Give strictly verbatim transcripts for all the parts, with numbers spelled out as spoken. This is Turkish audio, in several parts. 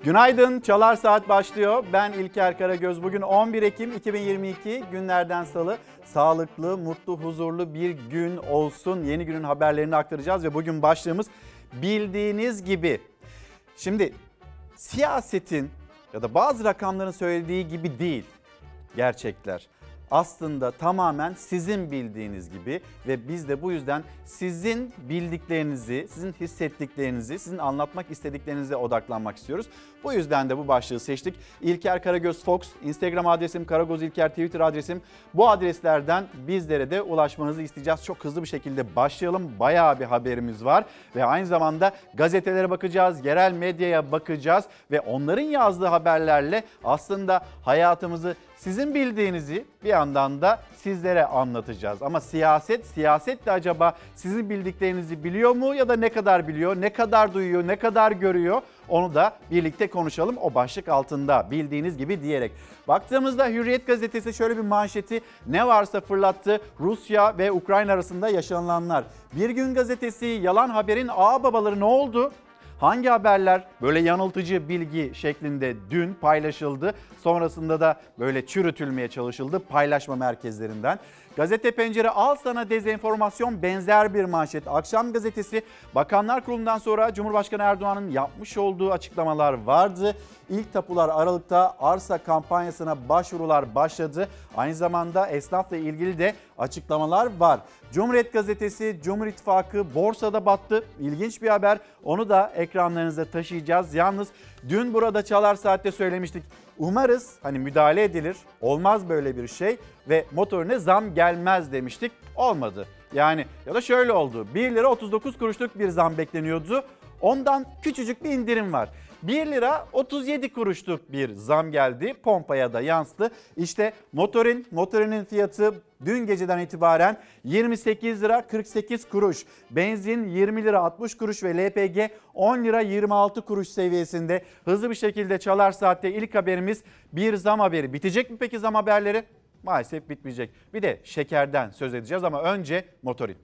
Günaydın, Çalar Saat başlıyor. Ben İlker Karagöz. Bugün on bir Ekim iki bin yirmi iki, günlerden salı. Sağlıklı, mutlu, huzurlu bir gün olsun. Yeni günün haberlerini aktaracağız ve bugün başlığımız bildiğiniz gibi. Şimdi siyasetin ya da bazı rakamların söylediği gibi değil gerçekler. Aslında tamamen sizin bildiğiniz gibi ve biz de bu yüzden sizin bildiklerinizi, sizin hissettiklerinizi, sizin anlatmak istediklerinize odaklanmak istiyoruz. Bu yüzden de bu başlığı seçtik. İlker Karagöz Fox, Instagram adresim, Karagöz İlker Twitter adresim. Bu adreslerden bizlere de ulaşmanızı isteyeceğiz. Çok hızlı bir şekilde başlayalım. Bayağı bir haberimiz var ve aynı zamanda gazetelere bakacağız, yerel medyaya bakacağız ve onların yazdığı haberlerle aslında hayatımızı sizin bildiğinizi bir yandan da sizlere anlatacağız. Ama siyaset, siyaset de acaba sizin bildiklerinizi biliyor mu ya da ne kadar biliyor, ne kadar duyuyor, ne kadar görüyor? Onu da birlikte konuşalım o başlık altında bildiğiniz gibi diyerek. Baktığımızda Hürriyet gazetesi şöyle bir manşeti ne varsa fırlattı. Rusya ve Ukrayna arasında yaşananlar. Bir Gün gazetesi yalan haberin ağababaları ne oldu? Hangi haberler böyle yanıltıcı bilgi şeklinde dün paylaşıldı? Sonrasında da böyle çürütülmeye çalışıldı paylaşma merkezlerinden. Gazete Pencere al sana dezenformasyon benzer bir manşet. Akşam gazetesi Bakanlar Kurulu'ndan sonra Cumhurbaşkanı Erdoğan'ın yapmış olduğu açıklamalar vardı. İlk tapular Aralık'ta arsa kampanyasına başvurular başladı. Aynı zamanda esnafla ilgili de açıklamalar var. Cumhuriyet gazetesi Cumhur İttifakı borsada battı. İlginç bir haber. Onu da ekranlarınıza taşıyacağız. Yalnız dün burada Çalar Saat'te söylemiştik. Umarız hani müdahale edilir, olmaz böyle bir şey ve motorine zam gelmez demiştik. Olmadı. Yani ya da şöyle oldu. bir lira otuz dokuz kuruşluk bir zam bekleniyordu. Ondan küçücük bir indirim var. bir lira otuz yedi kuruşluk bir zam geldi. Pompaya da yansıdı. İşte motorin, motorinin fiyatı dün geceden itibaren yirmi sekiz lira kırk sekiz kuruş. Benzin yirmi lira altmış kuruş ve L P G on lira yirmi altı kuruş seviyesinde. Hızlı bir şekilde Çalar Saat'te ilk haberimiz bir zam haberi. Bitecek mi peki zam haberleri? Maalesef bitmeyecek. Bir de şekerden söz edeceğiz ama önce motorin.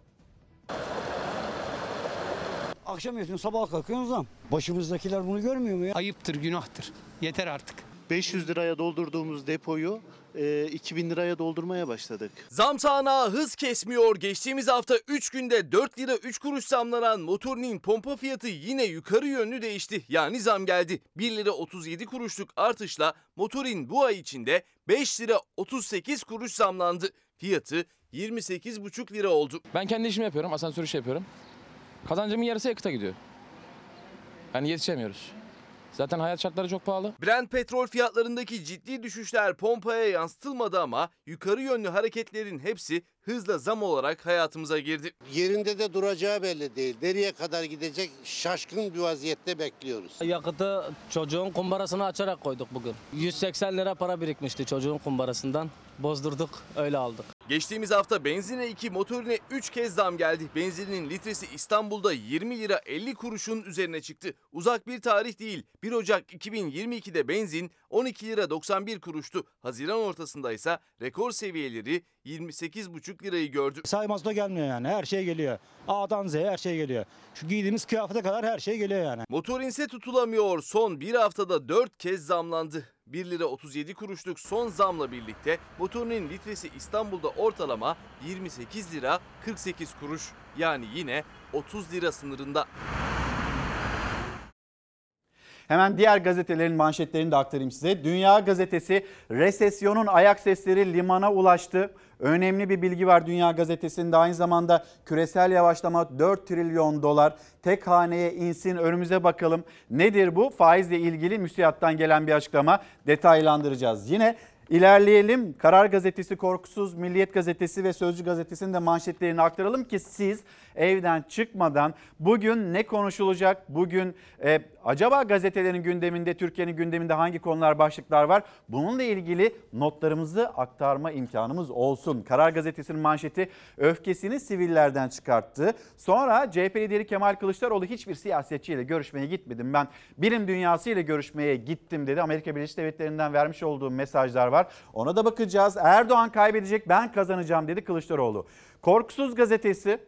Akşam yatıyorsun, sabah kalkıyorsun zam. Başımızdakiler bunu görmüyor mu ya? Ayıptır, günahtır. Yeter artık. beş yüz liraya doldurduğumuz depoyu e, iki bin liraya doldurmaya başladık. Zam sağanağı hız kesmiyor. Geçtiğimiz hafta üç günde dört lira üç kuruş zamlanan motorinin pompa fiyatı yine yukarı yönlü değişti. Yani zam geldi. bir lira otuz yedi kuruşluk artışla motorin bu ay içinde beş lira otuz sekiz kuruş zamlandı. Fiyatı yirmi sekiz buçuk lira oldu. Ben kendi işimi yapıyorum, asansör işi yapıyorum. Kazancımın yarısı yakıta gidiyor. Yani yetişemiyoruz. Zaten hayat şartları çok pahalı. Brent petrol fiyatlarındaki ciddi düşüşler pompaya yansıtılmadı ama yukarı yönlü hareketlerin hepsi hızla zam olarak hayatımıza girdi. Yerinde de duracağı belli değil. Nereye kadar gidecek şaşkın bir vaziyette bekliyoruz. Yakıtı çocuğun kumbarasını açarak koyduk bugün. yüz seksen lira para birikmişti çocuğun kumbarasından. Bozdurduk, öyle aldık. Geçtiğimiz hafta benzine iki, motorine üç kez zam geldi. Benzinin litresi İstanbul'da yirmi lira elli kuruşun üzerine çıktı. Uzak bir tarih değil. bir Ocak iki bin yirmi iki'de benzin on iki lira doksan bir kuruştu. Haziran ortasında ise rekor seviyeleri yirmi sekiz buçuk lirayı gördü. Saymaz da gelmiyor yani, her şey geliyor. A'dan Z'ye her şey geliyor. Şu giydiğimiz kıyafete kadar her şey geliyor yani. Motorin ise tutulamıyor. Son bir haftada dört kez zamlandı. bir lira otuz yedi kuruşluk son zamla birlikte motorinin litresi İstanbul'da ortalama yirmi sekiz lira kırk sekiz kuruş. Yani yine otuz lira sınırında. Hemen diğer gazetelerin manşetlerini de aktarayım size. Dünya Gazetesi resesyonun ayak sesleri limana ulaştı. Önemli bir bilgi var Dünya Gazetesi'nde. Aynı zamanda küresel yavaşlama dört trilyon dolar tek haneye insin, önümüze bakalım. Nedir bu? Faizle ilgili müsiattan gelen bir açıklama, detaylandıracağız. Yine İlerleyelim. Karar Gazetesi, Korkusuz, Milliyet Gazetesi ve Sözcü Gazetesi'nin de manşetlerini aktaralım ki siz evden çıkmadan bugün ne konuşulacak, bugün e, acaba gazetelerin gündeminde, Türkiye'nin gündeminde hangi konular, başlıklar var? Bununla ilgili notlarımızı aktarma imkanımız olsun. Karar Gazetesi'nin manşeti öfkesini sivillerden çıkarttı. Sonra C H P lideri Kemal Kılıçdaroğlu hiçbir siyasetçiyle görüşmeye gitmedim. Ben bilim dünyasıyla görüşmeye gittim dedi. Amerika Birleşik Devletleri'nden vermiş olduğu mesajlar var. Ona da bakacağız. Erdoğan kaybedecek, ben kazanacağım dedi Kılıçdaroğlu. Korkusuz Gazetesi,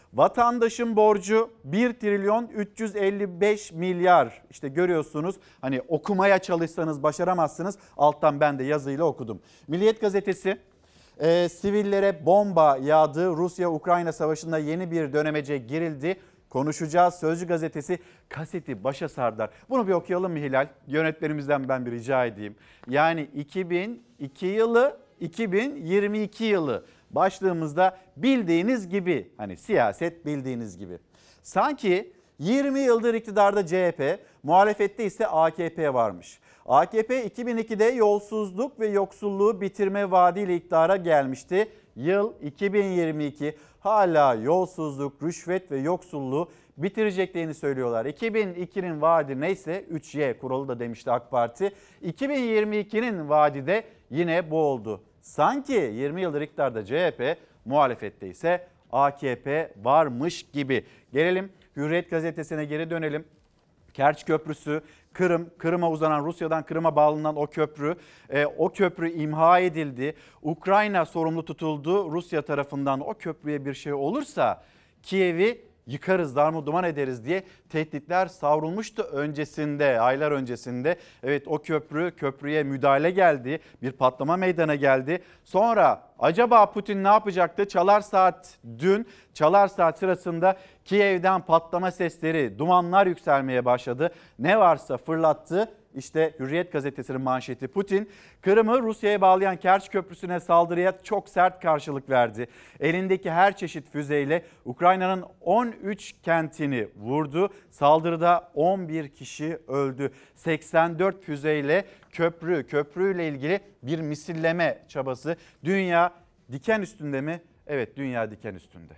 Vatandaşın borcu bir trilyon üç yüz elli beş milyar. İşte görüyorsunuz, hani okumaya çalışsanız başaramazsınız. Alttan ben de yazıyla okudum. Milliyet gazetesi e, sivillere bomba yağdı. Rusya-Ukrayna savaşında yeni bir dönemece girildi. Konuşacağız. Sözcü gazetesi kaseti başa sardar. Bunu bir okuyalım mı Hilal? Yönetmenimizden ben bir rica edeyim. Yani iki bin iki yılı, iki bin yirmi iki yılı. Başlığımızda bildiğiniz gibi, hani siyaset bildiğiniz gibi. Sanki yirmi yıldır iktidarda C H P, muhalefette ise A K P varmış. A K P iki bin ikide yolsuzluk ve yoksulluğu bitirme vaadiyle iktidara gelmişti. Yıl iki bin yirmi iki, hala yolsuzluk, rüşvet ve yoksulluğu bitireceklerini söylüyorlar. iki bin ikinin vaadi neyse üç Y kuralı da demişti AK Parti. iki bin yirmi ikinin vaadi de yine bu oldu. Sanki yirmi yıldır iktidarda C H P, muhalefette ise A K P varmış gibi. Gelelim Hürriyet gazetesine geri dönelim. Kerç Köprüsü, Kırım, Kırım'a uzanan, Rusya'dan Kırım'a bağlanan o köprü, e, o köprü imha edildi. Ukrayna sorumlu tutuldu Rusya tarafından. O köprüye bir şey olursa Kiev'i yıkarız, darmaduman ederiz diye tehditler savrulmuştu öncesinde, aylar öncesinde. Evet, o köprü, köprüye müdahale geldi, bir patlama meydana geldi. Sonra acaba Putin ne yapacaktı? Çalar Saat dün, Çalar Saat sırasında Kiev'den patlama sesleri, dumanlar yükselmeye başladı. Ne varsa fırlattı. İşte Hürriyet gazetesinin manşeti: Putin, Kırım'ı Rusya'ya bağlayan Kerç Köprüsü'ne saldırıya çok sert karşılık verdi. Elindeki her çeşit füzeyle Ukrayna'nın on üç kentini vurdu. Saldırıda on bir kişi öldü. seksen dört füzeyle köprü, köprüyle ilgili bir misilleme çabası. Dünya diken üstünde mi? Evet, dünya diken üstünde.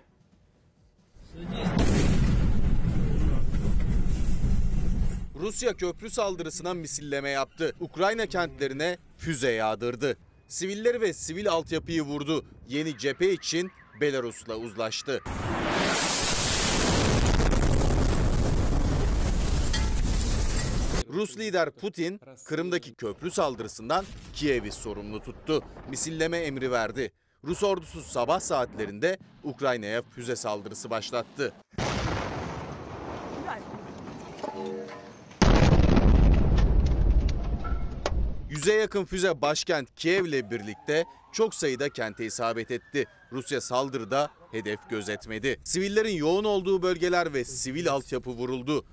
Rusya köprü saldırısına misilleme yaptı. Ukrayna kentlerine füze yağdırdı. Sivilleri ve sivil altyapıyı vurdu. Yeni cephe için Belarus'la uzlaştı. Rus lider Putin, Kırım'daki köprü saldırısından Kiev'i sorumlu tuttu. Misilleme emri verdi. Rus ordusu sabah saatlerinde Ukrayna'ya füze saldırısı başlattı. Yüze yakın füze başkent Kiev'le birlikte çok sayıda kente isabet etti. Rusya saldırıda hedef gözetmedi. Sivillerin yoğun olduğu bölgeler ve sivil altyapı vuruldu.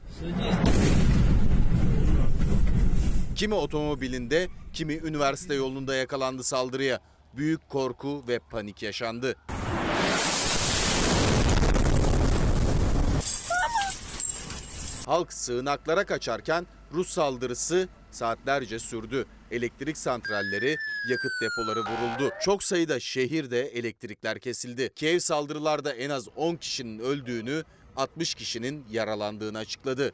Kimi otomobilinde, kimi üniversite yolunda yakalandı saldırıya. Büyük korku ve panik yaşandı. Halk sığınaklara kaçarken Rus saldırısı saatlerce sürdü. Elektrik santralleri, yakıt depoları vuruldu. Çok sayıda şehirde elektrikler kesildi. Kiev saldırılarda en az on kişinin öldüğünü, altmış kişinin yaralandığını açıkladı.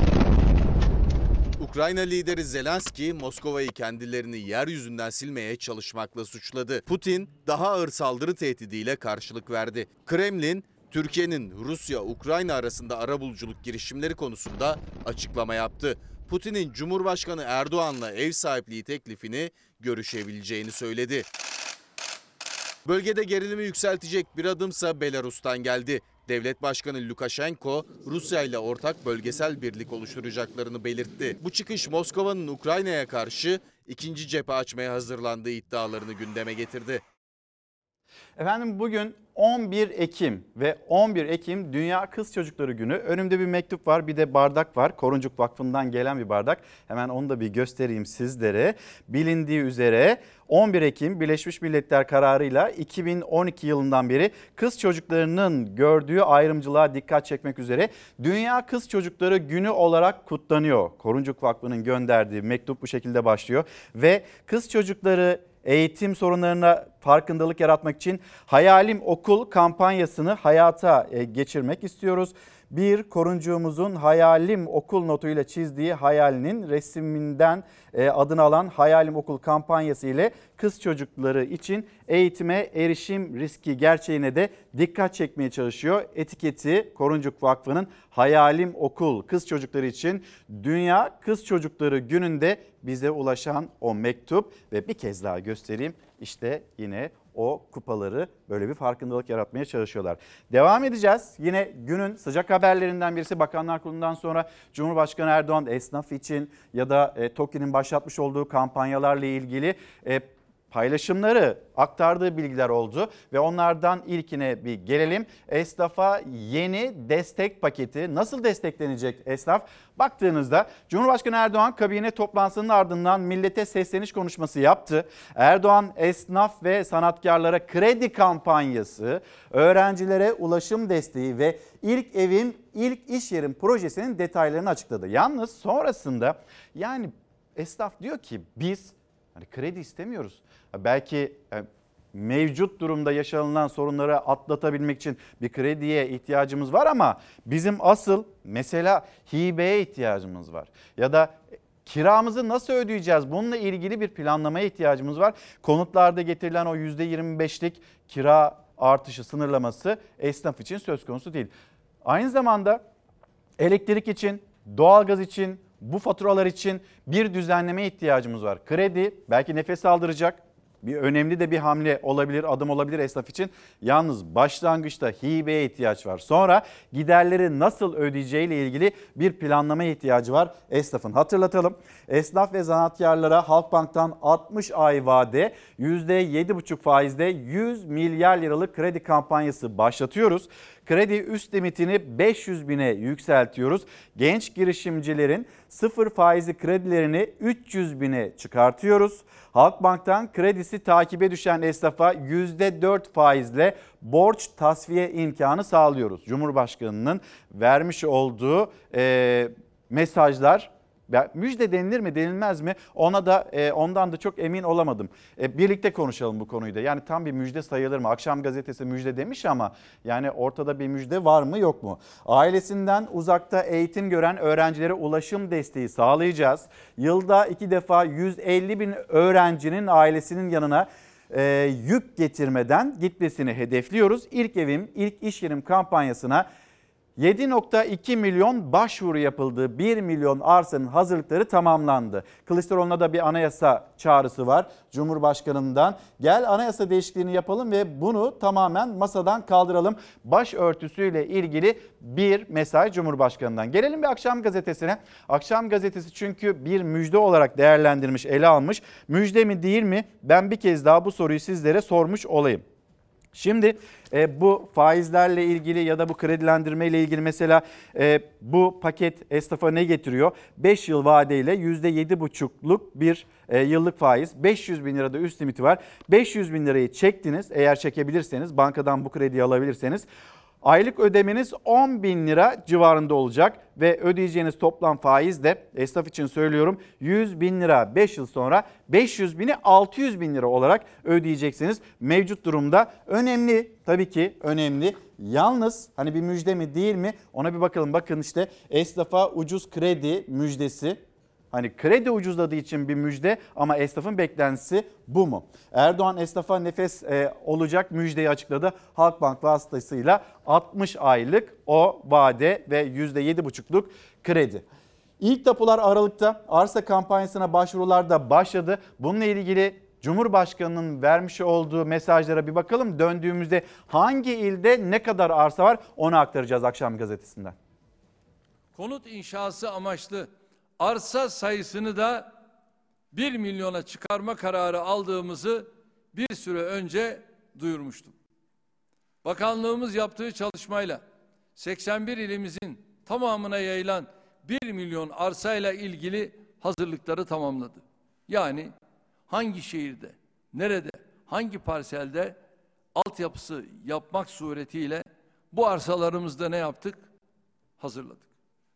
Ukrayna lideri Zelenski, Moskova'yı kendilerini yeryüzünden silmeye çalışmakla suçladı. Putin daha ağır saldırı tehdidiyle karşılık verdi. Kremlin, Türkiye'nin Rusya-Ukrayna arasında arabuluculuk girişimleri konusunda açıklama yaptı. Putin'in Cumhurbaşkanı Erdoğan'la ev sahipliği teklifini görüşebileceğini söyledi. Bölgede gerilimi yükseltecek bir adımsa Belarus'tan geldi. Devlet Başkanı Lukashenko, Rusya ile ortak bölgesel birlik oluşturacaklarını belirtti. Bu çıkış Moskova'nın Ukrayna'ya karşı ikinci cephe açmaya hazırlandığı iddialarını gündeme getirdi. Efendim, bugün on bir Ekim ve on bir Ekim Dünya Kız Çocukları Günü. Önümde bir mektup var, bir de bardak var. Koruncuk Vakfı'ndan gelen bir bardak. Hemen onu da bir göstereyim sizlere. Bilindiği üzere on bir Ekim Birleşmiş Milletler kararıyla iki bin on iki yılından beri kız çocuklarının gördüğü ayrımcılığa dikkat çekmek üzere Dünya Kız Çocukları Günü olarak kutlanıyor. Koruncuk Vakfı'nın gönderdiği mektup bu şekilde başlıyor ve kız çocukları eğitim sorunlarına farkındalık yaratmak için Hayalim Okul kampanyasını hayata geçirmek istiyoruz. Bir koruncuğumuzun Hayalim Okul notuyla çizdiği hayalinin resminden adını alan Hayalim Okul kampanyası ile kız çocukları için eğitime erişim riski gerçeğine de dikkat çekmeye çalışıyor. Etiketi Koruncuk Vakfı'nın Hayalim Okul kız çocukları için Dünya Kız Çocukları Günü'nde bize ulaşan o mektup ve bir kez daha göstereyim. İşte yine o kupaları, böyle bir farkındalık yaratmaya çalışıyorlar. Devam edeceğiz. Yine günün sıcak haberlerinden birisi Bakanlar Kurulu'ndan sonra Cumhurbaşkanı Erdoğan esnaf için ya da e, TOKİ'nin başlatmış olduğu kampanyalarla ilgili e, paylaşımları, aktardığı bilgiler oldu ve onlardan ilkine bir gelelim. Esnafa yeni destek paketi nasıl desteklenecek esnaf? Baktığınızda Cumhurbaşkanı Erdoğan kabine toplantısının ardından millete sesleniş konuşması yaptı. Erdoğan esnaf ve sanatkarlara kredi kampanyası, öğrencilere ulaşım desteği ve ilk evim ilk iş yerim projesinin detaylarını açıkladı. Yalnız sonrasında yani esnaf diyor ki biz hani kredi istemiyoruz. Belki mevcut durumda yaşanılan sorunları atlatabilmek için bir krediye ihtiyacımız var ama bizim asıl mesela hibeye ihtiyacımız var. Ya da kiramızı nasıl ödeyeceğiz? Bununla ilgili bir planlamaya ihtiyacımız var. Konutlarda getirilen o yüzde yirmi beşlik kira artışı sınırlaması esnaf için söz konusu değil. Aynı zamanda elektrik için, doğalgaz için, bu faturalar için bir düzenlemeye ihtiyacımız var. Kredi belki nefes aldıracak. Bir önemli de bir hamle olabilir, adım olabilir esnaf için. Yalnız başlangıçta hibeye ihtiyaç var. Sonra giderleri nasıl ödeyeceğiyle ilgili bir planlamaya ihtiyacı var esnafın. Hatırlatalım. Esnaf ve zanaatkarlara Halkbank'tan altmış ay vade yüzde yedi buçuk faizde yüz milyar liralık kredi kampanyası başlatıyoruz. Kredi üst limitini beş yüz bine yükseltiyoruz. Genç girişimcilerin sıfır faizli kredilerini üç yüz bine çıkartıyoruz. Halkbank'tan kredisi takibe düşen esnafa yüzde dört faizle borç tasfiye imkanı sağlıyoruz. Cumhurbaşkanının vermiş olduğu e, mesajlar, müjde denilir mi denilmez mi ona da e, ondan da çok emin olamadım. E, birlikte konuşalım bu konuyu da. Yani tam bir müjde sayılır mı? Akşam gazetesi müjde demiş ama yani ortada bir müjde var mı yok mu? Ailesinden uzakta eğitim gören öğrencilere ulaşım desteği sağlayacağız. Yılda iki defa yüz elli bin öğrencinin ailesinin yanına e, yük getirmeden gitmesini hedefliyoruz. İlk evim, ilk iş yerim kampanyasına yedi nokta iki milyon başvuru yapıldı. bir milyon arsanın hazırlıkları tamamlandı. Kılıçdaroğlu'na da bir anayasa çağrısı var Cumhurbaşkanı'ndan. Gel anayasa değişikliğini yapalım ve bunu tamamen masadan kaldıralım. Başörtüsüyle ilgili bir mesaj Cumhurbaşkanı'ndan. Gelelim bir Akşam Gazetesi'ne. Akşam Gazetesi çünkü bir müjde olarak değerlendirmiş, ele almış. Müjde mi değil mi? Ben bir kez daha bu soruyu sizlere sormuş olayım. Şimdi e, bu faizlerle ilgili ya da bu kredilendirme ile ilgili mesela e, bu paket esnafa ne getiriyor? beş yıl vadeyle yüzde yedi buçukluk bir e, yıllık faiz, beş yüz bin lirada üst limiti var. beş yüz bin lirayı çektiniz, eğer çekebilirseniz, bankadan bu krediyi alabilirseniz aylık ödemeniz on bin lira civarında olacak ve ödeyeceğiniz toplam faiz de esnaf için söylüyorum yüz bin lira. beş yıl sonra beş yüz bini altı yüz bin lira olarak ödeyeceksiniz. Mevcut durumda önemli, tabii ki önemli. Yalnız hani bir müjde mi değil mi ona bir bakalım. Bakın işte esnafa ucuz kredi müjdesi. Hani kredi ucuzladığı için bir müjde ama esnafın beklentisi bu mu? Erdoğan esnafa nefes e, olacak müjdeyi açıkladı. Halkbank vasıtasıyla altmış aylık o vade ve yüzde yedi buçukluk kredi. İlk tapular Aralık'ta, arsa kampanyasına başvurular da başladı. Bununla ilgili Cumhurbaşkanı'nın vermiş olduğu mesajlara bir bakalım. Döndüğümüzde hangi ilde ne kadar arsa var onu aktaracağız Akşam Gazetesi'nden. Konut inşası amaçlı arsa sayısını da bir milyona çıkarma kararı aldığımızı bir süre önce duyurmuştum. Bakanlığımız yaptığı çalışmayla seksen bir ilimizin tamamına yayılan bir milyon arsayla ilgili hazırlıkları tamamladı. Yani hangi şehirde, nerede, hangi parselde altyapısı yapmak suretiyle bu arsalarımızda ne yaptık? Hazırladık.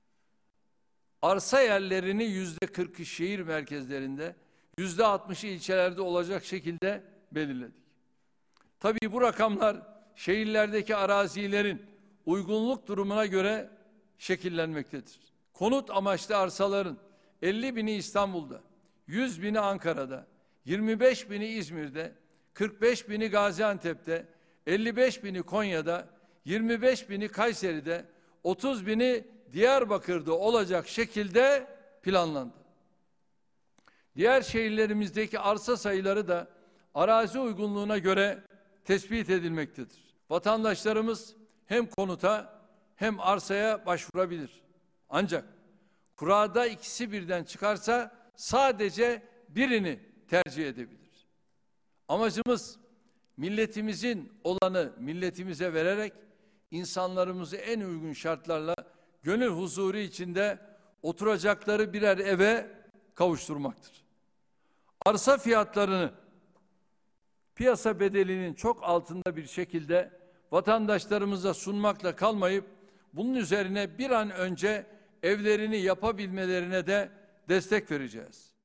Arsa yerlerini yüzde kırkı şehir merkezlerinde, yüzde altmışı ilçelerde olacak şekilde belirledik. Tabii bu rakamlar şehirlerdeki arazilerin uygunluk durumuna göre şekillenmektedir. Konut amaçlı arsaların elli bini İstanbul'da, yüz bini Ankara'da, yirmi beş bini İzmir'de, kırk beş bini Gaziantep'te, elli beş bini Konya'da, yirmi beş bini Kayseri'de, otuz bini Diyarbakır'da olacak şekilde planlandı. Diğer şehirlerimizdeki arsa sayıları da arazi uygunluğuna göre tespit edilmektedir. Vatandaşlarımız hem konuta hem arsaya başvurabilir. Ancak kurada ikisi birden çıkarsa sadece birini tercih edebilir. Amacımız milletimizin olanı milletimize vererek insanlarımızı en uygun şartlarla gönül huzuru içinde oturacakları birer eve kavuşturmaktır. Arsa fiyatlarını piyasa bedelinin çok altında bir şekilde vatandaşlarımıza sunmakla kalmayıp bunun üzerine bir an önce evlerini yapabilmelerine de destek vereceğiz.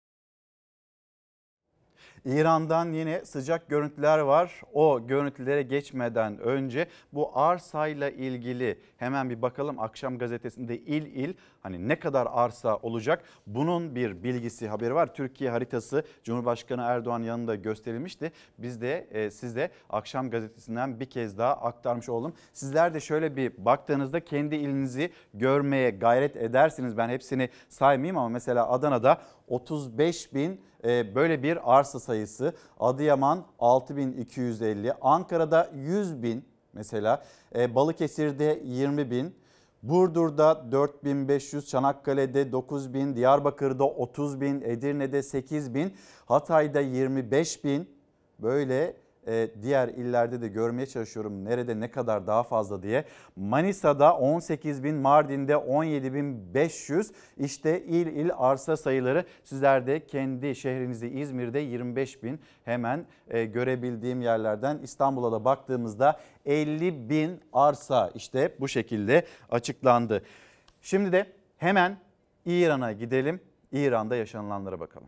İran'dan yine sıcak görüntüler var. O görüntülere geçmeden önce bu arsayla ilgili hemen bir bakalım. Akşam gazetesinde il il hani ne kadar arsa olacak bunun bir bilgisi, haberi var. Türkiye haritası Cumhurbaşkanı Erdoğan yanında gösterilmişti. Biz de e, siz de Akşam gazetesinden bir kez daha aktarmış oldum. Sizler de şöyle bir baktığınızda kendi ilinizi görmeye gayret edersiniz. Ben hepsini saymayayım ama mesela Adana'da otuz beş bin e, böyle bir arsa sayısı. Adıyaman altı bin iki yüz elli, Ankara'da yüz bin mesela, e, Balıkesir'de yirmi bin, Burdur'da dört bin beş yüz, Çanakkale'de dokuz bin, Diyarbakır'da otuz bin, Edirne'de sekiz bin, Hatay'da yirmi beş bin, böyle e, diğer illerde de görmeye çalışıyorum nerede ne kadar daha fazla diye. Manisa'da on sekiz bin, Mardin'de on yedi bin beş yüz, işte il il arsa sayıları. Sizler de kendi şehrinizde İzmir'de yirmi beş bin, hemen e, görebildiğim yerlerden. İstanbul'a da baktığımızda elli bin arsa işte bu şekilde açıklandı. Şimdi de hemen İran'a gidelim. İran'da yaşanılanlara bakalım.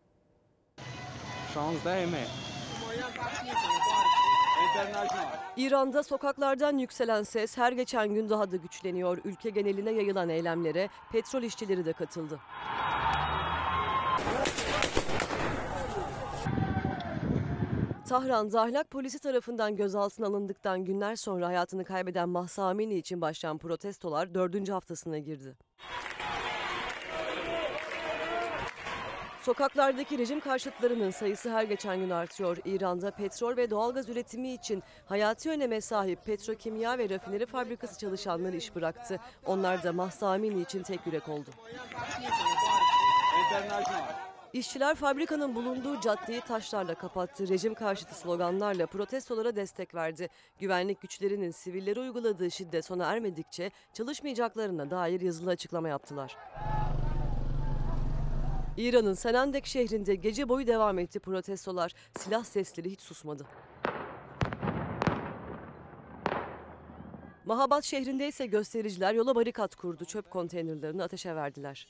İran'da sokaklardan yükselen ses her geçen gün daha da güçleniyor. Ülke geneline yayılan eylemlere petrol işçileri de katıldı. Tahran'da ahlak polisi tarafından gözaltına alındıktan günler sonra hayatını kaybeden Mahsa Amini için başlayan protestolar dördüncü haftasına girdi. Sokaklardaki rejim karşıtlarının sayısı her geçen gün artıyor. İran'da petrol ve doğalgaz üretimi için hayati öneme sahip petrokimya ve rafineri fabrikası çalışanları iş bıraktı. Onlar da Mahsa Amini için tek yürek oldu. İşçiler fabrikanın bulunduğu caddeyi taşlarla kapattı. Rejim karşıtı sloganlarla protestolara destek verdi. Güvenlik güçlerinin sivillere uyguladığı şiddet sona ermedikçe çalışmayacaklarına dair yazılı açıklama yaptılar. İran'ın Senandek şehrinde gece boyu devam etti protestolar. Silah sesleri hiç susmadı. Mahabat şehrinde ise göstericiler yola barikat kurdu. Çöp konteynerlerini ateşe verdiler.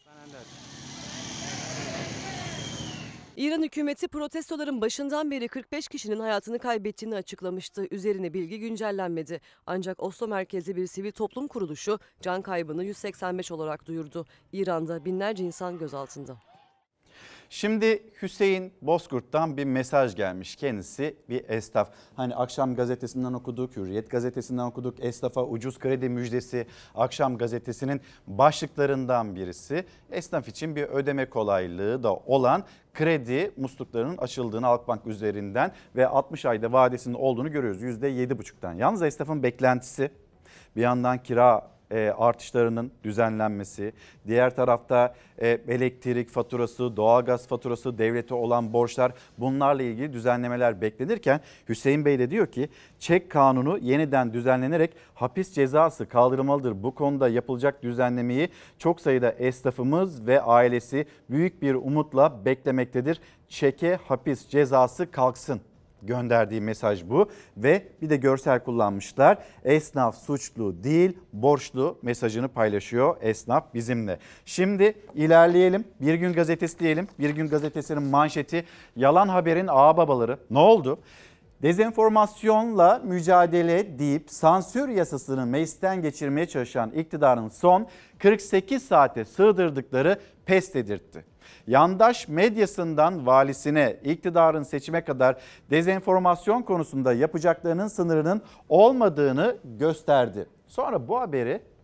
İran hükümeti protestoların başından beri kırk beş kişinin hayatını kaybettiğini açıklamıştı. Üzerine bilgi güncellenmedi. Ancak Oslo merkezli bir sivil toplum kuruluşu can kaybını yüz seksen beş olarak duyurdu. İran'da binlerce insan gözaltında. Şimdi Hüseyin Bozkurt'tan bir mesaj gelmiş. Kendisi bir esnaf. Hani Akşam gazetesinden okuduk, Hürriyet gazetesinden okuduk. Esnafa ucuz kredi müjdesi Akşam gazetesinin başlıklarından birisi. Esnaf için bir ödeme kolaylığı da olan kredi musluklarının açıldığını Halkbank üzerinden ve altmış ayda vadesinin olduğunu görüyoruz. yüzde yedi buçuktan. Yalnız esnafın beklentisi bir yandan kira artışlarının düzenlenmesi, diğer tarafta elektrik faturası, doğalgaz faturası, devlete olan borçlar, bunlarla ilgili düzenlemeler beklenirken Hüseyin Bey de diyor ki çek kanunu yeniden düzenlenerek hapis cezası kaldırılmalıdır. Bu konuda yapılacak düzenlemeyi çok sayıda esnafımız ve ailesi büyük bir umutla beklemektedir. Çeke hapis cezası kalksın. Gönderdiği mesaj bu ve bir de görsel kullanmışlar. Esnaf suçlu değil, borçlu mesajını paylaşıyor esnaf bizimle. Şimdi ilerleyelim. Bir Gün Gazetesi diyelim. Bir Gün Gazetesi'nin manşeti yalan haberin ağababaları. Ne oldu? Dezenformasyonla mücadele deyip sansür yasasını meclisten geçirmeye çalışan iktidarın son kırk sekiz saate sığdırdıkları pes dedirtti. Yandaş medyasından valisine, iktidarın seçime kadar dezenformasyon konusunda yapacaklarının sınırının olmadığını gösterdi. Sonra bu haberi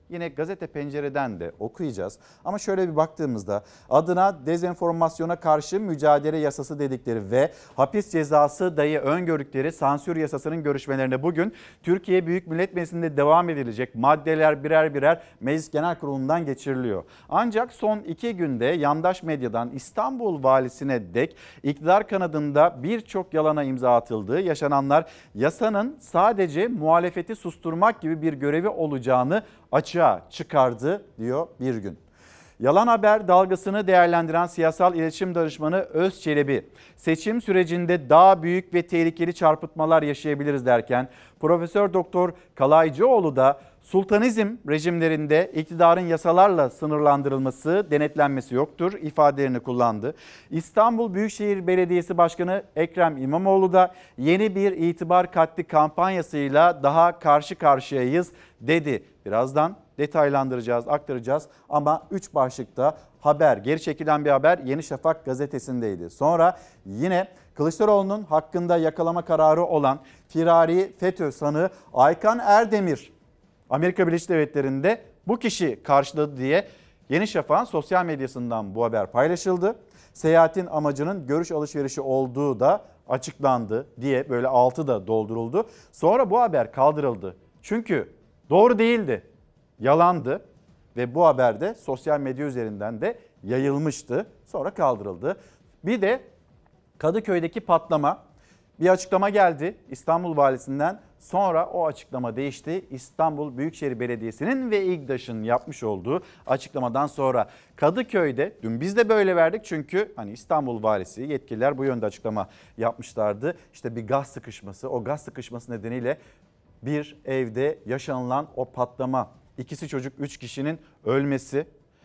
yine Gazete Pencere'den de okuyacağız. Ama şöyle bir baktığımızda adına dezenformasyona karşı mücadele yasası dedikleri ve hapis cezası dahi öngördükleri sansür yasasının görüşmelerinde bugün Türkiye Büyük Millet Meclisi'nde devam edilecek. Maddeler birer birer Meclis Genel Kurulu'ndan geçiriliyor. Ancak son iki günde yandaş medyadan İstanbul valisine dek iktidar kanadında birçok yalana imza atıldığı, yaşananlar yasanın sadece muhalefeti susturmak gibi bir görevi olacağını açığa çıkardı diyor Bir Gün. Yalan haber dalgasını değerlendiren siyasal iletişim danışmanı Özçelebi, seçim sürecinde daha büyük ve tehlikeli çarpıtmalar yaşayabiliriz derken Profesör Doktor Kalaycıoğlu da sultanizm rejimlerinde iktidarın yasalarla sınırlandırılması, denetlenmesi yoktur ifadelerini kullandı. İstanbul Büyükşehir Belediyesi Başkanı Ekrem İmamoğlu da yeni bir itibar katli kampanyasıyla daha karşı karşıyayız dedi. Birazdan detaylandıracağız, aktaracağız ama üç başlıkta haber, geri çekilen bir haber Yeni Şafak gazetesindeydi. Sonra yine Kılıçdaroğlu'nun hakkında yakalama kararı olan firari FETÖ sanığı Aykan Erdemir, Amerika Birleşik Devletleri'nde bu kişi karşıladı diye Yeni Şafak'ın sosyal medyasından bu haber paylaşıldı. Seyahatin amacının görüş alışverişi olduğu da açıklandı diye böyle altı da dolduruldu. Sonra bu haber kaldırıldı. Çünkü doğru değildi, yalandı ve bu haber de sosyal medya üzerinden de yayılmıştı. Sonra kaldırıldı. Bir de Kadıköy'deki patlama, bir açıklama geldi İstanbul Valisi'nden. Sonra o açıklama değişti. İstanbul Büyükşehir Belediyesi'nin ve İGDAŞ'ın yapmış olduğu açıklamadan sonra Kadıköy'de, dün biz de böyle verdik çünkü hani İstanbul Valisi, yetkililer bu yönde açıklama yapmışlardı. İşte bir gaz sıkışması, o gaz sıkışması nedeniyle bir evde yaşanılan o patlama, ikisi çocuk üç kişinin ölmesi.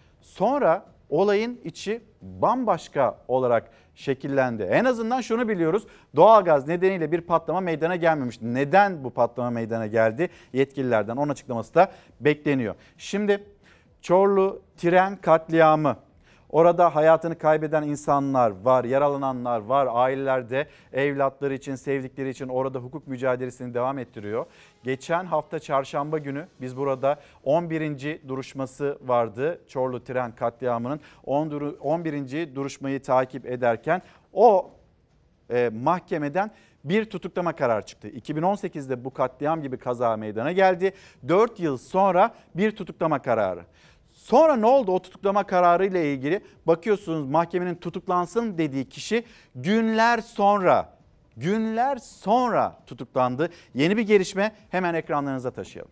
Sonra olayın içi bambaşka olarak şekillendi. En azından şunu biliyoruz, doğalgaz nedeniyle bir patlama meydana gelmemişti. Neden bu patlama meydana geldi? Yetkililerden onun açıklaması da bekleniyor. Şimdi Çorlu tren katliamı. Orada hayatını kaybeden insanlar var, yaralananlar var. Aileler de evlatları için, sevdikleri için orada hukuk mücadelesini devam ettiriyor. Geçen hafta çarşamba günü biz burada on birinci duruşması vardı. Çorlu tren katliamının on birinci duruşmayı takip ederken o e, mahkemeden bir tutuklama kararı çıktı. iki bin on sekizde bu katliam gibi kaza meydana geldi. dört yıl sonra bir tutuklama kararı. Sonra ne oldu o tutuklama kararı ile ilgili? Bakıyorsunuz mahkemenin tutuklansın dediği kişi günler sonra, günler sonra tutuklandı. Yeni bir gelişme, hemen ekranlarınıza taşıyalım.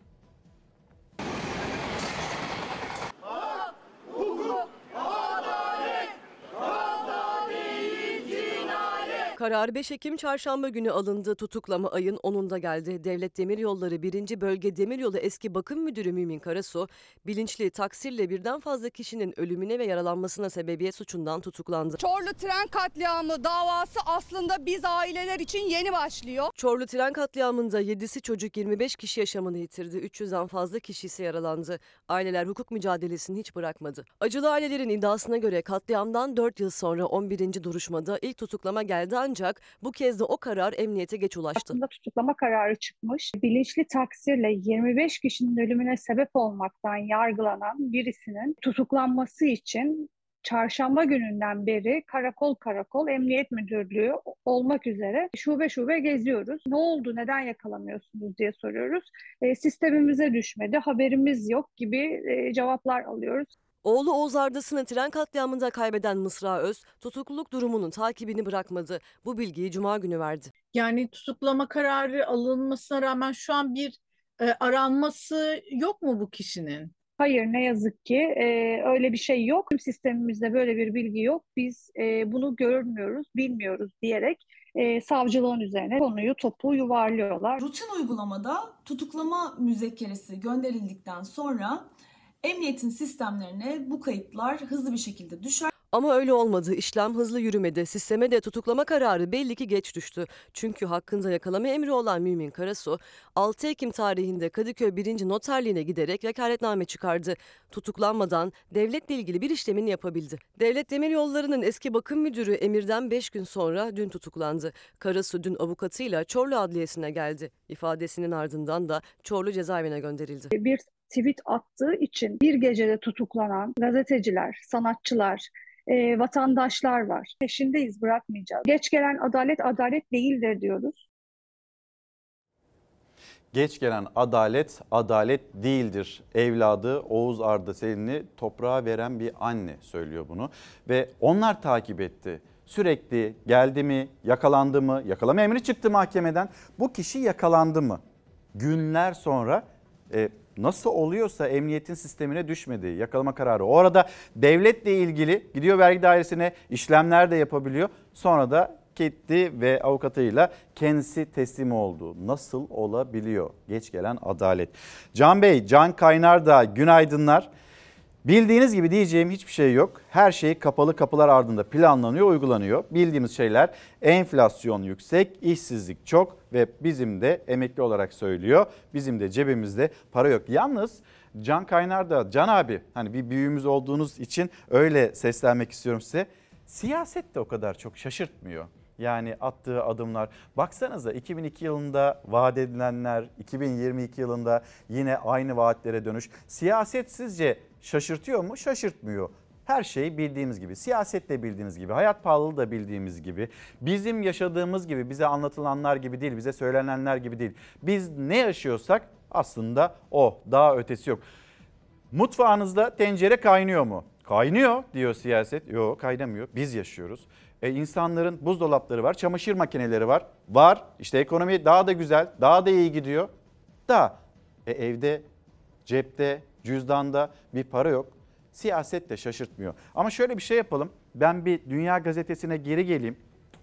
Karar beş Ekim çarşamba günü alındı. Tutuklama ayın onunda geldi. Devlet Demiryolları birinci Bölge Demiryolu Eski Bakım Müdürü Mümin Karasu, bilinçli taksirle birden fazla kişinin ölümüne ve yaralanmasına sebebiyet suçundan tutuklandı. Çorlu tren katliamı davası aslında biz aileler için yeni başlıyor. Çorlu tren katliamında yedisi çocuk, yirmi beş kişi yaşamını yitirdi. üç yüzden fazla kişi ise yaralandı. Aileler hukuk mücadelesini hiç bırakmadı. Acılı ailelerin iddiasına göre katliamdan dört yıl sonra on birinci duruşmada ilk tutuklama geldi ancak bu kez de o karar emniyete geç ulaştı. Aslında tutuklama kararı çıkmış. Bilinçli taksirle yirmi beş kişinin ölümüne sebep olmaktan yargılanan birisinin tutuklanması için çarşamba gününden beri karakol karakol emniyet müdürlüğü olmak üzere şube şube geziyoruz. Ne oldu, neden yakalamıyorsunuz diye soruyoruz. E, sistemimize düşmedi, haberimiz yok gibi e, cevaplar alıyoruz. Oğlu Oğuz Ardası'nı tren katliamında kaybeden Mısra Öz, tutukluluk durumunun takibini bırakmadı. Bu bilgiyi Cuma günü verdi. Yani tutuklama kararı alınmasına rağmen şu an bir e, aranması yok mu bu kişinin? Hayır, ne yazık ki e, öyle bir şey yok. Sistemimizde böyle bir bilgi yok. Biz e, bunu görmüyoruz, bilmiyoruz diyerek e, savcılığın üzerine konuyu, topu yuvarlıyorlar. Rutin uygulamada tutuklama müzekkeresi gönderildikten sonra emniyetin sistemlerine bu kayıtlar hızlı bir şekilde düşer. Ama öyle olmadı. İşlem hızlı yürümedi. Sisteme de tutuklama kararı belli ki geç düştü. Çünkü hakkında yakalama emri olan Mümin Karasu, altı Ekim tarihinde Kadıköy birinci Noterliğine giderek vekaletname çıkardı. Tutuklanmadan devletle ilgili bir işlemini yapabildi. Devlet Demiryolları'nın eski bakım müdürü emirden beş gün sonra dün tutuklandı. Karasu dün avukatıyla Çorlu Adliyesi'ne geldi. İfadesinin ardından da Çorlu cezaevine gönderildi. Bir tweet attığı için bir gecede tutuklanan gazeteciler, sanatçılar, e, vatandaşlar var. Peşindeyiz, bırakmayacağız. Geç gelen adalet adalet değildir diyoruz. Geç gelen adalet, adalet değildir. Evladı Oğuz Arda Selin'i toprağa veren bir anne söylüyor bunu. Ve onlar takip etti. Sürekli geldi mi, yakalandı mı, yakalama emri çıktı mahkemeden. Bu kişi yakalandı mı? Günler sonra e, nasıl oluyorsa emniyetin sistemine düşmedi yakalama kararı. O arada devletle ilgili gidiyor vergi dairesine işlemler de yapabiliyor. Sonra da gitti ve avukatıyla kendisi teslim oldu. Nasıl olabiliyor? Geç gelen adalet. Can Bey, Can Kaynar da günaydınlar. Bildiğiniz gibi diyeceğim hiçbir şey yok. Her şey kapalı kapılar ardında planlanıyor, uygulanıyor. Bildiğimiz şeyler enflasyon yüksek, işsizlik çok ve bizim de emekli olarak söylüyor. Bizim de cebimizde para yok. Yalnız Can Kaynar da, Can abi hani bir büyüğümüz olduğunuz için öyle seslenmek istiyorum size. Siyaset de o kadar çok şaşırtmıyor. Yani attığı adımlar. Baksanıza iki bin iki yılında vaat edilenler, iki bin yirmi iki yılında yine aynı vaatlere dönüş. Siyaset sizce şaşırtıyor mu? Şaşırtmıyor. Her şey bildiğimiz gibi, siyaset de bildiğiniz gibi, hayat pahalılığı da bildiğimiz gibi, bizim yaşadığımız gibi, bize anlatılanlar gibi değil, bize söylenenler gibi değil. Biz ne yaşıyorsak aslında o, daha ötesi yok. Mutfağınızda tencere kaynıyor mu? Kaynıyor diyor siyaset. Yok, kaynamıyor. Biz yaşıyoruz. E, insanların buzdolapları var, çamaşır makineleri var. Var. İşte ekonomi daha da güzel, daha da iyi gidiyor. Da e, evde, cepte, cüzdanda bir para yok. Siyaset de şaşırtmıyor. Ama şöyle bir şey yapalım. Ben bir Dünya Gazetesi'ne geri geleyim.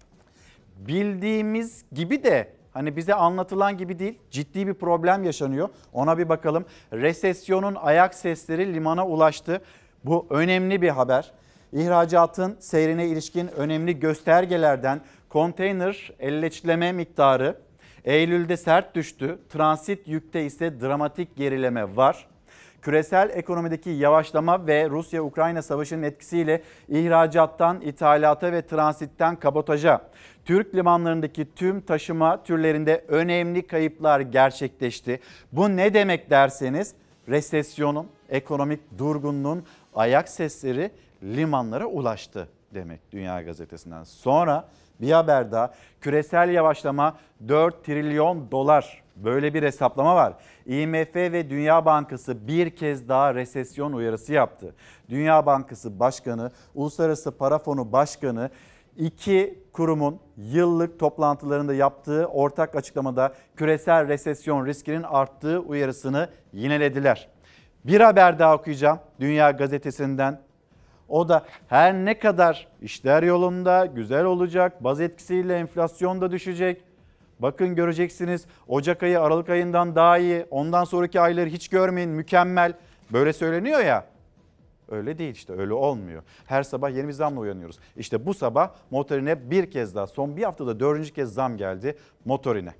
Bildiğimiz gibi de hani bize anlatılan gibi değil, ciddi bir problem yaşanıyor. Ona bir bakalım. Resesyonun ayak sesleri limana ulaştı. Bu önemli bir haber. İhracatın seyrine ilişkin önemli göstergelerden konteyner elleçleme miktarı Eylül'de sert düştü. Transit yükte ise dramatik gerileme var. Küresel ekonomideki yavaşlama ve Rusya-Ukrayna savaşının etkisiyle ihracattan ithalata ve transitten kabotaja, Türk limanlarındaki tüm taşıma türlerinde önemli kayıplar gerçekleşti. Bu ne demek derseniz, resesyonun, ekonomik durgunluğun ayak sesleri limanlara ulaştı demek Dünya Gazetesi'nden. Sonra bir haber daha, küresel yavaşlama dört trilyon dolar, böyle bir hesaplama var. I M F ve Dünya Bankası bir kez daha resesyon uyarısı yaptı. Dünya Bankası Başkanı, Uluslararası Para Fonu Başkanı iki kurumun yıllık toplantılarında yaptığı ortak açıklamada küresel resesyon riskinin arttığı uyarısını yinelediler. Bir haber daha okuyacağım Dünya Gazetesi'nden. O da her ne kadar işler yolunda, güzel olacak, baz etkisiyle enflasyon da düşecek. Bakın göreceksiniz, Ocak ayı Aralık ayından daha iyi, ondan sonraki ayları hiç görmeyin, mükemmel. Böyle söyleniyor ya. Öyle değil işte, öyle olmuyor. Her sabah yeni bir zamla uyanıyoruz. İşte bu sabah motorine bir kez daha, son bir haftada dördüncü kez zam geldi motorine.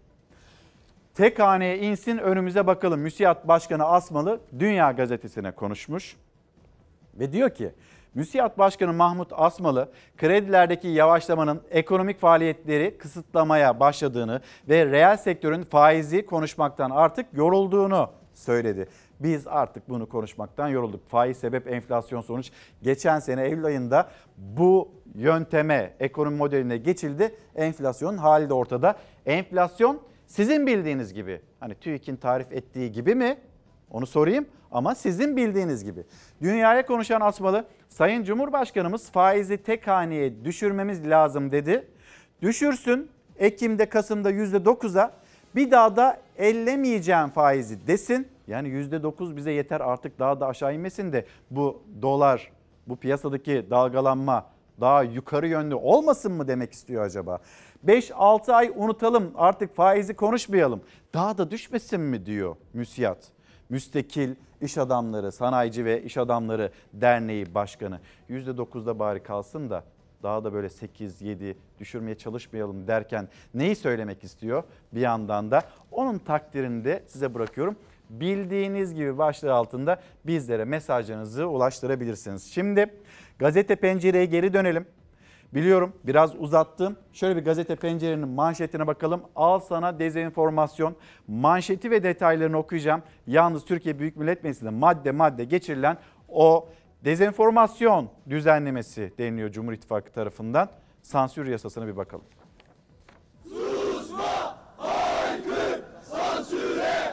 Tek haneye insin, önümüze bakalım. MÜSİAD Başkanı Asmalı Dünya Gazetesi'ne konuşmuş ve diyor ki, MÜSİAD Başkanı Mahmut Asmalı, kredilerdeki yavaşlamanın ekonomik faaliyetleri kısıtlamaya başladığını ve reel sektörün faizi konuşmaktan artık yorulduğunu söyledi. Biz artık bunu konuşmaktan yorulduk. Faiz sebep, enflasyon sonuç. Geçen sene Eylül ayında bu yönteme, ekonomi modeline geçildi. Enflasyonun hali de ortada. Enflasyon sizin bildiğiniz gibi, hani TÜİK'in tarif ettiği gibi mi? Onu sorayım, ama sizin bildiğiniz gibi. Dünyaya konuşan Asmalı, Sayın Cumhurbaşkanımız faizi tek haneye düşürmemiz lazım dedi. Düşürsün, Ekim'de, Kasım'da yüzde dokuza, bir daha da ellemeyeceğim faizi desin. Yani yüzde dokuz bize yeter, artık daha da aşağı inmesin de bu dolar, bu piyasadaki dalgalanma daha yukarı yönlü olmasın mı demek istiyor acaba? beş altı ay unutalım, artık faizi konuşmayalım. Daha da düşmesin mi diyor MÜSİAD. Müstekil İş Adamları, Sanayici ve İş Adamları Derneği Başkanı. yüzde dokuzda bari kalsın da daha da böyle sekiz yedi düşürmeye çalışmayalım derken neyi söylemek istiyor? Bir yandan da onun takdirini de size bırakıyorum. Bildiğiniz gibi başlığı altında bizlere mesajlarınızı ulaştırabilirsiniz. Şimdi Gazete Pencere'ye geri dönelim. Biliyorum biraz uzattım. Şöyle bir Gazete Pencere'nin manşetine bakalım. Al sana dezenformasyon. Manşeti ve detaylarını okuyacağım. Yalnız Türkiye Büyük Millet Meclisi'nde madde madde geçirilen o dezenformasyon düzenlemesi deniliyor Cumhur İttifakı tarafından. Sansür yasasına bir bakalım. Susma, haykır, sansüre,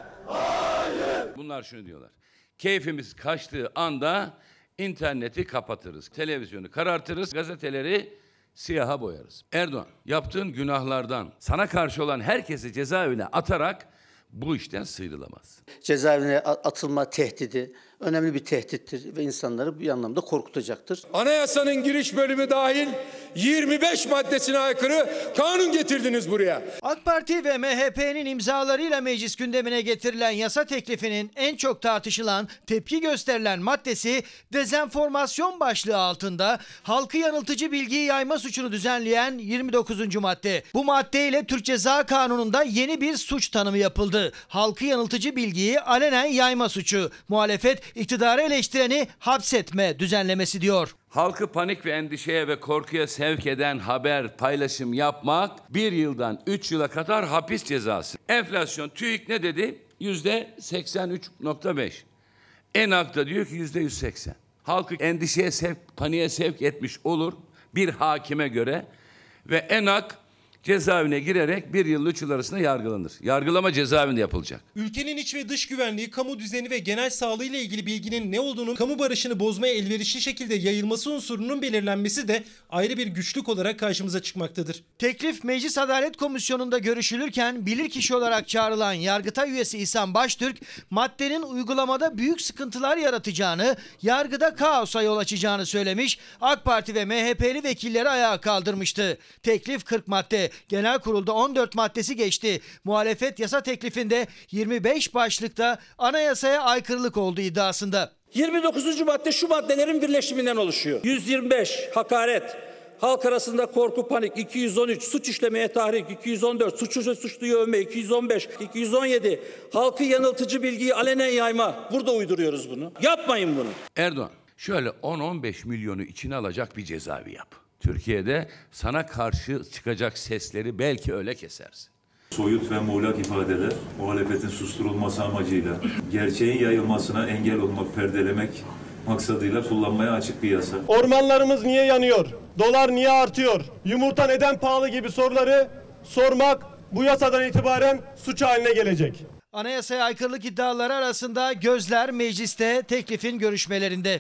hayır. Bunlar şunu diyorlar. Keyfimiz kaçtığı anda interneti kapatırız, televizyonu karartırız, gazeteleri siyaha boyarız. Erdoğan, yaptığın günahlardan sana karşı olan herkesi cezaevine atarak bu işten sıyrılamaz. Cezaevine atılma tehdidi önemli bir tehdittir ve insanları bir anlamda korkutacaktır. Anayasanın giriş bölümü dahil yirmi beş maddesine aykırı kanun getirdiniz buraya. AK Parti ve M H P'nin imzalarıyla meclis gündemine getirilen yasa teklifinin en çok tartışılan, tepki gösterilen maddesi dezenformasyon başlığı altında halkı yanıltıcı bilgiyi yayma suçunu düzenleyen yirmi dokuzuncu madde. Bu maddeyle Türk Ceza Kanunu'nda yeni bir suç tanımı yapıldı. Halkı yanıltıcı bilgiyi alenen yayma suçu. Muhalefet iktidarı eleştireni hapsetme düzenlemesi diyor. Halkı panik ve endişeye ve korkuya sevk eden haber, paylaşım yapmak bir yıldan üç yıla kadar hapis cezası. Enflasyon TÜİK ne dedi? Yüzde seksen üç nokta beş. ENAK da diyor ki yüzde yüz seksen. Halkı endişeye sevk, paniğe sevk etmiş olur bir hakime göre ve ENAK cezaevine girerek bir yıl üç yıl arasında yargılanır. Yargılama cezaevinde yapılacak. Ülkenin iç ve dış güvenliği, kamu düzeni ve genel sağlığı ile ilgili bilginin ne olduğunu kamu barışını bozmaya elverişli şekilde yayılması unsurunun belirlenmesi de ayrı bir güçlük olarak karşımıza çıkmaktadır. Teklif Meclis Adalet Komisyonu'nda görüşülürken bilirkişi olarak çağrılan Yargıtay üyesi İhsan Baştürk, maddenin uygulamada büyük sıkıntılar yaratacağını, yargıda kaosa yol açacağını söylemiş, AK Parti ve M H P'li vekilleri ayağa kaldırmıştı. Teklif kırk madde. Genel kurulda on dört maddesi geçti. Muhalefet yasa teklifinde yirmi beş başlıkta anayasaya aykırılık olduğu iddiasında. yirmi dokuzuncu madde şu maddelerin birleşiminden oluşuyor. yüz yirmi beş hakaret, halk arasında korku panik, iki yüz on üç suç işlemeye tahrik, iki yüz on dört suçlu suçluyu övme, iki yüz on beş, iki yüz on yedi halkı yanıltıcı bilgiyi alenen yayma. Burada uyduruyoruz bunu. Yapmayın bunu. Erdoğan, şöyle on on beş milyonu içine alacak bir cezaevi yap. Türkiye'de sana karşı çıkacak sesleri belki öyle kesersin. Soyut ve muğlak ifadeler, muhalefetin susturulması amacıyla gerçeğin yayılmasına engel olmak, perdelemek maksadıyla kullanmaya açık bir yasa. Ormanlarımız niye yanıyor? Dolar niye artıyor? Yumurta neden pahalı gibi soruları sormak bu yasadan itibaren suç haline gelecek. Anayasaya aykırılık iddiaları arasında gözler mecliste teklifin görüşmelerinde.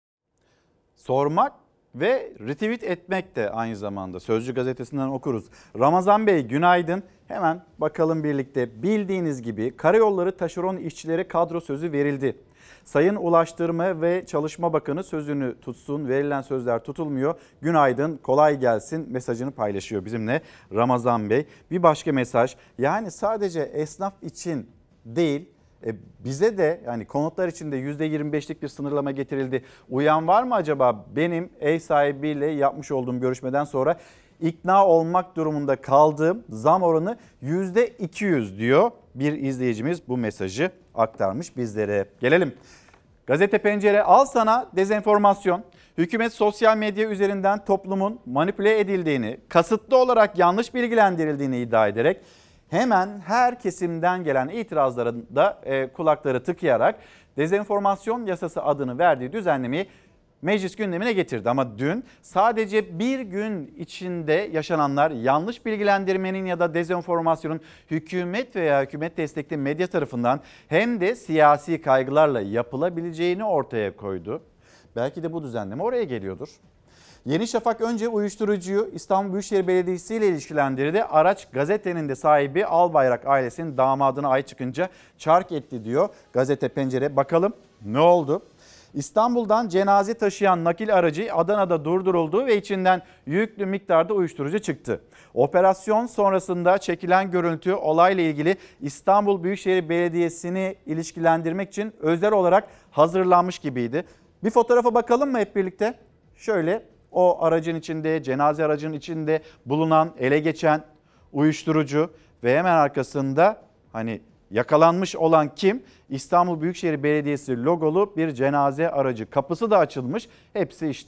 Sormak ve retweet etmek de aynı zamanda. Sözcü gazetesinden okuruz. Ramazan Bey günaydın. Hemen bakalım birlikte. Bildiğiniz gibi karayolları taşeron işçileri kadro sözü verildi. Sayın Ulaştırma ve Çalışma Bakanı sözünü tutsun, verilen sözler tutulmuyor. Günaydın, kolay gelsin mesajını paylaşıyor bizimle Ramazan Bey. Bir başka mesaj, yani sadece esnaf için değil, E bize de yani konutlar için de yüzde yirmi beşlik bir sınırlama getirildi. Uyan var mı acaba? Benim ev sahibiyle yapmış olduğum görüşmeden sonra ikna olmak durumunda kaldığım zam oranı yüzde iki yüz diyor. Bir izleyicimiz bu mesajı aktarmış bizlere. Gelelim. Gazete Pencere, al sana dezenformasyon. Hükümet sosyal medya üzerinden toplumun manipüle edildiğini, kasıtlı olarak yanlış bilgilendirildiğini iddia ederek hemen her kesimden gelen itirazların da e, kulakları tıkayarak dezenformasyon yasası adını verdiği düzenlemeyi meclis gündemine getirdi. Ama dün sadece bir gün içinde yaşananlar yanlış bilgilendirmenin ya da dezenformasyonun hükümet veya hükümet destekli medya tarafından hem de siyasi kaygılarla yapılabileceğini ortaya koydu. Belki de bu düzenleme oraya geliyordur. Yeni Şafak önce uyuşturucuyu İstanbul Büyükşehir Belediyesi ile ilişkilendirdi. Araç gazetenin de sahibi Albayrak ailesinin damadına ait çıkınca çark etti diyor Gazete Pencere. Bakalım ne oldu? İstanbul'dan cenaze taşıyan nakil aracı Adana'da durduruldu ve içinden yüklü miktarda uyuşturucu çıktı. Operasyon sonrasında çekilen görüntü olayla ilgili İstanbul Büyükşehir Belediyesi'ni ilişkilendirmek için özel olarak hazırlanmış gibiydi. Bir fotoğrafa bakalım mı hep birlikte? Şöyle o aracın içinde, cenaze aracının içinde bulunan, ele geçen uyuşturucu ve hemen arkasında hani yakalanmış olan kim? İstanbul Büyükşehir Belediyesi logolu bir cenaze aracı. Kapısı da açılmış. Hepsi işte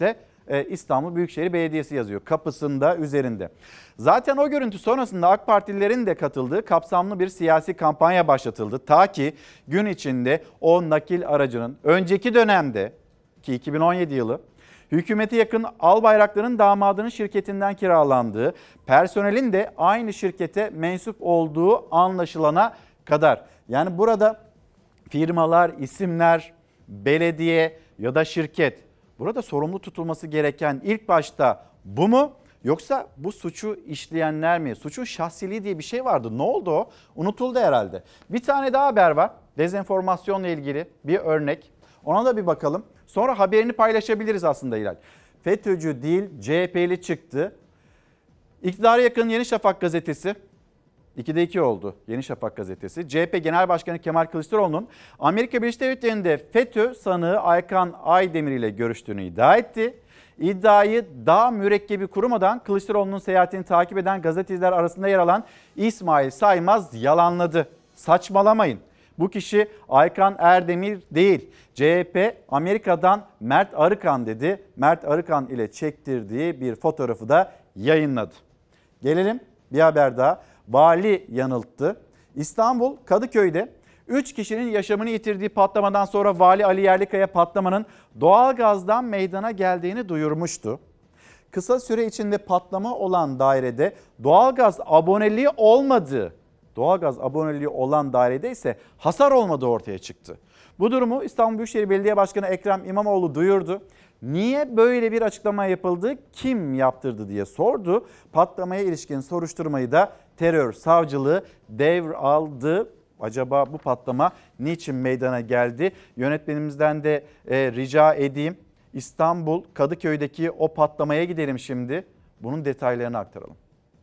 e, İstanbul Büyükşehir Belediyesi yazıyor kapısında, üzerinde. Zaten o görüntü sonrasında AK Partililerin de katıldığı kapsamlı bir siyasi kampanya başlatıldı. Ta ki gün içinde o nakil aracının önceki dönemde ki iki bin on yedi yılı hükümete yakın albayrakların damadının şirketinden kiralandığı, personelin de aynı şirkete mensup olduğu anlaşılana kadar. Yani burada firmalar, isimler, belediye ya da şirket, burada sorumlu tutulması gereken ilk başta bu mu? Yoksa bu suçu işleyenler mi? Suçun şahsiliği diye bir şey vardı. Ne oldu o? Unutuldu herhalde. Bir tane daha haber var. Dezenformasyonla ilgili bir örnek. Ona da bir bakalım. Sonra haberini paylaşabiliriz aslında Hilal. FETÖ'cü değil C H P'li çıktı. İktidara yakın Yeni Şafak gazetesi, ikide iki oldu Yeni Şafak gazetesi. C H P Genel Başkanı Kemal Kılıçdaroğlu'nun Amerika Birleşik Devletleri'nde FETÖ sanığı Aykan Aydemir ile görüştüğünü iddia etti. İddiayı daha mürekkebi kurumadan Kılıçdaroğlu'nun seyahatini takip eden gazeteciler arasında yer alan İsmail Saymaz yalanladı. Saçmalamayın. Bu kişi Aykan Erdemir değil. C H P Amerika'dan Mert Arıkan dedi. Mert Arıkan ile çektirdiği bir fotoğrafı da yayınladı. Gelelim bir haber daha. Vali yanılttı. İstanbul Kadıköy'de üç kişinin yaşamını yitirdiği patlamadan sonra Vali Ali Yerlikaya patlamanın doğalgazdan meydana geldiğini duyurmuştu. Kısa süre içinde patlama olan dairede doğalgaz aboneliği olmadığı, doğalgaz aboneliği olan dairede ise hasar olmadığı ortaya çıktı. Bu durumu İstanbul Büyükşehir Belediye Başkanı Ekrem İmamoğlu duyurdu. Niye böyle bir açıklama yapıldı, kim yaptırdı diye sordu. Patlamaya ilişkin soruşturmayı da terör savcılığı devraldı. Acaba bu patlama niçin meydana geldi? Yönetmenimizden de e, rica edeyim. İstanbul Kadıköy'deki o patlamaya gidelim şimdi. Bunun detaylarını aktaralım.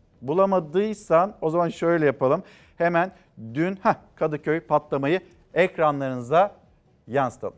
Bulamadıysan o zaman şöyle yapalım. Hemen dün heh, Kadıköy patlamayı ekranlarınıza yansıtalım.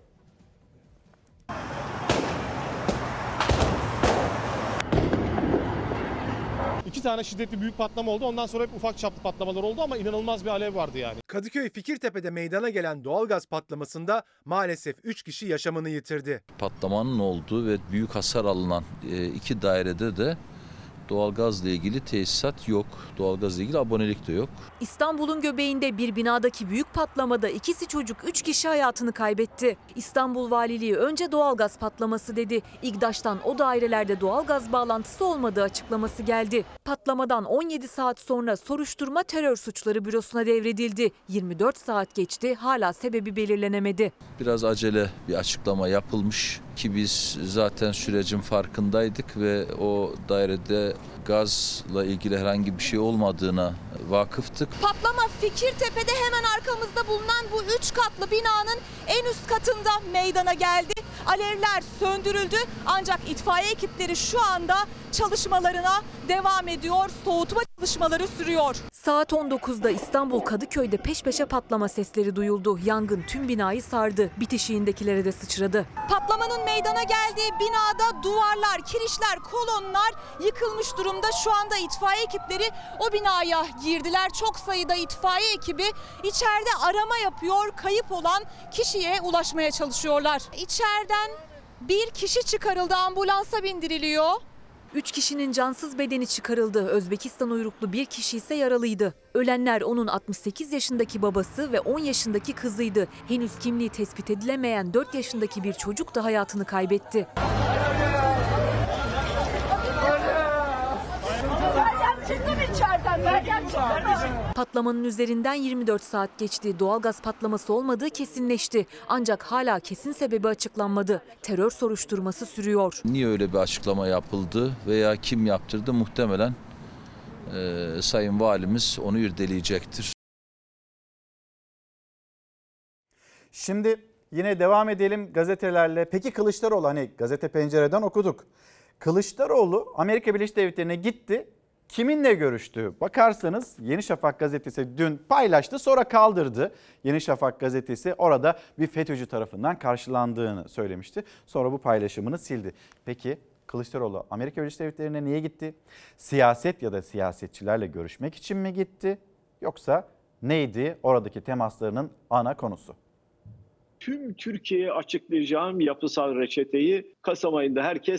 İki tane şiddetli büyük patlama oldu. Ondan sonra hep ufak çaplı patlamalar oldu ama inanılmaz bir alev vardı yani. Kadıköy Fikirtepe'de meydana gelen doğalgaz patlamasında maalesef üç kişi yaşamını yitirdi. Patlamanın olduğu ve büyük hasar alınan iki dairede de doğalgazla ilgili tesisat yok. Doğalgazla ilgili abonelik de yok. İstanbul'un göbeğinde bir binadaki büyük patlamada ikisi çocuk, üç kişi hayatını kaybetti. İstanbul Valiliği önce doğalgaz patlaması dedi. İGDAŞ'tan o dairelerde doğalgaz bağlantısı olmadığı açıklaması geldi. Patlamadan on yedi saat sonra soruşturma terör suçları bürosuna devredildi. yirmi dört saat geçti, hala sebebi belirlenemedi. Biraz acele bir açıklama yapılmış ki biz zaten sürecin farkındaydık ve o dairede gazla ilgili herhangi bir şey olmadığına vakıftık. Patlama Fikirtepe'de hemen arkamızda bulunan bu üç katlı binanın en üst katında meydana geldi. Alevler söndürüldü ancak itfaiye ekipleri şu anda çalışmalarına devam ediyor. Soğutma çalışmaları sürüyor. Saat on dokuzda İstanbul Kadıköy'de peş peşe patlama sesleri duyuldu. Yangın tüm binayı sardı. Bitişiğindekilere de sıçradı. Patlamanın meydana geldiği binada duvarlar, kirişler, kolonlar yıkılmış durumda. Şu anda itfaiye ekipleri o binaya girdiler. Çok sayıda itfaiye ekibi içeride arama yapıyor. Kayıp olan kişiye ulaşmaya çalışıyorlar. İçeriden bir kişi çıkarıldı, ambulansa bindiriliyor. Üç kişinin cansız bedeni çıkarıldı. Özbekistan uyruklu bir kişi ise yaralıydı. Ölenler onun altmış sekiz yaşındaki babası ve on yaşındaki kızıydı. Henüz kimliği tespit edilemeyen dört yaşındaki bir çocuk da hayatını kaybetti. Patlamanın üzerinden yirmi dört saat geçti. Doğalgaz patlaması olmadığı kesinleşti. Ancak hala kesin sebebi açıklanmadı. Terör soruşturması sürüyor. Niye öyle bir açıklama yapıldı veya kim yaptırdı muhtemelen e, Sayın Valimiz onu irdeleyecektir. Şimdi yine devam edelim gazetelerle. Peki Kılıçdaroğlu, hani Gazete Pencere'den okuduk. Kılıçdaroğlu Amerika Birleşik Devletleri'ne gitti. Kiminle görüştü? Bakarsanız Yeni Şafak gazetesi dün paylaştı, sonra kaldırdı. Yeni Şafak gazetesi orada bir FETÖ'cü tarafından karşılandığını söylemişti. Sonra bu paylaşımını sildi. Peki Kılıçdaroğlu Amerika Birleşik Devletleri'ne niye gitti? Siyaset ya da siyasetçilerle görüşmek için mi gitti? Yoksa neydi oradaki temaslarının ana konusu? Tüm Türkiye'ye açıklayacağım yapısal reçeteyi Kasım ayında herkes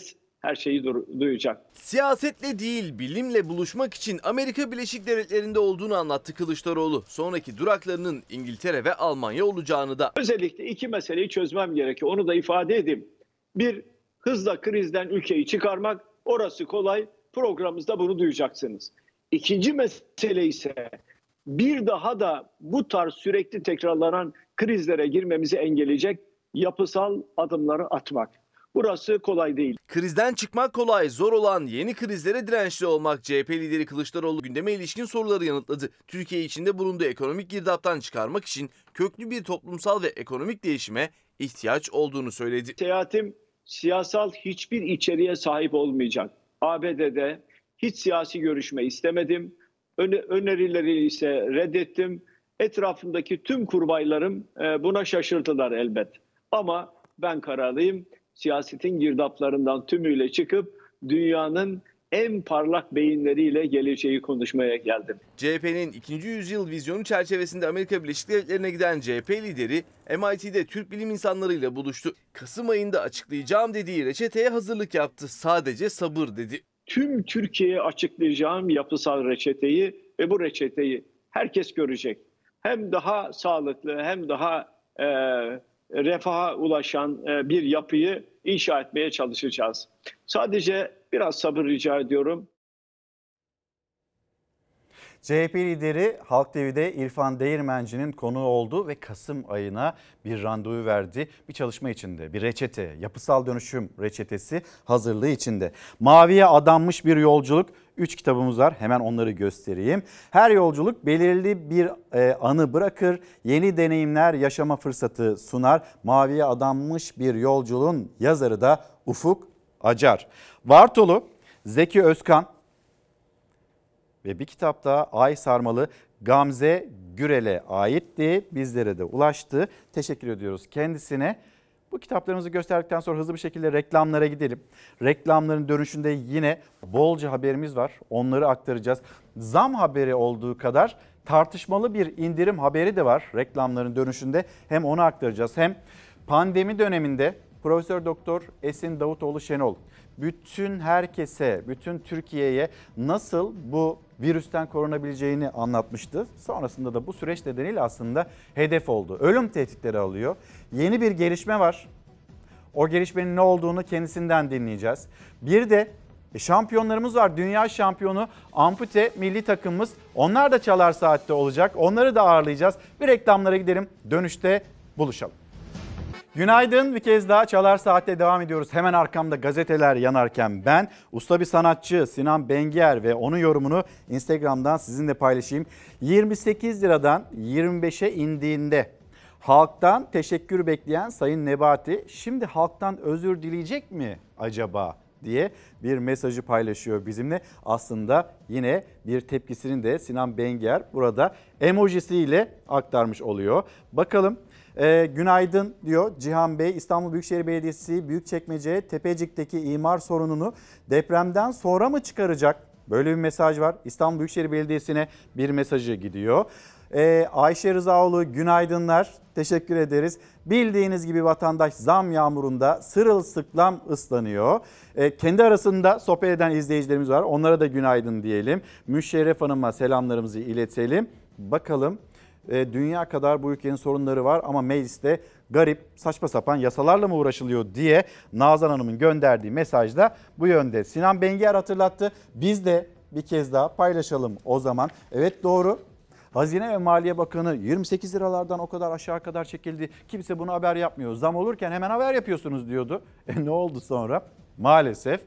her şeyi duyacak. Siyasetle değil, bilimle buluşmak için Amerika Birleşik Devletleri'nde olduğunu anlattı Kılıçdaroğlu. Sonraki duraklarının İngiltere ve Almanya olacağını da. Özellikle iki meseleyi çözmem gerekiyor. Onu da ifade edeyim. Bir, hızla krizden ülkeyi çıkarmak. Orası kolay. Programımızda bunu duyacaksınız. İkinci mesele ise bir daha da bu tarz sürekli tekrarlanan krizlere girmemizi engelleyecek yapısal adımları atmak. Burası kolay değil. Krizden çıkmak kolay, zor olan yeni krizlere dirençli olmak. C H P lideri Kılıçdaroğlu gündeme ilişkin soruları yanıtladı. Türkiye içinde bulunduğu ekonomik girdaptan çıkarmak için köklü bir toplumsal ve ekonomik değişime ihtiyaç olduğunu söyledi. Seyahatim siyasal hiçbir içeriğe sahip olmayacak. A B D'de hiç siyasi görüşme istemedim. Önerileri ise reddettim. Etrafımdaki tüm kurbaylarım buna şaşırdılar elbet. Ama ben kararlıyım. Siyasetin girdaplarından tümüyle çıkıp dünyanın en parlak beyinleriyle geleceği konuşmaya geldim. C H P'nin ikinci yüzyıl vizyonu çerçevesinde Amerika Birleşik Devletleri'ne giden C H P lideri M I T'de Türk bilim insanlarıyla buluştu. Kasım ayında açıklayacağım dediği reçeteye hazırlık yaptı. Sadece sabır dedi. Tüm Türkiye'ye açıklayacağım yapısal reçeteyi ve bu reçeteyi herkes görecek. Hem daha sağlıklı hem daha e, refaha ulaşan e, bir yapıyı inşa etmeye çalışacağız. Sadece biraz sabır rica ediyorum. C H P lideri Halk T V'de İrfan Değirmenci'nin konuğu oldu ve Kasım ayına bir randevu verdi. Bir çalışma içinde, bir reçete, yapısal dönüşüm reçetesi hazırlığı içinde. Maviye adanmış bir yolculuk. Üç kitabımız var, hemen onları göstereyim. Her yolculuk belirli bir e, anı bırakır, yeni deneyimler yaşama fırsatı sunar. Maviye adanmış bir yolculuğun yazarı da Ufuk Acar. Vartolu, Zeki Özkan ve bir kitap daha Ay Sarmalı Gamze Gürel'e aitti. Bizlere de ulaştı. Teşekkür ediyoruz kendisine. Bu kitaplarımızı gösterdikten sonra hızlı bir şekilde reklamlara gidelim. Reklamların dönüşünde yine bolca haberimiz var. Onları aktaracağız. Zam haberi olduğu kadar tartışmalı bir indirim haberi de var reklamların dönüşünde. Hem onu aktaracağız hem pandemi döneminde Profesör Doktor Esin Davutoğlu Şenol bütün herkese, bütün Türkiye'ye nasıl bu virüsten korunabileceğini anlatmıştı. Sonrasında da bu süreç nedeniyle aslında hedef oldu. Ölüm tehditleri alıyor. Yeni bir gelişme var. O gelişmenin ne olduğunu kendisinden dinleyeceğiz. Bir de şampiyonlarımız var. Dünya şampiyonu ampute milli takımımız. Onlar da Çalar Saat'te olacak. Onları da ağırlayacağız. Bir reklamlara gidelim. Dönüşte buluşalım. Günaydın, bir kez daha Çalar Saat'te devam ediyoruz. Hemen arkamda gazeteler yanarken ben usta bir sanatçı Sinan Bengier ve onun yorumunu Instagram'dan sizinle paylaşayım. yirmi sekiz liradan yirmi beşe indiğinde halktan teşekkür bekleyen Sayın Nebati şimdi halktan özür dileyecek mi acaba diye bir mesajı paylaşıyor bizimle. Aslında yine bir tepkisini de Sinan Bengier burada emojisiyle aktarmış oluyor. Bakalım. Ee, günaydın diyor Cihan Bey. İstanbul Büyükşehir Belediyesi Büyükçekmece Tepecik'teki imar sorununu depremden sonra mı çıkaracak? Böyle bir mesaj var. İstanbul Büyükşehir Belediyesi'ne bir mesajı gidiyor. Ee, Ayşe Rızaoğlu günaydınlar. Teşekkür ederiz. Bildiğiniz gibi vatandaş zam yağmurunda sırılsıklam ıslanıyor. Ee, kendi arasında sohbet eden izleyicilerimiz var. Onlara da günaydın diyelim. Müşerref Hanım'a selamlarımızı iletelim. Bakalım. Dünya kadar bu ülkenin sorunları var ama mecliste garip saçma sapan yasalarla mı uğraşılıyor diye Nazan Hanım'ın gönderdiği mesajda bu yönde. Sinan Bengier hatırlattı. Biz de bir kez daha paylaşalım o zaman. Evet doğru. Hazine ve Maliye Bakanı yirmi sekiz liralardan o kadar aşağı kadar çekildi. Kimse bunu haber yapmıyor. Zam olurken hemen haber yapıyorsunuz diyordu. E ne oldu sonra? Maalesef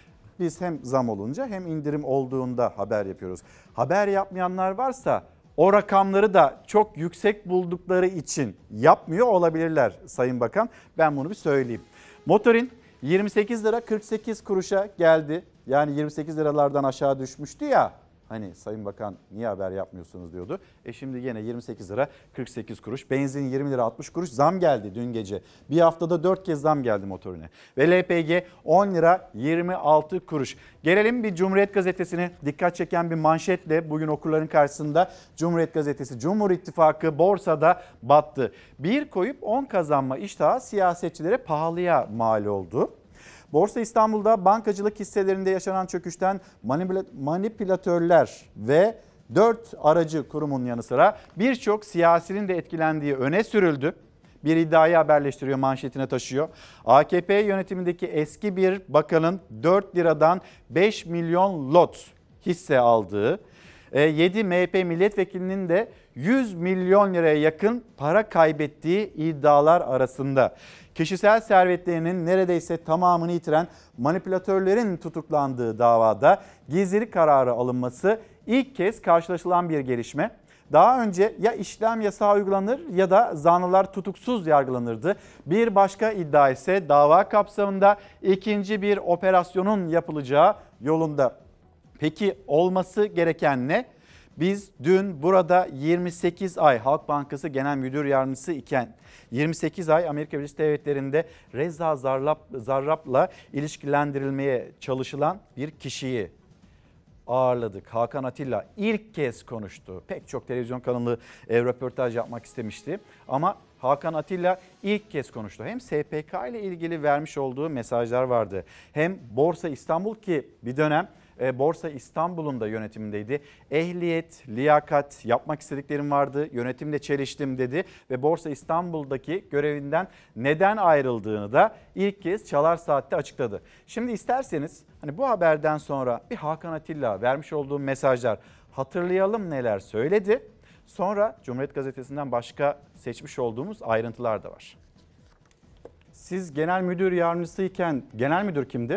biz hem zam olunca hem indirim olduğunda haber yapıyoruz. Haber yapmayanlar varsa o rakamları da çok yüksek buldukları için yapmıyor olabilirler Sayın Bakan. Ben bunu bir söyleyeyim. Motorin yirmi sekiz lira kırk sekiz kuruşa geldi. Yani yirmi sekiz liralardan aşağı düşmüştü ya. Hani Sayın Bakan niye haber yapmıyorsunuz diyordu. E şimdi yine yirmi sekiz lira kırk sekiz kuruş. Benzin yirmi lira altmış kuruş zam geldi dün gece. Bir haftada dört kez zam geldi motorine. Ve L P G on lira yirmi altı kuruş. Gelelim bir Cumhuriyet Gazetesi'ne dikkat çeken bir manşetle bugün okurların karşısında Cumhuriyet Gazetesi. Cumhur İttifakı borsada battı. Bir koyup on kazanma iştahı siyasetçilere pahalıya mal oldu. Borsa İstanbul'da bankacılık hisselerinde yaşanan çöküşten manipülatörler ve dört aracı kurumun yanı sıra birçok siyasinin de etkilendiği öne sürüldü. Bir iddiayı haberleştiriyor, manşetine taşıyor. A K P yönetimindeki eski bir bakanın dört liradan beş milyon lot hisse aldığı, yedi M H P milletvekilinin de yüz milyon liraya yakın para kaybettiği iddialar arasında. Kişisel servetlerinin neredeyse tamamını yitiren manipülatörlerin tutuklandığı davada gizlilik kararı alınması ilk kez karşılaşılan bir gelişme. Daha önce ya işlem yasağı uygulanır ya da zanlılar tutuksuz yargılanırdı. Bir başka iddia ise dava kapsamında ikinci bir operasyonun yapılacağı yolunda. Peki olması gereken ne? Biz dün burada yirmi sekiz ay Halk Bankası Genel Müdür Yardımcısı iken yirmi sekiz ay Amerika Birleşik Devletleri'nde Reza Zarrab, Zarrab'la ilişkilendirilmeye çalışılan bir kişiyi ağırladık. Hakan Atilla ilk kez konuştu. Pek çok televizyon kanalı e, röportaj yapmak istemişti. Ama Hakan Atilla ilk kez konuştu. Hem S P K ile ilgili vermiş olduğu mesajlar vardı. Hem Borsa İstanbul ki bir dönem e, Borsa İstanbul'un da yönetimindeydi. Ehliyet, liyakat yapmak istediklerim vardı. Yönetimle çeliştim dedi. Ve Borsa İstanbul'daki görevinden neden ayrıldığını da ilk kez Çalar Saat'te açıkladı. Şimdi isterseniz hani bu haberden sonra bir Hakan Atilla vermiş olduğu mesajlar hatırlayalım neler söyledi. Sonra Cumhuriyet Gazetesi'nden başka seçmiş olduğumuz ayrıntılar da var. Siz genel müdür yardımcısıyken genel müdür kimdi?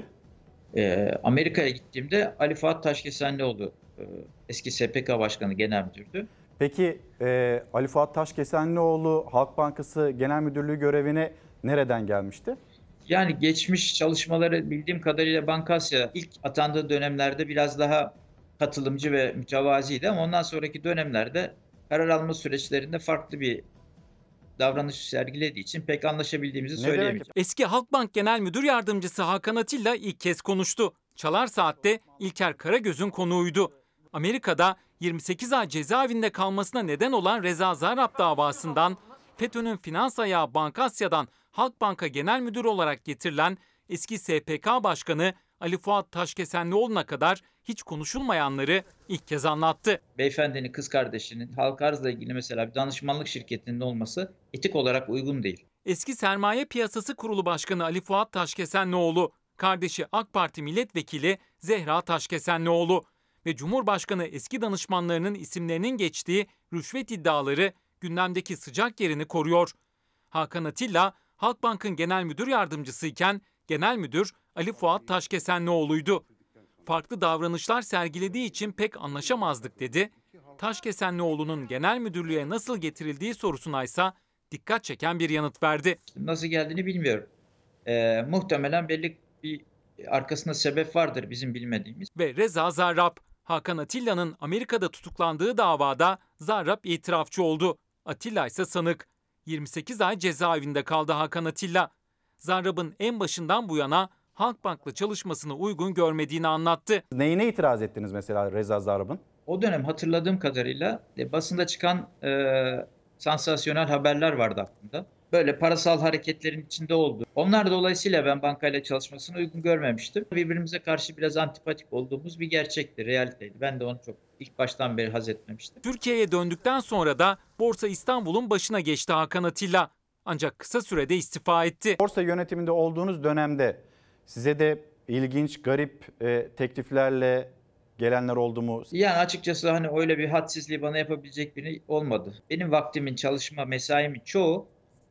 Ee, Amerika'ya gittiğimde Ali Fuat Taşkesenlioğlu e, eski S P K Başkanı Genel Müdürdü. Peki e, Ali Fuat Taşkesenlioğlu Halk Bankası Genel Müdürlüğü görevine nereden gelmişti? Yani geçmiş çalışmaları bildiğim kadarıyla Bankasya ilk atandığı dönemlerde biraz daha katılımcı ve mütevaziydi ama ondan sonraki dönemlerde karar alma süreçlerinde farklı bir davranış sergilediği için pek anlaşabildiğimizi söyleyemeyeceğim. Eski Halkbank Genel Müdür Yardımcısı Hakan Atilla ilk kez konuştu. Çalar Saat'te İlker Karagöz'ün konuğuydu. Amerika'da yirmi sekiz ay cezaevinde kalmasına neden olan Reza Zarrab davasından FETÖ'nün finans ayağı Bankasya'dan Halkbank'a genel müdür olarak getirilen eski S P K Başkanı Ali Fuat Taşkesenlioğlu'na kadar hiç konuşulmayanları ilk kez anlattı. Beyefendinin kız kardeşinin halka arzla ilgili mesela bir danışmanlık şirketinin olması etik olarak uygun değil. Eski Sermaye Piyasası Kurulu Başkanı Ali Fuat Taşkesenlioğlu, kardeşi AK Parti Milletvekili Zehra Taşkesenlioğlu ve Cumhurbaşkanı eski danışmanlarının isimlerinin geçtiği rüşvet iddiaları gündemdeki sıcak yerini koruyor. Hakan Atilla, Halkbank'ın genel müdür yardımcısıyken genel müdür Ali Fuat Taşkesenlioğlu'ydu. Farklı davranışlar sergilediği için pek anlaşamazdık dedi. Taşkesenlioğlu'nun genel müdürlüğe nasıl getirildiği sorusuna ise dikkat çeken bir yanıt verdi. Nasıl geldiğini bilmiyorum. Ee, muhtemelen belli bir arkasında sebep vardır bizim bilmediğimiz. Ve Reza Zarrab, Hakan Atilla'nın Amerika'da tutuklandığı davada Zarrab itirafçı oldu. Atilla ise sanık. yirmi sekiz ay cezaevinde kaldı Hakan Atilla. Zarrab'ın en başından bu yana Halkbank'la çalışmasını uygun görmediğini anlattı. Neyine itiraz ettiniz mesela Reza Zarrab'ın? O dönem hatırladığım kadarıyla e, basında çıkan e, sansasyonel haberler vardı aklımda. Böyle parasal hareketlerin içinde oldu. Onlar dolayısıyla ben bankayla çalışmasını uygun görmemiştim. Birbirimize karşı biraz antipatik olduğumuz bir gerçekti, realiteydi. Ben de onu çok ilk baştan beri haz etmemiştim. Türkiye'ye döndükten sonra da Borsa İstanbul'un başına geçti Hakan Atilla. Ancak kısa sürede istifa etti. Borsa yönetiminde olduğunuz dönemde size de ilginç, garip e, tekliflerle gelenler oldu mu? Yani açıkçası hani öyle bir hadsizliği bana yapabilecek biri olmadı. Benim vaktimin, çalışma, mesaimin çoğu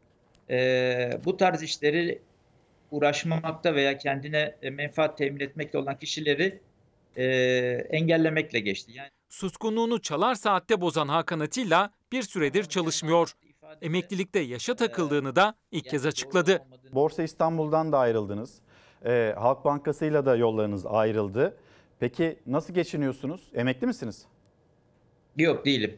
e, bu tarz işleri uğraşmamakta veya kendine menfaat temin etmekle olan kişileri e, engellemekle geçti. Yani suskunluğunu Çalar Saat'te bozan Hakan Atilla bir süredir çalışmıyor. Emeklilikte yaşa takıldığını da ilk kez açıkladı. Borsa İstanbul'dan da ayrıldınız. Ee, Halk Bankası'yla da yollarınız ayrıldı. Peki nasıl geçiniyorsunuz? Emekli misiniz? Yok, değilim.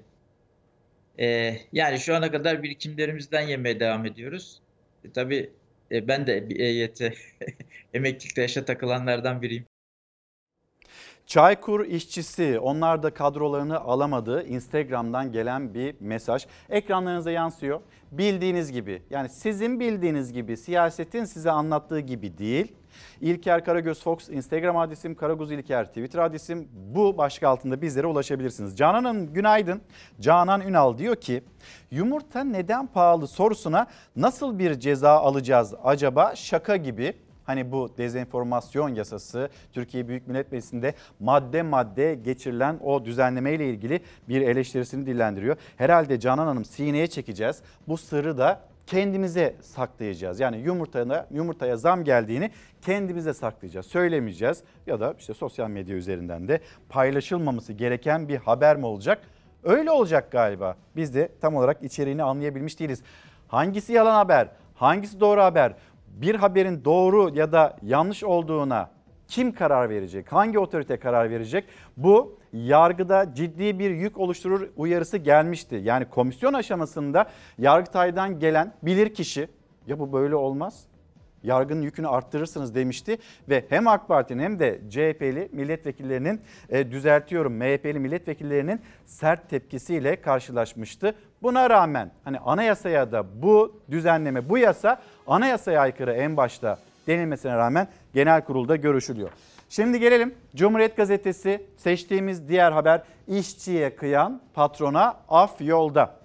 Ee, yani şu ana kadar birikimlerimizden yemeye devam ediyoruz. E, tabii e, ben de bir E Y T emeklilikte yaşa takılanlardan biriyim. Çaykur işçisi, onlar da kadrolarını alamadı. Instagram'dan gelen bir mesaj ekranlarınıza yansıyor. Bildiğiniz gibi, yani sizin bildiğiniz gibi, siyasetin size anlattığı gibi değil. İlker Karagöz Fox Instagram adresim, Karagöz İlker Twitter adresim. Bu başlık altında bizlere ulaşabilirsiniz. Canan Hanım günaydın. Canan Ünal diyor ki yumurta neden pahalı sorusuna nasıl bir ceza alacağız acaba, şaka gibi. Hani bu dezenformasyon yasası Türkiye Büyük Millet Meclisi'nde madde madde geçirilen o düzenlemeyle ilgili bir eleştirisini dillendiriyor. Herhalde Canan Hanım sineye çekeceğiz. Bu sırrı da kendimize saklayacağız. Yani yumurtaya, yumurtaya zam geldiğini kendimize saklayacağız. Söylemeyeceğiz ya da işte sosyal medya üzerinden de paylaşılmaması gereken bir haber mi olacak? Öyle olacak galiba. Biz de tam olarak içeriğini anlayabilmiş değiliz. Hangisi yalan haber? Hangisi doğru haber? Bir haberin doğru ya da yanlış olduğuna kim karar verecek? Hangi otorite karar verecek? Bu yargıda ciddi bir yük oluşturur uyarısı gelmişti. Yani komisyon aşamasında Yargıtay'dan gelen bilirkişi ya bu böyle olmaz, yargının yükünü arttırırsınız demişti. Ve hem AK Parti'nin hem de C H P'li milletvekillerinin e, düzeltiyorum M H P'li milletvekillerinin sert tepkisiyle karşılaşmıştı. Buna rağmen hani anayasaya da bu düzenleme, bu yasa anayasaya aykırı en başta denilmesine rağmen genel kurulda görüşülüyor. Şimdi gelelim Cumhuriyet Gazetesi, seçtiğimiz diğer haber, işçiye kıyan patrona af yolda.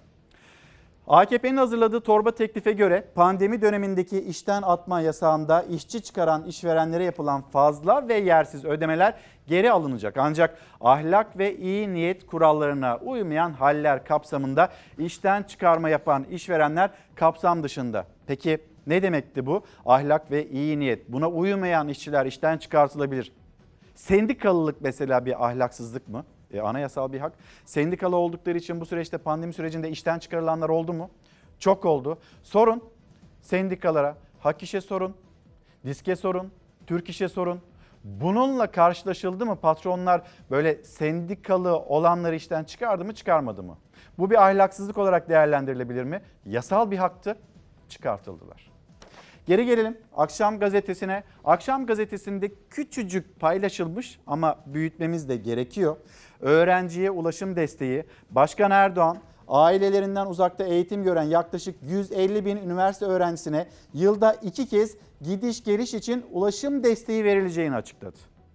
A K P'nin hazırladığı torba teklife göre pandemi dönemindeki işten atma yasağında işçi çıkaran işverenlere yapılan fazla ve yersiz ödemeler geri alınacak. Ancak ahlak ve iyi niyet kurallarına uymayan haller kapsamında işten çıkarma yapan işverenler kapsam dışında. Peki ne demekti bu? Ahlak ve iyi niyet. Buna uymayan işçiler işten çıkartılabilir. Sendikalılık mesela bir ahlaksızlık mı? E, anayasal bir hak. Sendikalı oldukları için bu süreçte, pandemi sürecinde işten çıkarılanlar oldu mu? Çok oldu. Sorun sendikalara, Hak İş'e sorun, Disk'e sorun, Türk İş'e sorun. Bununla karşılaşıldı mı? Patronlar böyle sendikalı olanları işten çıkardı mı, çıkarmadı mı? Bu bir ahlaksızlık olarak değerlendirilebilir mi? Yasal bir haktı, çıkartıldılar. Geri gelelim Akşam Gazetesi'ne. Akşam Gazetesi'nde küçücük paylaşılmış ama büyütmemiz de gerekiyor. Öğrenciye ulaşım desteği. Başkan Erdoğan ailelerinden uzakta eğitim gören yaklaşık yüz elli bin üniversite öğrencisine yılda iki kez gidiş geliş için ulaşım desteği verileceğini açıkladı.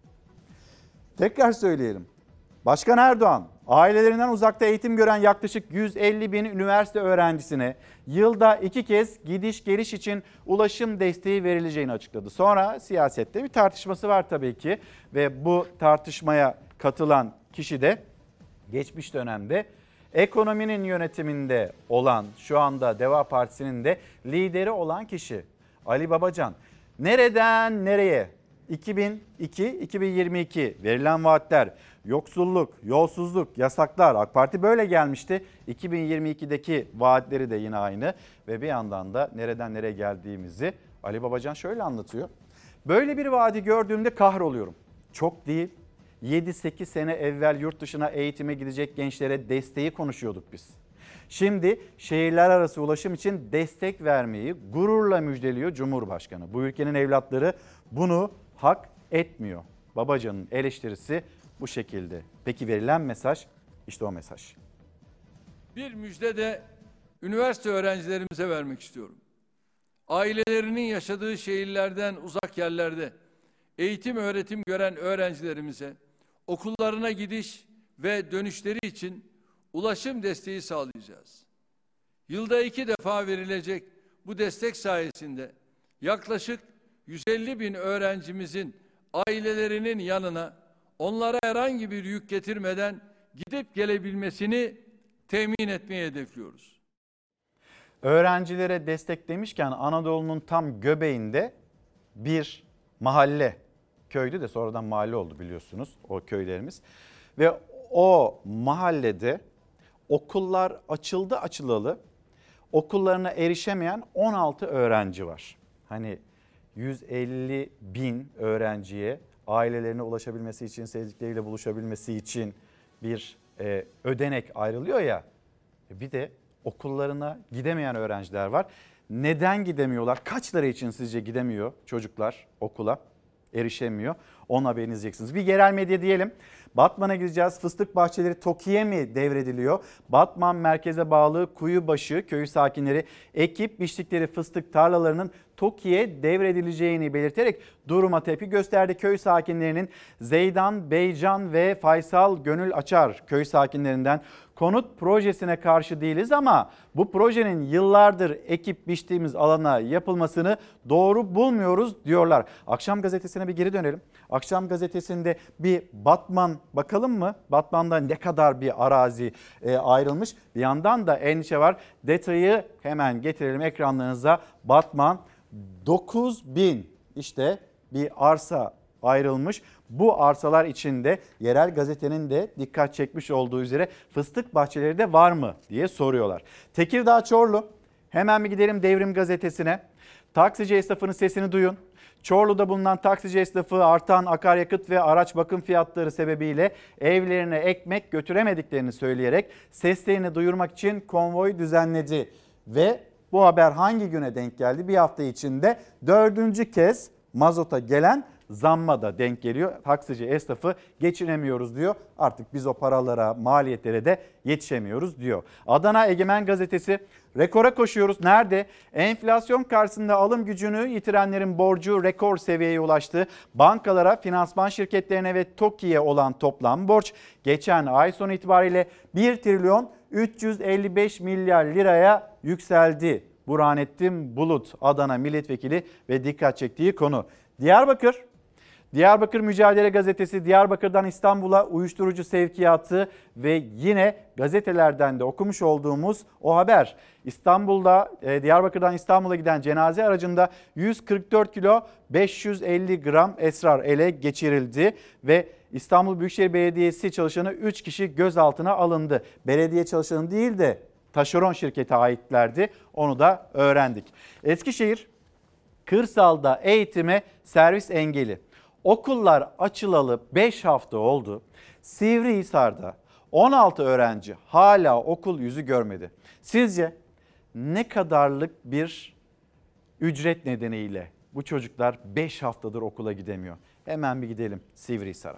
Tekrar söyleyelim. Başkan Erdoğan ailelerinden uzakta eğitim gören yaklaşık yüz elli bin üniversite öğrencisine yılda iki kez gidiş geliş için ulaşım desteği verileceğini açıkladı. Sonra siyasette bir tartışması var tabii ki ve bu tartışmaya katılan kişi de geçmiş dönemde ekonominin yönetiminde olan, şu anda Deva Partisi'nin de lideri olan kişi Ali Babacan. Nereden nereye? iki bin iki iki bin yirmi iki verilen vaatler, yoksulluk, yolsuzluk, yasaklar, AK Parti böyle gelmişti. iki bin yirmi ikideki vaatleri de yine aynı ve bir yandan da nereden nereye geldiğimizi Ali Babacan şöyle anlatıyor. Böyle bir vaadi gördüğümde kahroluyorum. Çok değil, yedi sekiz sene evvel yurt dışına eğitime gidecek gençlere desteği konuşuyorduk biz. Şimdi şehirler arası ulaşım için destek vermeyi gururla müjdeliyor Cumhurbaşkanı. Bu ülkenin evlatları bunu hak etmiyor. Babacan'ın eleştirisi bu şekilde. Peki verilen mesaj işte o mesaj. Bir müjde de üniversite öğrencilerimize vermek istiyorum. Ailelerinin yaşadığı şehirlerden uzak yerlerde eğitim öğretim gören öğrencilerimize okullarına gidiş ve dönüşleri için ulaşım desteği sağlayacağız. Yılda iki defa verilecek bu destek sayesinde yaklaşık yüz elli bin öğrencimizin ailelerinin yanına onlara herhangi bir yük getirmeden gidip gelebilmesini temin etmeyi hedefliyoruz. Öğrencilere destek demişken Anadolu'nun tam göbeğinde bir mahalle, köydü de sonradan mahalle oldu biliyorsunuz o köylerimiz. Ve o mahallede okullar açıldı açılalı, okullarına erişemeyen on altı öğrenci var. Hani yüz elli bin öğrenciye ailelerine ulaşabilmesi için, sevdikleriyle buluşabilmesi için bir e, ödenek ayrılıyor ya. Bir de okullarına gidemeyen öğrenciler var. Neden gidemiyorlar? Kaçları için sizce gidemiyor çocuklar okula? erişemiyor. Onun haberini izleyeceksiniz. Bir yerel medya diyelim. Batman'a gideceğiz. Fıstık bahçeleri TOKİ'ye mi devrediliyor? Batman merkeze bağlı Kuyubaşı köyü sakinleri ekip biçtikleri fıstık tarlalarının TOKİ'ye devredileceğini belirterek duruma tepki gösterdi. Köy sakinlerinin Zeydan, Beycan ve Faysal Gönül Açar köy sakinlerinden konut projesine karşı değiliz ama bu projenin yıllardır ekip biçtiğimiz alana yapılmasını doğru bulmuyoruz diyorlar. Akşam gazetesine bir geri dönelim. Akşam gazetesinde bir Batman bakalım mı? Batman'da ne kadar bir arazi e, ayrılmış? Bir yandan da endişe var. Detayı hemen getirelim ekranlarınıza. Batman dokuz bin işte bir arsa ayrılmış. Bu arsalar içinde yerel gazetenin de dikkat çekmiş olduğu üzere fıstık bahçeleri de var mı diye soruyorlar. Tekirdağ Çorlu, hemen bir gidelim Devrim Gazetesi'ne. Taksici esnafının sesini duyun. Çorlu'da bulunan taksici esnafı artan akaryakıt ve araç bakım fiyatları sebebiyle evlerine ekmek götüremediklerini söyleyerek seslerini duyurmak için konvoy düzenledi. Ve bu haber hangi güne denk geldi? Bir hafta içinde dördüncü kez mazota gelen zamma da denk geliyor. Taksici esnafı geçinemiyoruz diyor. Artık biz o paralara, maliyetlere de yetişemiyoruz diyor. Adana Egemen Gazetesi, rekora koşuyoruz. Nerede? Enflasyon karşısında alım gücünü yitirenlerin borcu rekor seviyeye ulaştı. Bankalara, finansman şirketlerine ve TOKİ'ye olan toplam borç geçen ay sonu itibariyle bir trilyon üç yüz elli beş milyar liraya yükseldi. Burhanettin Bulut, Adana milletvekili ve dikkat çektiği konu. Diyarbakır, Diyarbakır Mücadele Gazetesi, Diyarbakır'dan İstanbul'a uyuşturucu sevkiyatı ve yine gazetelerden de okumuş olduğumuz o haber. İstanbul'da, Diyarbakır'dan İstanbul'a giden cenaze aracında yüz kırk dört kilo beş yüz elli gram esrar ele geçirildi ve İstanbul Büyükşehir Belediyesi çalışanı üç kişi gözaltına alındı. Belediye çalışanı değil de taşeron şirkete aitlerdi. Onu da öğrendik. Eskişehir, kırsalda eğitime servis engeli. Okullar açılalı beş hafta oldu. Sivrihisar'da on altı öğrenci hala okul yüzü görmedi. Sizce ne kadarlık bir ücret nedeniyle bu çocuklar beş haftadır okula gidemiyor? Hemen bir gidelim Sivrihisar'a.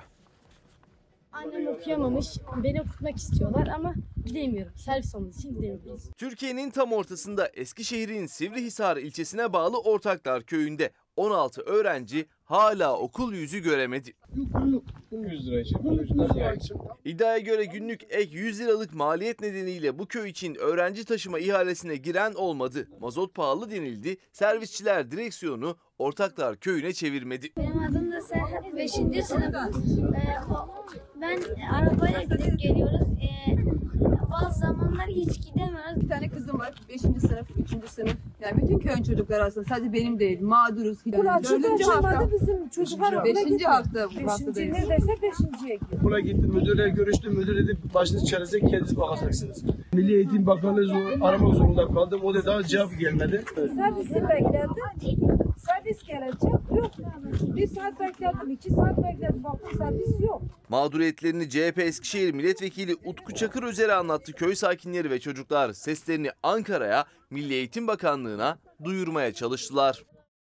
Annem okuyamamış, beni okutmak istiyorlar ama gidemiyorum. Servis olmadığı için gidemiyoruz. Türkiye'nin tam ortasında Eskişehir'in Sivrihisar ilçesine bağlı Ortaklar köyünde on altı öğrenci hala okul yüzü göremedi. yüz lira için, çocuklar için. İddiaya göre günlük ek yüz liralık maliyet nedeniyle bu köy için öğrenci taşıma ihalesine giren olmadı. Mazot pahalı denildi, servisçiler direksiyonu Ortaklar köyüne çevirmedi. Benim adım da Serhat, beşinci sınıf. Ee, ben arabayla gidip geliyoruz. Ee, bazı zamanlar hiç gidemiyoruz. Bir tane kızım var, beşinci sınıf, üçüncü sınıf. Yani bütün köyün çocukları aslında, sadece benim değil, mağduruz. Okul açık açılmadı bizim çocuklar okula Beşinci gitti. hafta. Beşinci neredeyse beşinciye gidiyor. Okula gittim, müdürle görüştüm. Müdür dedi başınız çaresine kendiniz bakacaksınız. Milli Eğitim Bakanlığı zor, aramak zorunda kaldım. O da daha cevap gelmedi. Servisi bekledim. Servis gelecek. Yok. Bir saat bekledim, iki saat bekledim. Baktım servis yok. Mağduriyetlerini C H P Eskişehir Milletvekili Utku Çakır Özer'e anlattı. Köy sakinleri ve çocuklar seslerini Ankara'ya, Milli Eğitim Bakanlığı'na duyurmaya çalıştılar.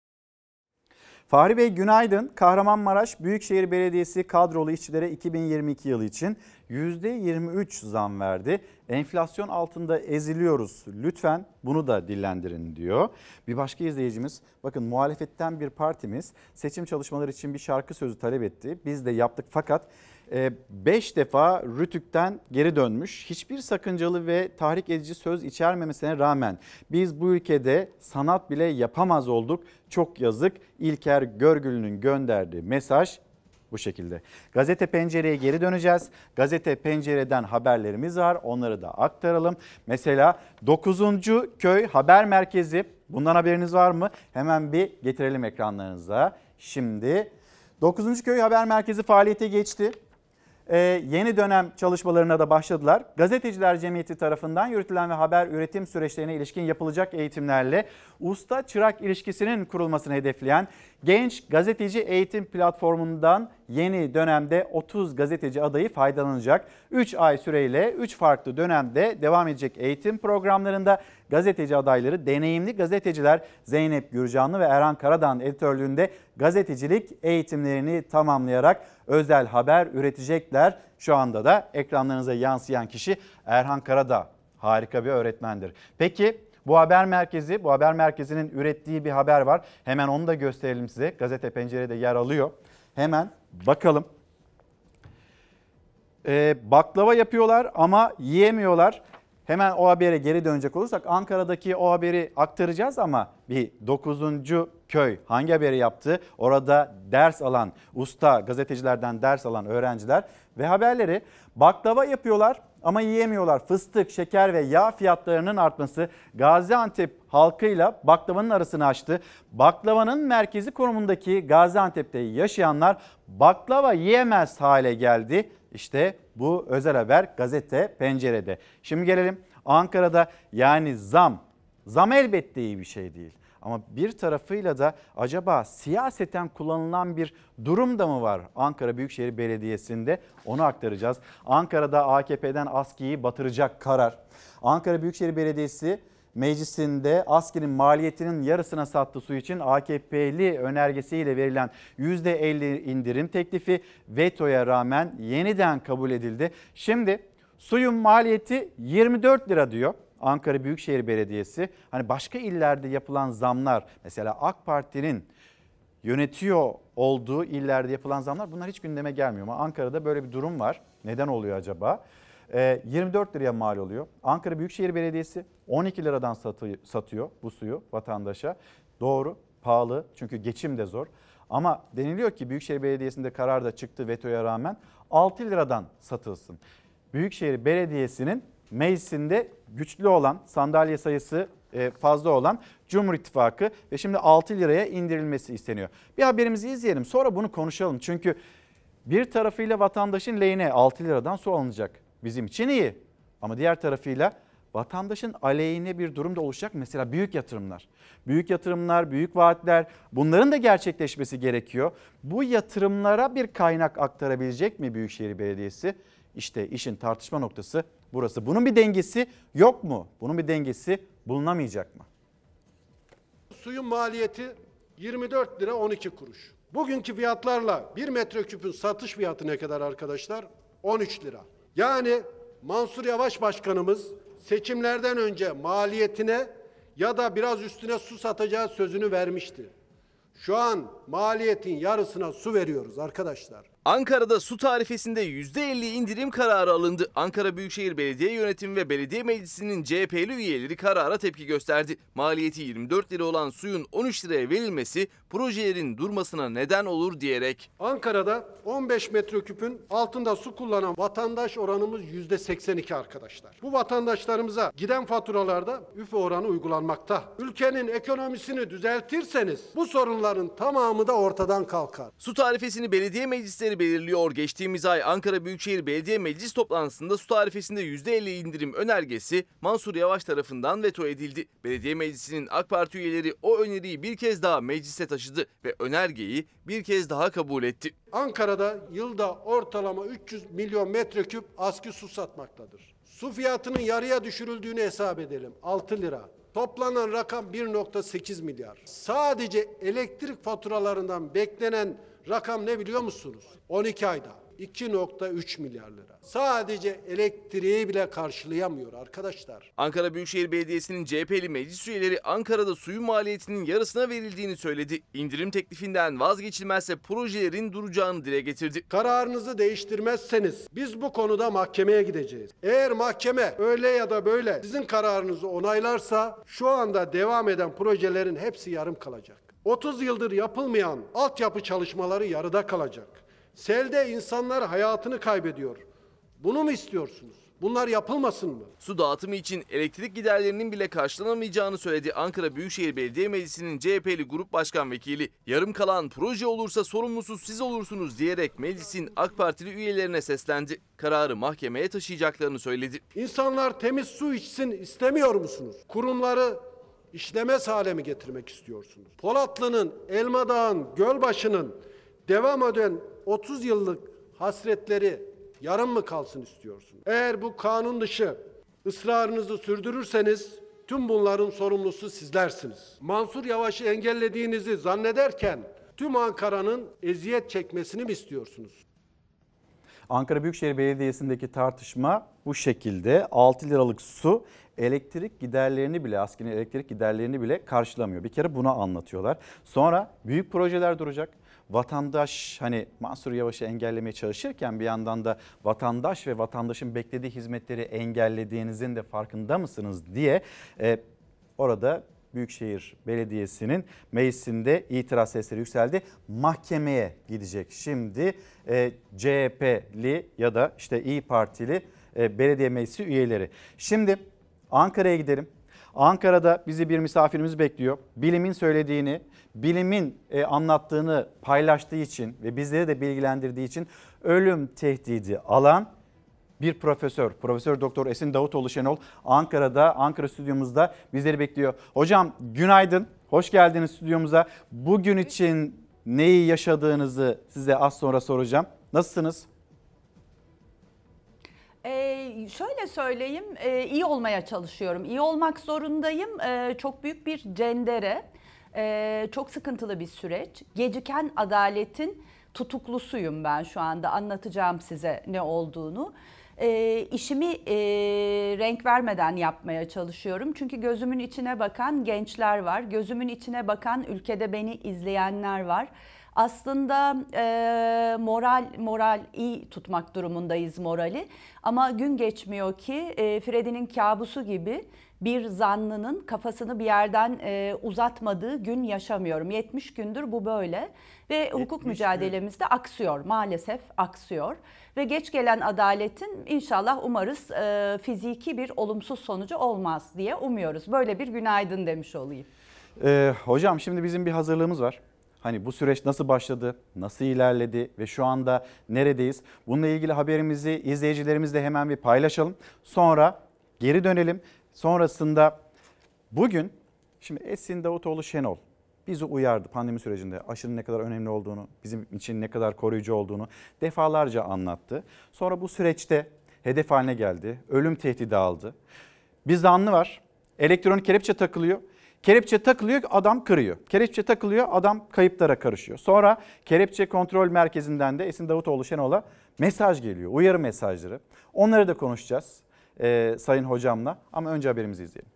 Fahri Bey günaydın. Kahramanmaraş Büyükşehir Belediyesi kadrolu işçilere iki bin yirmi iki yılı için yüzde yirmi üç zam verdi. Enflasyon altında eziliyoruz. Lütfen bunu da dillendirin diyor. Bir başka izleyicimiz, bakın muhalefetten bir partimiz seçim çalışmaları için bir şarkı sözü talep etti. Biz de yaptık fakat beş defa Rütük'ten geri dönmüş. Hiçbir sakıncalı ve tahrik edici söz içermemesine rağmen biz bu ülkede sanat bile yapamaz olduk. Çok yazık. İlker Görgül'ün gönderdiği mesaj bu şekilde. Gazete Pencere'ye geri döneceğiz. Gazete Pencere'den haberlerimiz var. Onları da aktaralım. Mesela dokuzuncu Köy Haber Merkezi. Bundan haberiniz var mı? Hemen bir getirelim ekranlarınıza. Şimdi dokuzuncu Köy Haber Merkezi faaliyete geçti. Ee, yeni dönem çalışmalarına da başladılar. Gazeteciler Cemiyeti tarafından yürütülen ve haber üretim süreçlerine ilişkin yapılacak eğitimlerle usta-çırak ilişkisinin kurulmasını hedefleyen Genç Gazeteci Eğitim Platformu'ndan yeni dönemde otuz gazeteci adayı faydalanacak. üç ay süreyle üç farklı dönemde devam edecek eğitim programlarında gazeteci adayları deneyimli gazeteciler Zeynep Gürcanlı ve Erhan Karadağ'ın editörlüğünde gazetecilik eğitimlerini tamamlayarak özel haber üretecekler. Şu anda da ekranlarınıza yansıyan kişi Erhan Karadağ. Harika bir öğretmendir. Peki bu haber merkezi, bu haber merkezinin ürettiği bir haber var. Hemen onu da gösterelim size. Gazete Pencere'de yer alıyor. Hemen bakalım. Ee, baklava yapıyorlar ama yiyemiyorlar. Hemen o habere geri dönecek olursak Ankara'daki o haberi aktaracağız ama bir dokuzuncu köy hangi haberi yaptı? Orada ders alan, usta gazetecilerden ders alan öğrenciler ve haberleri baklava yapıyorlar ama yiyemiyorlar. Fıstık, şeker ve yağ fiyatlarının artması Gaziantep halkıyla baklavanın arasını açtı. Baklavanın merkezi konumundaki Gaziantep'te yaşayanlar baklava yiyemez hale geldi. İşte bu özel haber Gazete Pencere'de. Şimdi gelelim Ankara'da, yani zam. Zam elbette iyi bir şey değil. Ama bir tarafıyla da acaba siyaseten kullanılan bir durum da mı var Ankara Büyükşehir Belediyesi'nde? Onu aktaracağız. Ankara'da A K P'den ASKİ'yi batıracak karar. Ankara Büyükşehir Belediyesi meclisinde ASKİ'nin maliyetinin yarısına sattığı su için A K P'li önergesiyle verilen yüzde elli indirim teklifi vetoya rağmen yeniden kabul edildi. Şimdi suyun maliyeti yirmi dört lira diyor Ankara Büyükşehir Belediyesi. Hani başka illerde yapılan zamlar, mesela AK Parti'nin yönetiyor olduğu illerde yapılan zamlar, bunlar hiç gündeme gelmiyor. Ama Ankara'da böyle bir durum var. Neden oluyor acaba? Ee, yirmi dört liraya mal oluyor. Ankara Büyükşehir Belediyesi on iki liradan satıyor bu suyu vatandaşa. Doğru, pahalı, çünkü geçim de zor. Ama deniliyor ki Büyükşehir Belediyesi'nde karar da çıktı vetoya rağmen, altı liradan satılsın. Büyükşehir Belediyesi'nin meclisinde güçlü olan, sandalye sayısı fazla olan Cumhur İttifakı ve şimdi altı liraya indirilmesi isteniyor. Bir haberimizi izleyelim, sonra bunu konuşalım. Çünkü bir tarafıyla vatandaşın lehine altı liradan su alınacak. Bizim için iyi, ama diğer tarafıyla vatandaşın aleyhine bir durum da oluşacak. Mesela büyük yatırımlar, büyük yatırımlar, büyük vaatler, bunların da gerçekleşmesi gerekiyor. Bu yatırımlara bir kaynak aktarabilecek mi Büyükşehir Belediyesi? İşte işin tartışma noktası burası. Bunun bir dengesi yok mu? Bunun bir dengesi bulunamayacak mı? Suyun maliyeti yirmi dört lira on iki kuruş. Bugünkü fiyatlarla bir metreküpün satış fiyatı ne kadar arkadaşlar? on üç lira. Yani Mansur Yavaş Başkanımız seçimlerden önce maliyetine ya da biraz üstüne su satacağı sözünü vermişti. Şu an maliyetin yarısına su veriyoruz arkadaşlar. Ankara'da su tarifesinde yüzde elli indirim kararı alındı. Ankara Büyükşehir Belediye Yönetimi ve Belediye Meclisi'nin C H P'li üyeleri karara tepki gösterdi. Maliyeti yirmi dört lira olan suyun on üç liraya verilmesi projelerin durmasına neden olur diyerek. Ankara'da on beş metreküpün altında su kullanan vatandaş oranımız yüzde seksen iki arkadaşlar. Bu vatandaşlarımıza giden faturalarda üfe oranı uygulanmakta. Ülkenin ekonomisini düzeltirseniz bu sorunların tamamı da ortadan kalkar. Su tarifesini belediye meclisleri belirliyor. Geçtiğimiz ay Ankara Büyükşehir Belediye Meclis toplantısında su tarifesinde yüzde elli indirim önergesi Mansur Yavaş tarafından veto edildi. Belediye Meclisi'nin AK Parti üyeleri o öneriyi bir kez daha meclise taşıdı ve önergeyi bir kez daha kabul etti. Ankara'da yılda ortalama üç yüz milyon metreküp askı su satmaktadır. Su fiyatının yarıya düşürüldüğünü hesap edelim. altı lira. Toplanan rakam bir nokta sekiz milyar. Sadece elektrik faturalarından beklenen rakam ne biliyor musunuz? on iki ayda iki nokta üç milyar lira. Sadece elektriği bile karşılayamıyor arkadaşlar. Ankara Büyükşehir Belediyesi'nin C H P'li meclis üyeleri Ankara'da suyun maliyetinin yarısına verildiğini söyledi. İndirim teklifinden vazgeçilmezse projelerin duracağını dile getirdi. Kararınızı değiştirmezseniz biz bu konuda mahkemeye gideceğiz. Eğer mahkeme öyle ya da böyle sizin kararınızı onaylarsa şu anda devam eden projelerin hepsi yarım kalacak. otuz yıldır yapılmayan altyapı çalışmaları yarıda kalacak. Selde insanlar hayatını kaybediyor. Bunu mu istiyorsunuz? Bunlar yapılmasın mı? Su dağıtımı için elektrik giderlerinin bile karşılanamayacağını söyledi Ankara Büyükşehir Belediye Meclisi'nin C H P'li Grup Başkan Vekili. Yarım kalan proje olursa sorumlusu siz olursunuz diyerek meclisin AK Partili üyelerine seslendi. Kararı mahkemeye taşıyacaklarını söyledi. İnsanlar temiz su içsin istemiyor musunuz? Kurumları işlemez hale mi getirmek istiyorsunuz? Polatlı'nın, Elmadağ'ın, Gölbaşı'nın devam eden otuz yıllık hasretleri yarım mı kalsın istiyorsunuz? Eğer bu kanun dışı ısrarınızı sürdürürseniz tüm bunların sorumlusu sizlersiniz. Mansur Yavaş'ı engellediğinizi zannederken tüm Ankara'nın eziyet çekmesini mi istiyorsunuz? Ankara Büyükşehir Belediyesi'ndeki tartışma bu şekilde. altı liralık su elektrik giderlerini bile, ASKİ'nin elektrik giderlerini bile karşılamıyor. Bir kere bunu anlatıyorlar. Sonra büyük projeler duracak. Vatandaş hani Mansur Yavaş'ı engellemeye çalışırken bir yandan da vatandaş ve vatandaşın beklediği hizmetleri engellediğinizin de farkında mısınız diye e, orada Büyükşehir Belediyesi'nin meclisinde itiraz sesleri yükseldi. Mahkemeye gidecek şimdi e, C H P'li ya da işte İYİ Partili e, belediye meclisi üyeleri. Şimdi Ankara'ya gidelim. Ankara'da bizi bir misafirimiz bekliyor. Bilimin söylediğini, bilimin e, anlattığını paylaştığı için ve bizleri de bilgilendirdiği için ölüm tehdidi alan bir profesör, Profesör Doktor Esin Davutoğlu Şenol Ankara'da, Ankara stüdyomuzda bizleri bekliyor. Hocam günaydın, hoş geldiniz stüdyomuza. Bugün için neyi yaşadığınızı size az sonra soracağım. Nasılsınız? Ee, şöyle söyleyeyim, e, iyi olmaya çalışıyorum. İyi olmak zorundayım. E, çok büyük bir cendere, e, çok sıkıntılı bir süreç. Geciken adaletin tutuklusuyum ben şu anda. Anlatacağım size ne olduğunu. E, işimi e, renk vermeden yapmaya çalışıyorum. Çünkü gözümün içine bakan gençler var. Gözümün içine bakan ülkede beni izleyenler var. Aslında e, moral moral iyi tutmak durumundayız morali. Ama gün geçmiyor ki e, Freddy'nin kabusu gibi bir zanlının kafasını bir yerden e, uzatmadığı gün yaşamıyorum. yetmiş gündür bu böyle ve hukuk mücadelemizde aksıyor, maalesef aksıyor. Ve geç gelen adaletin inşallah umarız e, fiziki bir olumsuz sonucu olmaz diye umuyoruz. Böyle bir günaydın demiş olayım. Ee, hocam şimdi bizim bir hazırlığımız var. Hani bu süreç nasıl başladı, nasıl ilerledi ve şu anda neredeyiz? Bununla ilgili haberimizi izleyicilerimizle hemen bir paylaşalım. Sonra geri dönelim. Sonrasında bugün şimdi Esin Davutoğlu Şenol bizi uyardı pandemi sürecinde aşının ne kadar önemli olduğunu, bizim için ne kadar koruyucu olduğunu defalarca anlattı. Sonra bu süreçte hedef haline geldi, ölüm tehdidi aldı. Bir zanlı var, elektronik kelepçe takılıyor. Kelepçe takılıyor, adam kırıyor. Kelepçe takılıyor, adam kayıplara karışıyor. Sonra kelepçe kontrol merkezinden de Esin Davutoğlu Şenol'a mesaj geliyor, uyarı mesajları. Onları da konuşacağız e, Sayın Hocam'la ama önce haberimizi izleyelim.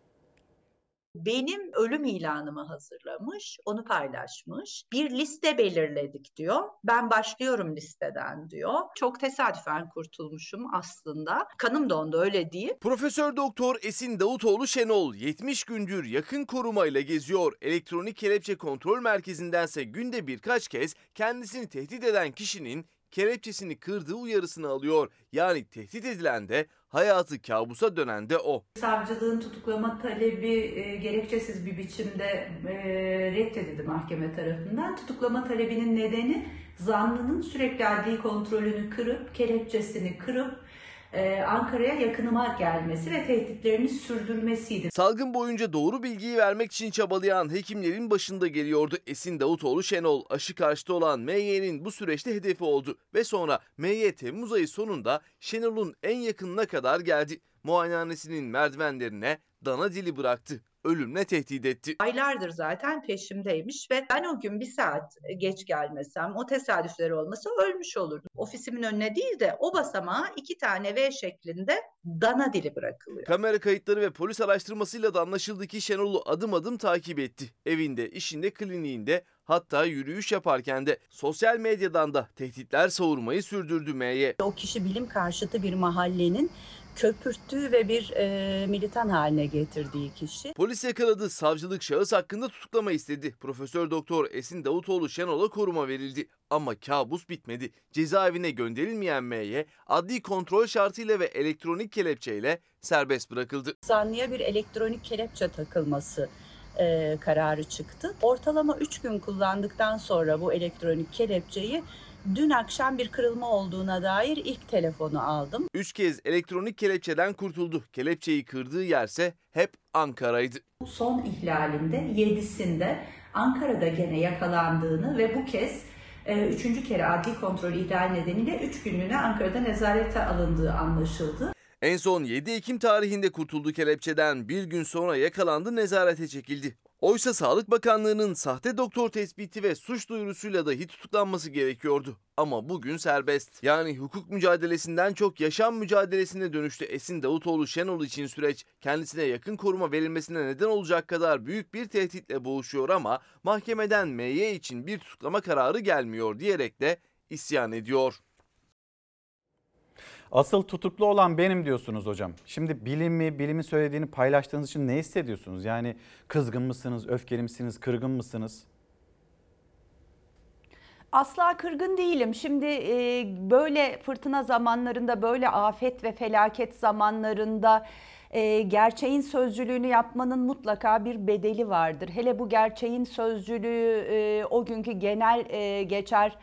Benim ölüm ilanımı hazırlamış, onu paylaşmış. Bir liste belirledik diyor. Ben başlıyorum listeden diyor. Çok tesadüfen kurtulmuşum aslında. Kanım dondu öyle değil. Profesör Doktor Esin Davutoğlu Şenol yetmiş gündür yakın korumayla geziyor. Elektronik kelepçe kontrol merkezindense günde birkaç kez kendisini tehdit eden kişinin kelepçesini kırdığı uyarısını alıyor. Yani tehdit edilen de hayatı kabusa dönen de o. Savcılığın tutuklama talebi e, gerekçesiz bir biçimde e, reddedildi mahkeme tarafından. Tutuklama talebinin nedeni zanlının sürekli adli kontrolünü kırıp, kelepçesini kırıp e, Ankara'ya yakınıma gelmesi ve tehditlerini sürdürmesiydi. Salgın boyunca doğru bilgiyi vermek için çabalayan hekimlerin başında geliyordu Esin Davutoğlu Şenol. Aşı karşıtı olan M Y'nin bu süreçte hedefi oldu ve sonra M Y Temmuz ayı sonunda Şenol'un en yakınına kadar geldi. Muayenehanesinin merdivenlerine dana dili bıraktı. Ölümle tehdit etti. Aylardır zaten peşimdeymiş ve ben o gün bir saat geç gelmesem, o tesadüfler olmasa ölmüş olurdum. Ofisimin önüne değil de o basamağa iki tane V şeklinde dana dili bırakılıyor. Kamera kayıtları ve polis araştırmasıyla da anlaşıldı ki Şenol'u adım adım takip etti. Evinde, işinde, kliniğinde, hatta yürüyüş yaparken de sosyal medyadan da tehditler savurmayı sürdürdü M Y. O kişi bilim karşıtı bir mahallenin köpürttüğü ve bir e, militan haline getirdiği kişi. Polis yakaladı. Savcılık şahıs hakkında tutuklama istedi. Profesör Doktor Esin Davutoğlu Şenol'a koruma verildi. Ama kabus bitmedi. Cezaevine gönderilmeyen M Y adli kontrol şartıyla ve elektronik kelepçeyle serbest bırakıldı. Zanlıya bir elektronik kelepçe takılması e, kararı çıktı. Ortalama üç gün kullandıktan sonra bu elektronik kelepçeyi dün akşam bir kırılma olduğuna dair ilk telefonu aldım. Üç kez elektronik kelepçeden kurtuldu. Kelepçeyi kırdığı yerse hep Ankara'ydı. Son ihlalinde yedisinde Ankara'da gene yakalandığını ve bu kez üçüncü kere adli kontrol ihlali nedeniyle üç günlüğüne Ankara'da nezarete alındığı anlaşıldı. En son yedi Ekim tarihinde kurtulduğu kelepçeden bir gün sonra yakalandı, nezarete çekildi. Oysa Sağlık Bakanlığı'nın sahte doktor tespiti ve suç duyurusuyla dahi tutuklanması gerekiyordu. Ama bugün serbest. Yani hukuk mücadelesinden çok yaşam mücadelesine dönüştü Esin Davutoğlu Şenol için süreç. Kendisine yakın koruma verilmesine neden olacak kadar büyük bir tehditle boğuşuyor ama mahkemeden M Y için bir tutuklama kararı gelmiyor diyerek de isyan ediyor. Asıl tutuklu olan benim diyorsunuz hocam. Şimdi bilimi, bilimin söylediğini paylaştığınız için ne hissediyorsunuz? Yani kızgın mısınız, öfkeli misiniz, kırgın mısınız? Asla kırgın değilim. Şimdi e, böyle fırtına zamanlarında, böyle afet ve felaket zamanlarında e, gerçeğin sözcülüğünü yapmanın mutlaka bir bedeli vardır. Hele bu gerçeğin sözcülüğü e, o günkü genel e, geçer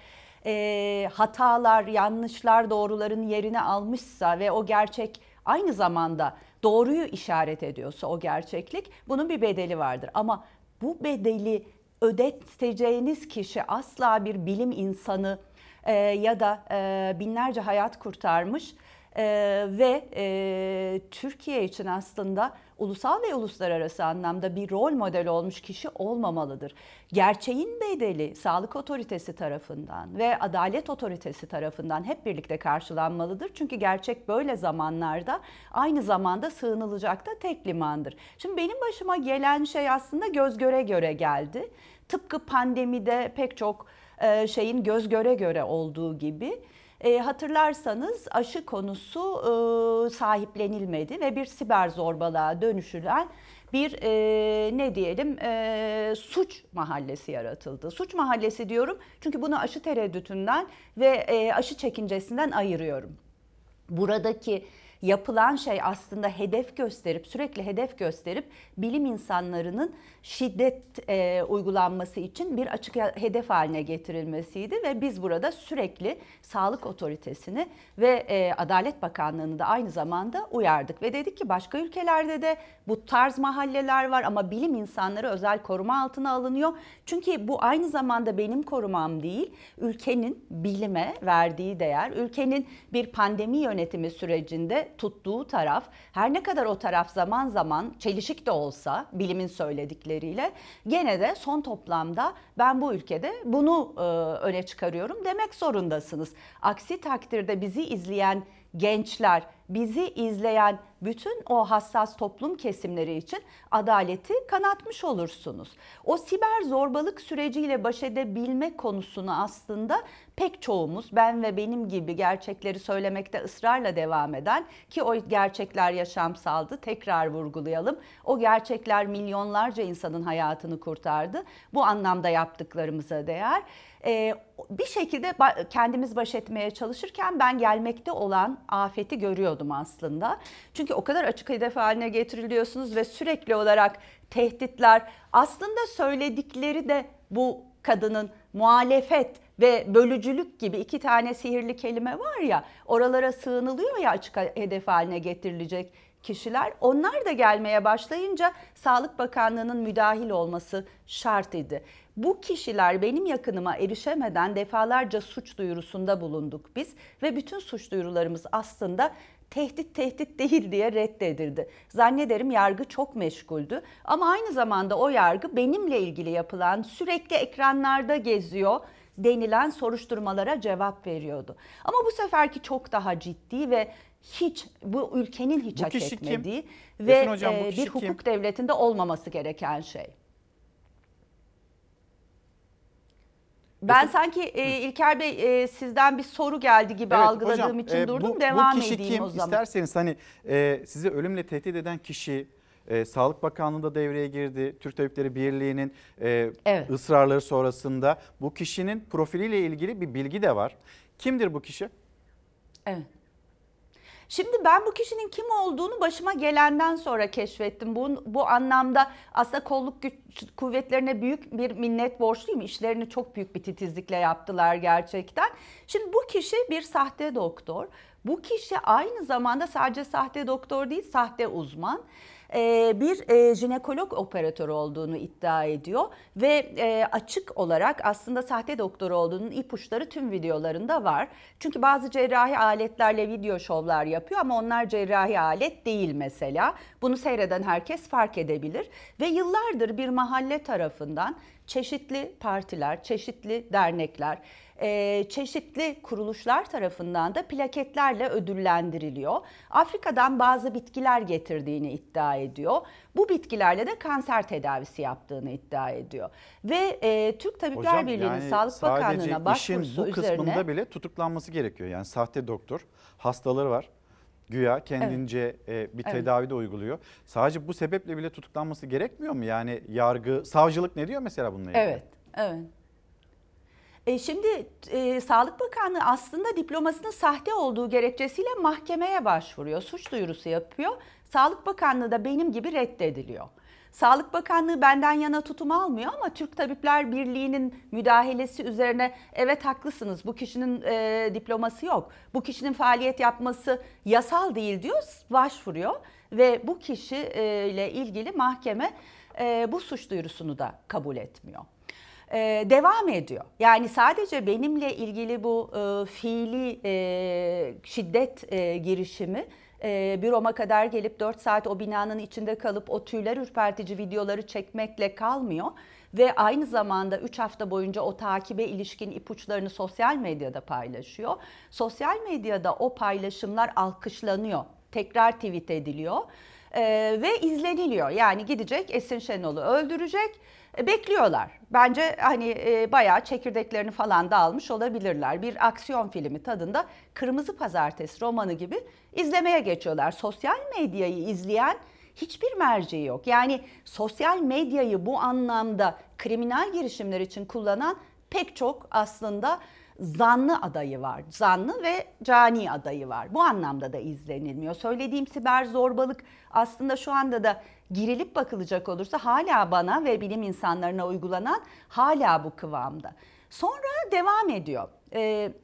e, hatalar, yanlışlar doğruların yerini almışsa ve o gerçek aynı zamanda doğruyu işaret ediyorsa o gerçeklik, bunun bir bedeli vardır. Ama bu bedeli ödeteceğiniz kişi asla bir bilim insanı e, ya da e, binlerce hayat kurtarmış e, ve e, Türkiye için aslında ulusal ve uluslararası anlamda bir rol model olmuş kişi olmamalıdır. Gerçeğin bedeli Sağlık Otoritesi tarafından ve Adalet Otoritesi tarafından hep birlikte karşılanmalıdır. Çünkü gerçek böyle zamanlarda aynı zamanda sığınılacak da tek limandır. Şimdi benim başıma gelen şey aslında göz göre göre geldi. Tıpkı pandemide pek çok şeyin göz göre göre olduğu gibi. E, hatırlarsanız aşı konusu e, sahiplenilmedi ve bir siber zorbalığa dönüşülen bir e, ne diyelim e, suç mahallesi yaratıldı. Suç mahallesi diyorum çünkü bunu aşı tereddütünden ve e, aşı çekincesinden ayırıyorum. Buradaki yapılan şey aslında hedef gösterip, sürekli hedef gösterip bilim insanlarının şiddet e, uygulanması için bir açık hedef haline getirilmesiydi ve biz burada sürekli Sağlık Otoritesini ve e, Adalet Bakanlığı'nı da aynı zamanda uyardık ve dedik ki başka ülkelerde de bu tarz mahalleler var ama bilim insanları özel koruma altına alınıyor. Çünkü bu aynı zamanda benim korumam değil, ülkenin bilime verdiği değer, ülkenin bir pandemi yönetimi sürecinde tuttuğu taraf, her ne kadar o taraf zaman zaman çelişik de olsa bilimin söyledikleriyle, gene de son toplamda ben bu ülkede bunu e, öne çıkarıyorum demek zorundasınız. Aksi takdirde bizi izleyen gençler, bizi izleyen bütün o hassas toplum kesimleri için adaleti kanatmış olursunuz. O siber zorbalık süreciyle baş edebilme konusunu aslında pek çoğumuz, ben ve benim gibi gerçekleri söylemekte ısrarla devam eden, ki o gerçekler yaşamsaldı, tekrar vurgulayalım. O gerçekler milyonlarca insanın hayatını kurtardı. Bu anlamda yaptıklarımıza değer. Ee, bir şekilde kendimiz baş etmeye çalışırken ben gelmekte olan afeti görüyordum aslında. Çünkü o kadar açık hedef haline getiriliyorsunuz ve sürekli olarak tehditler, aslında söyledikleri de bu kadının muhalefet ve bölücülük gibi iki tane sihirli kelime var ya, oralara sığınılıyor ya açık hedef haline getirilecek kişiler. Onlar da gelmeye başlayınca Sağlık Bakanlığı'nın müdahil olması şart idi. Bu kişiler benim yakınıma erişemeden defalarca suç duyurusunda bulunduk biz ve bütün suç duyurularımız aslında tehdit tehdit değil diye reddedildi. Zannederim yargı çok meşguldü ama aynı zamanda o yargı benimle ilgili yapılan, sürekli ekranlarda geziyor denilen soruşturmalara cevap veriyordu. Ama bu seferki çok daha ciddi ve hiç bu ülkenin hiç bu hak etmediği kim? ve hocam, e, bir hukuk kim? devletinde olmaması gereken şey. Ben Esin, sanki e, İlker Bey e, sizden bir soru geldi gibi evet, algıladığım hocam, için e, durdum. Bu, Devam bu kişi edeyim kim? o zaman. İsterseniz hani e, sizi ölümle tehdit eden kişi, e, Sağlık Bakanlığı'nda devreye girdi. Türk Tabipleri Birliği'nin e, evet. ısrarları sonrasında bu kişinin profiliyle ilgili bir bilgi de var. Kimdir bu kişi? Evet. Şimdi ben bu kişinin kim olduğunu başıma gelenden sonra keşfettim. Bu, bu anlamda aslında kolluk güç kuvvetlerine büyük bir minnet borçluyum. İşlerini çok büyük bir titizlikle yaptılar gerçekten. Şimdi bu kişi bir sahte doktor. Bu kişi aynı zamanda sadece sahte doktor değil, sahte uzman. e, bir e, jinekolog operatörü olduğunu iddia ediyor ve e, açık olarak aslında sahte doktor olduğunun ipuçları tüm videolarında var. Çünkü bazı cerrahi aletlerle video şovlar yapıyor ama onlar cerrahi alet değil mesela. Bunu seyreden herkes fark edebilir ve yıllardır bir mahalle tarafından çeşitli partiler, çeşitli dernekler, e, çeşitli kuruluşlar tarafından da plaketlerle ödüllendiriliyor. Afrika'dan bazı bitkiler getirdiğini iddia ediyor. Bu bitkilerle de kanser tedavisi yaptığını iddia ediyor. Ve e, Türk Tabipler Hocam, Birliği'nin yani Sağlık Bakanlığı'na başvurusu işin bu üzerine... kısmında bile tutuklanması gerekiyor. Yani sahte doktor, hastaları var. Güya kendince evet. bir tedavi de uyguluyor. Sadece bu sebeple bile tutuklanması gerekmiyor mu? Yani yargı, savcılık ne diyor mesela bununla ilgili? Evet, evet. E şimdi e, Sağlık Bakanlığı aslında diplomasının sahte olduğu gerekçesiyle mahkemeye başvuruyor. Suç duyurusu yapıyor. Sağlık Bakanlığı da benim gibi reddediliyor. Sağlık Bakanlığı benden yana tutum almıyor ama Türk Tabipler Birliği'nin müdahalesi üzerine evet haklısınız, bu kişinin e, diploması yok, bu kişinin faaliyet yapması yasal değil diyor, başvuruyor ve bu kişiyle ilgili mahkeme e, bu suç duyurusunu da kabul etmiyor. Ee, devam ediyor. Yani sadece benimle ilgili bu e, fiili e, şiddet e, girişimi e, büroma kadar gelip dört saat o binanın içinde kalıp o tüyler ürpertici videoları çekmekle kalmıyor. Ve aynı zamanda üç hafta boyunca o takibe ilişkin ipuçlarını sosyal medyada paylaşıyor. Sosyal medyada o paylaşımlar alkışlanıyor, tekrar tweet ediliyor e, ve izleniliyor. Yani gidecek Esin Şenol'u öldürecek. Bekliyorlar. Bence hani e, bayağı çekirdeklerini falan da almış olabilirler. Bir aksiyon filmi tadında Kırmızı Pazartesi romanı gibi izlemeye geçiyorlar. Sosyal medyayı izleyen hiçbir merci yok. Yani sosyal medyayı bu anlamda kriminal girişimler için kullanan pek çok aslında zanlı adayı var. Zanlı ve cani adayı var. Bu anlamda da izlenilmiyor. Söylediğim siber zorbalık aslında şu anda da girilip bakılacak olursa hala bana ve bilim insanlarına uygulanan hala bu kıvamda. Sonra devam ediyor. Ee,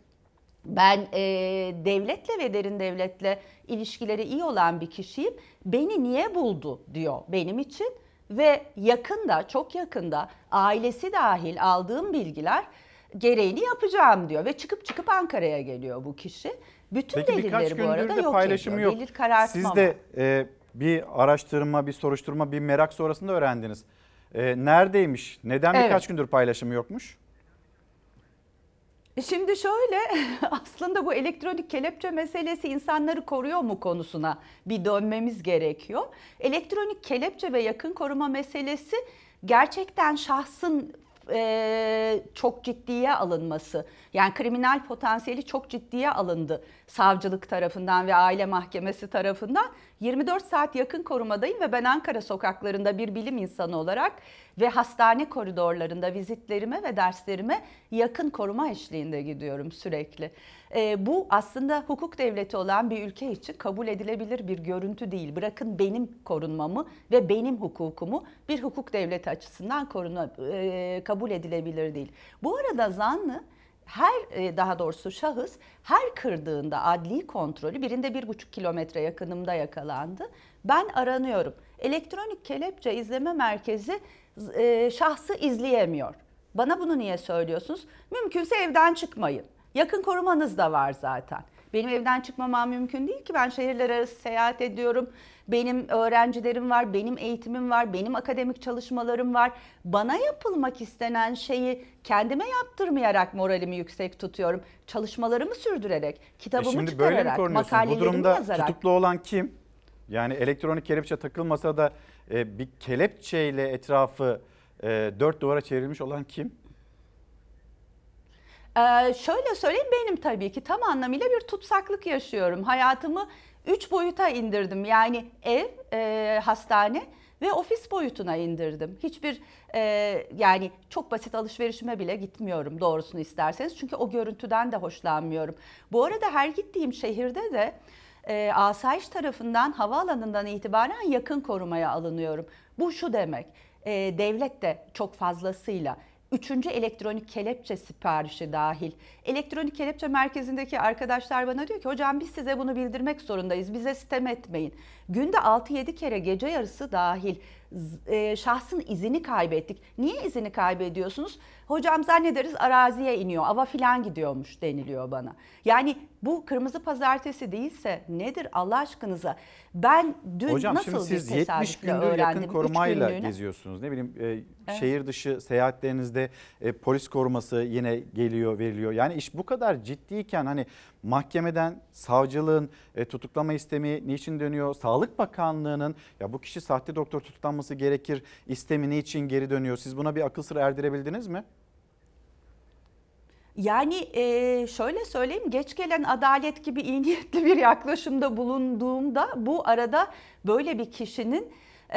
ben e, devletle ve derin devletle ilişkileri iyi olan bir kişiyim. Beni niye buldu diyor benim için ve yakında, çok yakında ailesi dahil aldığım bilgiler gereğini yapacağım diyor ve çıkıp çıkıp Ankara'ya geliyor bu kişi. Bütün Peki, delilleri bu arada yok paylaşımı ediyor. yok. Delil karartma Siz de e, bir araştırma, bir soruşturma, bir merak sonrasında öğrendiniz. E, neredeymiş? Neden Evet. birkaç gündür paylaşımı yokmuş? Şimdi şöyle, aslında bu elektronik kelepçe meselesi insanları koruyor mu konusuna bir dönmemiz gerekiyor. Elektronik kelepçe ve yakın koruma meselesi gerçekten şahsın e, çok ciddiye alınması. Yani kriminal potansiyeli çok ciddiye alındı savcılık tarafından ve aile mahkemesi tarafından. yirmi dört saat yakın korumadayım ve ben Ankara sokaklarında bir bilim insanı olarak ve hastane koridorlarında vizitlerime ve derslerime yakın koruma eşliğinde gidiyorum sürekli. E, bu aslında hukuk devleti olan bir ülke için kabul edilebilir bir görüntü değil. Bırakın benim korunmamı ve benim hukukumu, bir hukuk devleti açısından koruna, e, kabul edilebilir değil. Bu arada zanlı her daha doğrusu şahıs her kırdığında adli kontrolü, birinde bir buçuk kilometre yakınımda yakalandı. Ben aranıyorum. Elektronik kelepçe izleme merkezi e, şahsı izleyemiyor. Bana bunu niye söylüyorsunuz? Mümkünse evden çıkmayın. Yakın korumanız da var zaten. Benim evden çıkmamam mümkün değil ki. Ben şehirler arası seyahat ediyorum. Benim öğrencilerim var, benim eğitimim var, benim akademik çalışmalarım var. Bana yapılmak istenen şeyi kendime yaptırmayarak moralimi yüksek tutuyorum. Çalışmalarımı sürdürerek, kitabımı e şimdi böyle mi çıkararak, korunuyorsunuz? makalelerimi Bu durumda yazarak. tutuklu olan kim? Yani elektronik kelepçe takılmasa da e, bir kelepçeyle etrafı e, dört duvara çevrilmiş olan kim? Ee, şöyle söyleyeyim, benim tabii ki tam anlamıyla bir tutsaklık yaşıyorum. Hayatımı üç boyuta indirdim. Yani ev, e, hastane ve ofis boyutuna indirdim. Hiçbir e, yani çok basit alışverişime bile gitmiyorum doğrusunu isterseniz. Çünkü o görüntüden de hoşlanmıyorum. Bu arada her gittiğim şehirde de e, asayiş tarafından havaalanından itibaren yakın korumaya alınıyorum. Bu şu demek, e, devlet de çok fazlasıyla Üçüncü elektronik kelepçe siparişi dahil. Elektronik kelepçe merkezindeki arkadaşlar bana diyor ki hocam biz size bunu bildirmek zorundayız. Bize sitem etmeyin. Günde altı yedi kere gece yarısı dahil e, şahsın izini kaybettik. Niye izini kaybediyorsunuz? Hocam zannederiz araziye iniyor, ava filan gidiyormuş deniliyor bana. Yani bu kırmızı pazartesi değilse nedir Allah aşkınıza? Ben dün Hocam, nasıl şimdi siz bir yetmiş tesadüfle gündür öğrendim? yakın korumayla günlüğüne. geziyorsunuz. Ne bileyim e, Evet. şehir dışı seyahatlerinizde e, polis koruması yine geliyor, veriliyor. Yani iş bu kadar ciddiyken hani mahkemeden savcılığın e, tutuklama istemi niçin dönüyor? Sağlık Bakanlığı'nın ya bu kişi sahte doktor tutuklanması gerekir istemi niçin geri dönüyor? Siz buna bir akıl sır erdirebildiniz mi? Yani e, şöyle söyleyeyim, geç gelen adalet gibi iyi niyetli bir yaklaşımda bulunduğumda bu arada böyle bir kişinin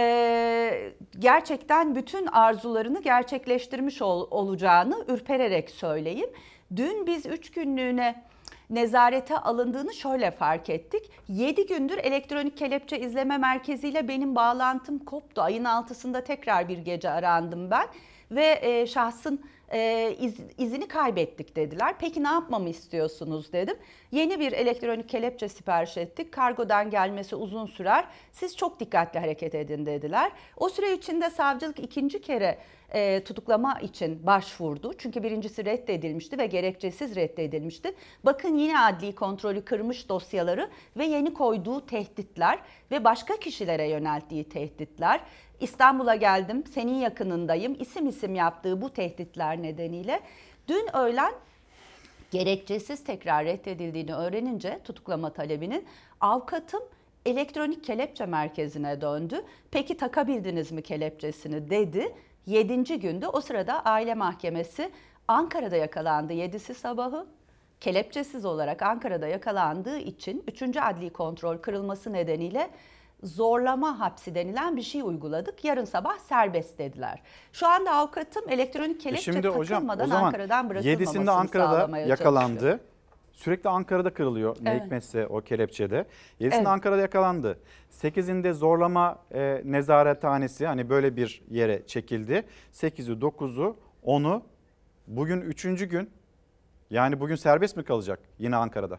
e, gerçekten bütün arzularını gerçekleştirmiş ol, olacağını ürpererek söyleyeyim. Dün biz üç günlüğüne nezarete alındığını şöyle fark ettik. yedi gündür elektronik kelepçe izleme merkeziyle benim bağlantım koptu. Ayın altısında tekrar bir gece arandım ben ve e, şahsın e, iz, izini kaybettik dediler. Peki ne yapmamı istiyorsunuz dedim. Yeni bir elektronik kelepçe sipariş ettik. Kargodan gelmesi uzun sürer. Siz çok dikkatli hareket edin dediler. O süre içinde savcılık ikinci kere E, tutuklama için başvurdu. Çünkü birincisi reddedilmişti ve gerekçesiz reddedilmişti. Bakın yine adli kontrolü kırmış dosyaları ve yeni koyduğu tehditler ve başka kişilere yönelttiği tehditler. İstanbul'a geldim, senin yakınındayım, isim isim yaptığı bu tehditler nedeniyle dün öğlen gerekçesiz tekrar reddedildiğini öğrenince tutuklama talebinin avukatım elektronik kelepçe merkezine döndü. Peki takabildiniz mi kelepçesini dedi. Yedinci günde o sırada aile mahkemesi Ankara'da yakalandı. Yedisi sabahı kelepçesiz olarak Ankara'da yakalandığı için üçüncü adli kontrol kırılması nedeniyle zorlama hapsi denilen bir şey uyguladık. Yarın sabah serbest dediler. Şu anda avukatım elektronik kelepçe Şimdi hocam, takılmadan o zaman Ankara'dan bırakılmamasını yedisinde Ankara'da sağlamaya yakalandı. çalışıyor. Sürekli Ankara'da kırılıyor ne Evet. hikmetse o kelepçede. yedisinde Evet. Ankara'da yakalandı. sekizinde zorlama e, nezarethanesi hani böyle bir yere çekildi. sekizi, dokuzu, onu bugün üçüncü gün. Yani bugün serbest mi kalacak yine Ankara'da?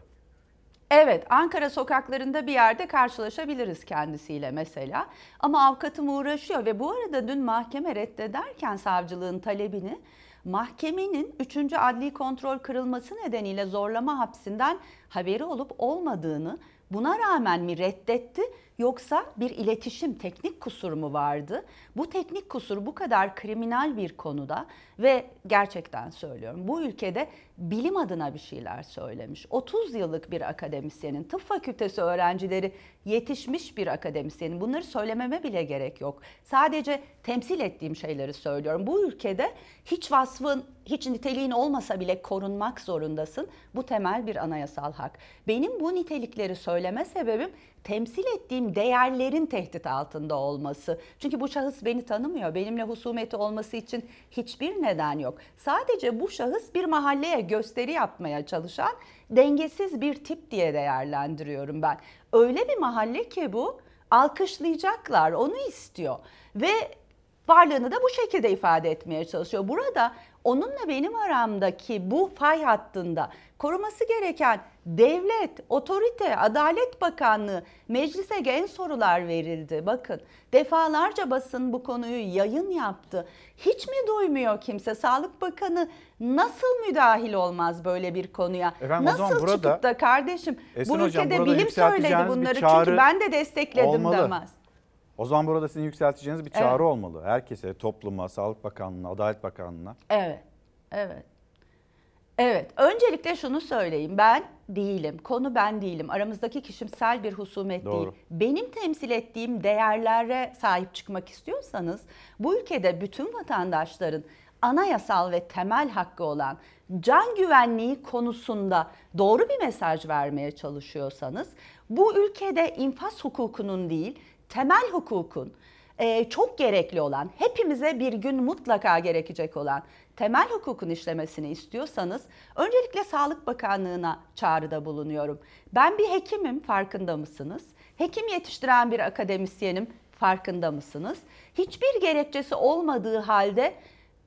Evet, Ankara sokaklarında bir yerde karşılaşabiliriz kendisiyle mesela. Ama avukatım uğraşıyor ve bu arada dün mahkeme reddederken savcılığın talebini mahkemenin üçüncü adli kontrol kırılması nedeniyle zorlama hapsinden haberi olup olmadığını, buna rağmen mi reddetti yoksa bir iletişim teknik kusur mu vardı? Bu teknik kusur bu kadar kriminal bir konuda ve gerçekten söylüyorum bu ülkede bilim adına bir şeyler söylemiş. otuz yıllık bir akademisyenin, tıp fakültesi öğrencileri yetişmiş bir akademisyenin, bunları söylememe bile gerek yok. Sadece temsil ettiğim şeyleri söylüyorum. Bu ülkede hiç vasfın, hiç niteliğin olmasa bile korunmak zorundasın. Bu temel bir anayasal hak. Benim bu nitelikleri söyleme sebebim temsil ettiğim değerlerin tehdit altında olması. Çünkü bu şahıs beni tanımıyor. Benimle husumeti olması için hiçbir neden yok. Sadece bu şahıs bir mahalleye gösteri yapmaya çalışan dengesiz bir tip diye değerlendiriyorum ben. Öyle bir mahalle ki bu, alkışlayacaklar, onu istiyor ve varlığını da bu şekilde ifade etmeye çalışıyor. Burada onunla benim aramdaki bu fay hattında koruması gereken devlet, otorite, Adalet Bakanlığı, meclise gen sorular verildi. Bakın defalarca basın bu konuyu yayın yaptı. Hiç mi duymuyor kimse? Sağlık Bakanı nasıl müdahil olmaz böyle bir konuya? Efendim, o zaman nasıl burada- çıkıp da kardeşim Esin bu hocam, ülkede burada bilim söyledi yükselteceğiniz bir bunları çağrı çünkü ben de destekledim olmalı. demez. O zaman burada sizin yükselteceğiniz bir çağrı Evet. olmalı. Herkese, topluma, Sağlık Bakanlığı'na, Adalet Bakanlığı'na. Evet, evet. Evet, öncelikle şunu söyleyeyim. Ben değilim, konu ben değilim. Aramızdaki kişisel bir husumet Doğru. değil. Benim temsil ettiğim değerlere sahip çıkmak istiyorsanız, bu ülkede bütün vatandaşların anayasal ve temel hakkı olan can güvenliği konusunda doğru bir mesaj vermeye çalışıyorsanız, bu ülkede infaz hukukunun değil, temel hukukun, Ee, çok gerekli olan, hepimize bir gün mutlaka gerekecek olan temel hukukun işlemesini istiyorsanız öncelikle Sağlık Bakanlığı'na çağrıda bulunuyorum. Ben bir hekimim, farkında mısınız? Hekim yetiştiren bir akademisyenim, farkında mısınız? Hiçbir gerekçesi olmadığı halde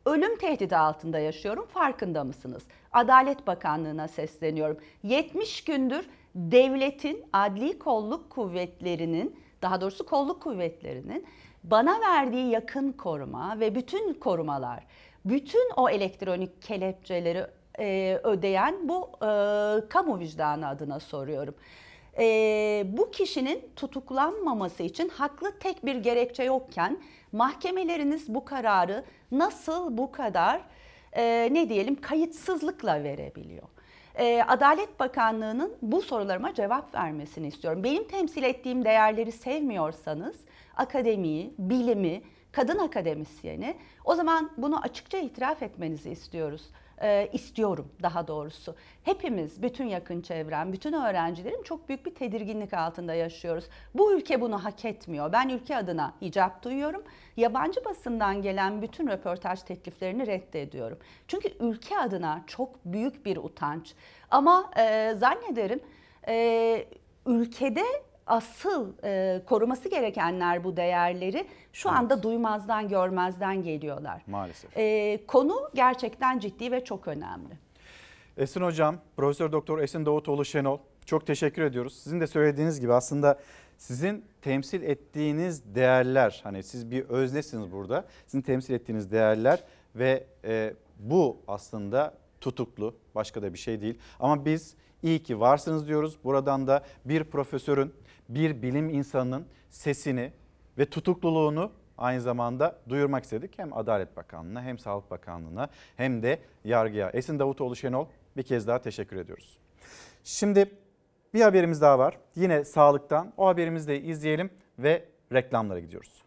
ölüm tehdidi altında yaşıyorum, farkında mısınız? Adalet Bakanlığı'na sesleniyorum. yetmiş gündür devletin adli kolluk kuvvetlerinin, daha doğrusu kolluk kuvvetlerinin bana verdiği yakın koruma ve bütün korumalar, bütün o elektronik kelepçeleri e, ödeyen bu e, kamu vicdanı adına soruyorum. E, bu kişinin tutuklanmaması için haklı tek bir gerekçe yokken mahkemeleriniz bu kararı nasıl bu kadar e, ne diyelim kayıtsızlıkla verebiliyor? E, Adalet Bakanlığı'nın bu sorularıma cevap vermesini istiyorum. Benim temsil ettiğim değerleri sevmiyorsanız akademiyi, bilimi, kadın akademisyeni, o zaman bunu açıkça itiraf etmenizi istiyoruz. Ee, istiyorum daha doğrusu. Hepimiz, bütün yakın çevrem, bütün öğrencilerim çok büyük bir tedirginlik altında yaşıyoruz. Bu ülke bunu hak etmiyor. Ben ülke adına hicap duyuyorum. Yabancı basından gelen bütün röportaj tekliflerini reddediyorum. Çünkü ülke adına çok büyük bir utanç. Ama e, zannederim e, ülkede asıl e, koruması gerekenler bu değerleri şu anda evet. duymazdan görmezden geliyorlar. Maalesef. E, konu gerçekten ciddi ve çok önemli. Esin Hocam, Profesör Doktor Esin Davutoğlu Şenol, çok teşekkür ediyoruz. Sizin de söylediğiniz gibi aslında sizin temsil ettiğiniz değerler, hani siz bir öznesiniz burada, sizin temsil ettiğiniz değerler ve e, bu aslında tutuklu, başka da bir şey değil. Ama biz iyi ki varsınız diyoruz. Buradan da bir profesörün, bir bilim insanının sesini ve tutukluluğunu aynı zamanda duyurmak istedik. Hem Adalet Bakanlığı'na hem Sağlık Bakanlığı'na hem de yargıya. Esin Davutoğlu Şenol, bir kez daha teşekkür ediyoruz. Şimdi bir haberimiz daha var. Yine sağlıktan. O haberimizi de izleyelim ve reklamlara gidiyoruz.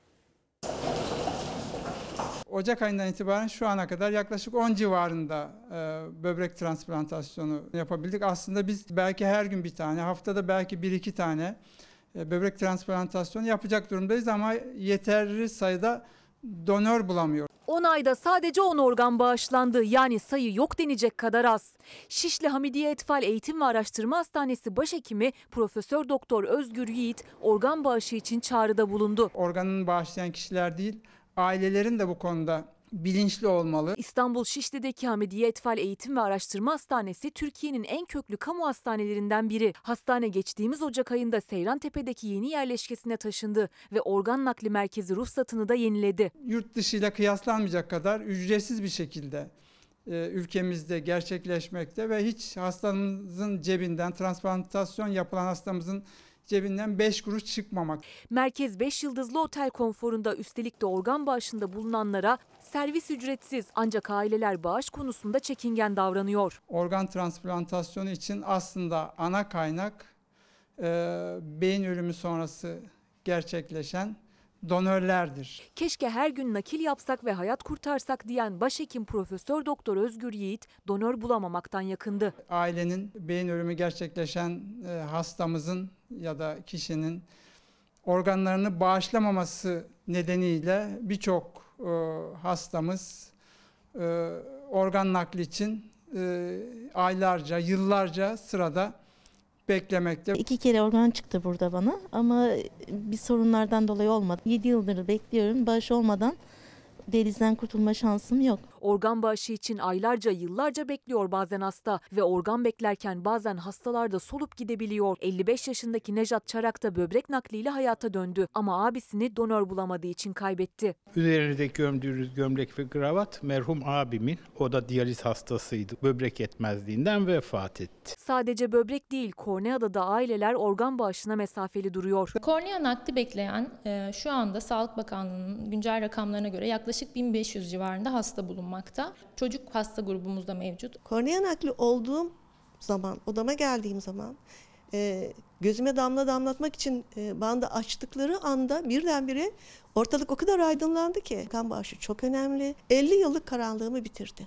Ocak ayından itibaren şu ana kadar yaklaşık on civarında e, böbrek transplantasyonu yapabildik. Aslında biz belki her gün bir tane, haftada belki bir iki tane e, böbrek transplantasyonu yapacak durumdayız ama yeterli sayıda donör bulamıyor. on ayda sadece on organ bağışlandı, yani sayı yok denecek kadar az. Şişli Hamidiye Etfal Eğitim ve Araştırma Hastanesi Başhekimi Profesör Doktor Özgür Yiğit organ bağışı için çağrıda bulundu. Organını bağışlayan kişiler değil, ailelerin de bu konuda bilinçli olmalı. İstanbul Şişli'deki Hamidiye Etfal Eğitim ve Araştırma Hastanesi Türkiye'nin en köklü kamu hastanelerinden biri. Hastane geçtiğimiz Ocak ayında Seyrantepe'deki yeni yerleşkesine taşındı ve organ nakli merkezi ruhsatını da yeniledi. Yurt dışıyla kıyaslanmayacak kadar ücretsiz bir şekilde e, ülkemizde gerçekleşmekte ve hiç hastamızın cebinden, transplantasyon yapılan hastamızın cebinden beş kuruş çıkmamak. Merkez beş yıldızlı otel konforunda, üstelik de organ bağışında bulunanlara servis ücretsiz, ancak aileler bağış konusunda çekingen davranıyor. Organ transplantasyonu için aslında ana kaynak e, beyin ölümü sonrası gerçekleşen donörlerdir. Keşke her gün nakil yapsak ve hayat kurtarsak diyen başhekim Profesör Doktor Özgür Yiğit donör bulamamaktan yakındı. Ailenin beyin ölümü gerçekleşen e, hastamızın ya da kişinin organlarını bağışlamaması nedeniyle birçok e, hastamız e, organ nakli için e, aylarca, yıllarca sırada beklemekte. İki kere organ çıktı burada bana ama bir sorunlardan dolayı olmadı. yedi yıldır bekliyorum. Bağış olmadan delizden kurtulma şansım yok. Organ bağışı için aylarca, yıllarca bekliyor bazen hasta ve organ beklerken bazen hastalar da solup gidebiliyor. elli beş yaşındaki Nejat Çarak da böbrek nakliyle hayata döndü ama abisini donör bulamadığı için kaybetti. Üzerinde gömdüğümüz gömlek ve kravat merhum abimin, o da diyaliz hastasıydı. Böbrek yetmezliğinden vefat etti. Sadece böbrek değil, korneada da aileler organ bağışına mesafeli duruyor. Kornea nakli bekleyen e, şu anda Sağlık Bakanlığı'nın güncel rakamlarına göre yaklaşık bin beş yüz civarında hasta bulunmakta. Çocuk hasta grubumuzda mevcut. Kornea nakli olduğum zaman, odama geldiğim zaman e, gözüme damla damlatmak için e, bandı açtıkları anda birdenbire ortalık o kadar aydınlandı ki. Kan bağışı çok önemli. elli yıllık karanlığımı bitirdi.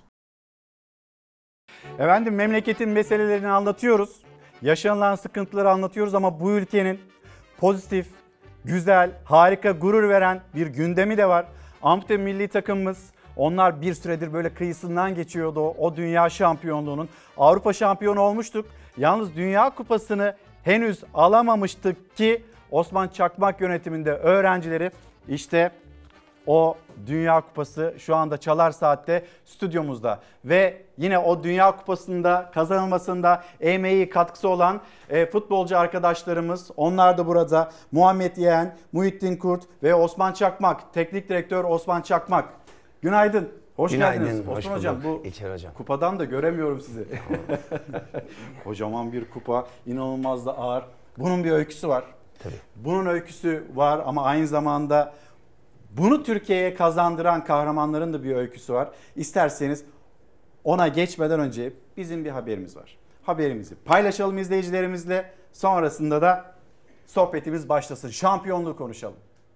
Efendim, memleketin meselelerini anlatıyoruz. Yaşanılan sıkıntıları anlatıyoruz ama bu ülkenin pozitif, güzel, harika, gurur veren bir gündemi de var. Ampute milli takımımız, onlar bir süredir böyle kıyısından geçiyordu o, o dünya şampiyonluğunun. Avrupa şampiyonu olmuştuk. Yalnız Dünya Kupası'nı henüz alamamıştık ki Osman Çakmak yönetiminde öğrencileri işte o Dünya Kupası şu anda Çalar Saat'te stüdyomuzda. Ve yine o Dünya Kupası'nda kazanılmasında emeği katkısı olan e, futbolcu arkadaşlarımız, onlar da burada. Muhammed Yeğen, Muhittin Kurt ve Osman Çakmak, teknik direktör Osman Çakmak. Günaydın. Hoş Günaydın, geldiniz. hoş Osman Hocam, bu İlker Hocam. kupadan da göremiyorum sizi. Kocaman bir kupa, inanılmaz da ağır. Bunun bir öyküsü var. Tabii. Bunun öyküsü var ama aynı zamanda bunu Türkiye'ye kazandıran kahramanların da bir öyküsü var. İsterseniz ona geçmeden önce bizim bir haberimiz var. Haberimizi paylaşalım izleyicilerimizle. Sonrasında da sohbetimiz başlasın. Şampiyonluğu konuşalım.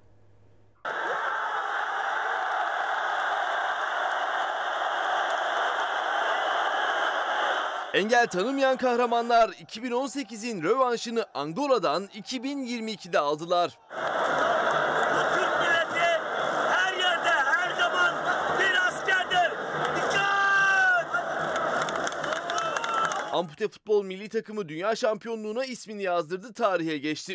Engel tanımayan kahramanlar iki bin on sekizin rövanşını Angola'dan iki bin yirmi ikide aldılar. Bu Türk milleti her yerde her zaman bir askerdir. Dikkat! Ampute futbol milli takımı dünya şampiyonluğuna ismini yazdırdı, tarihe geçti.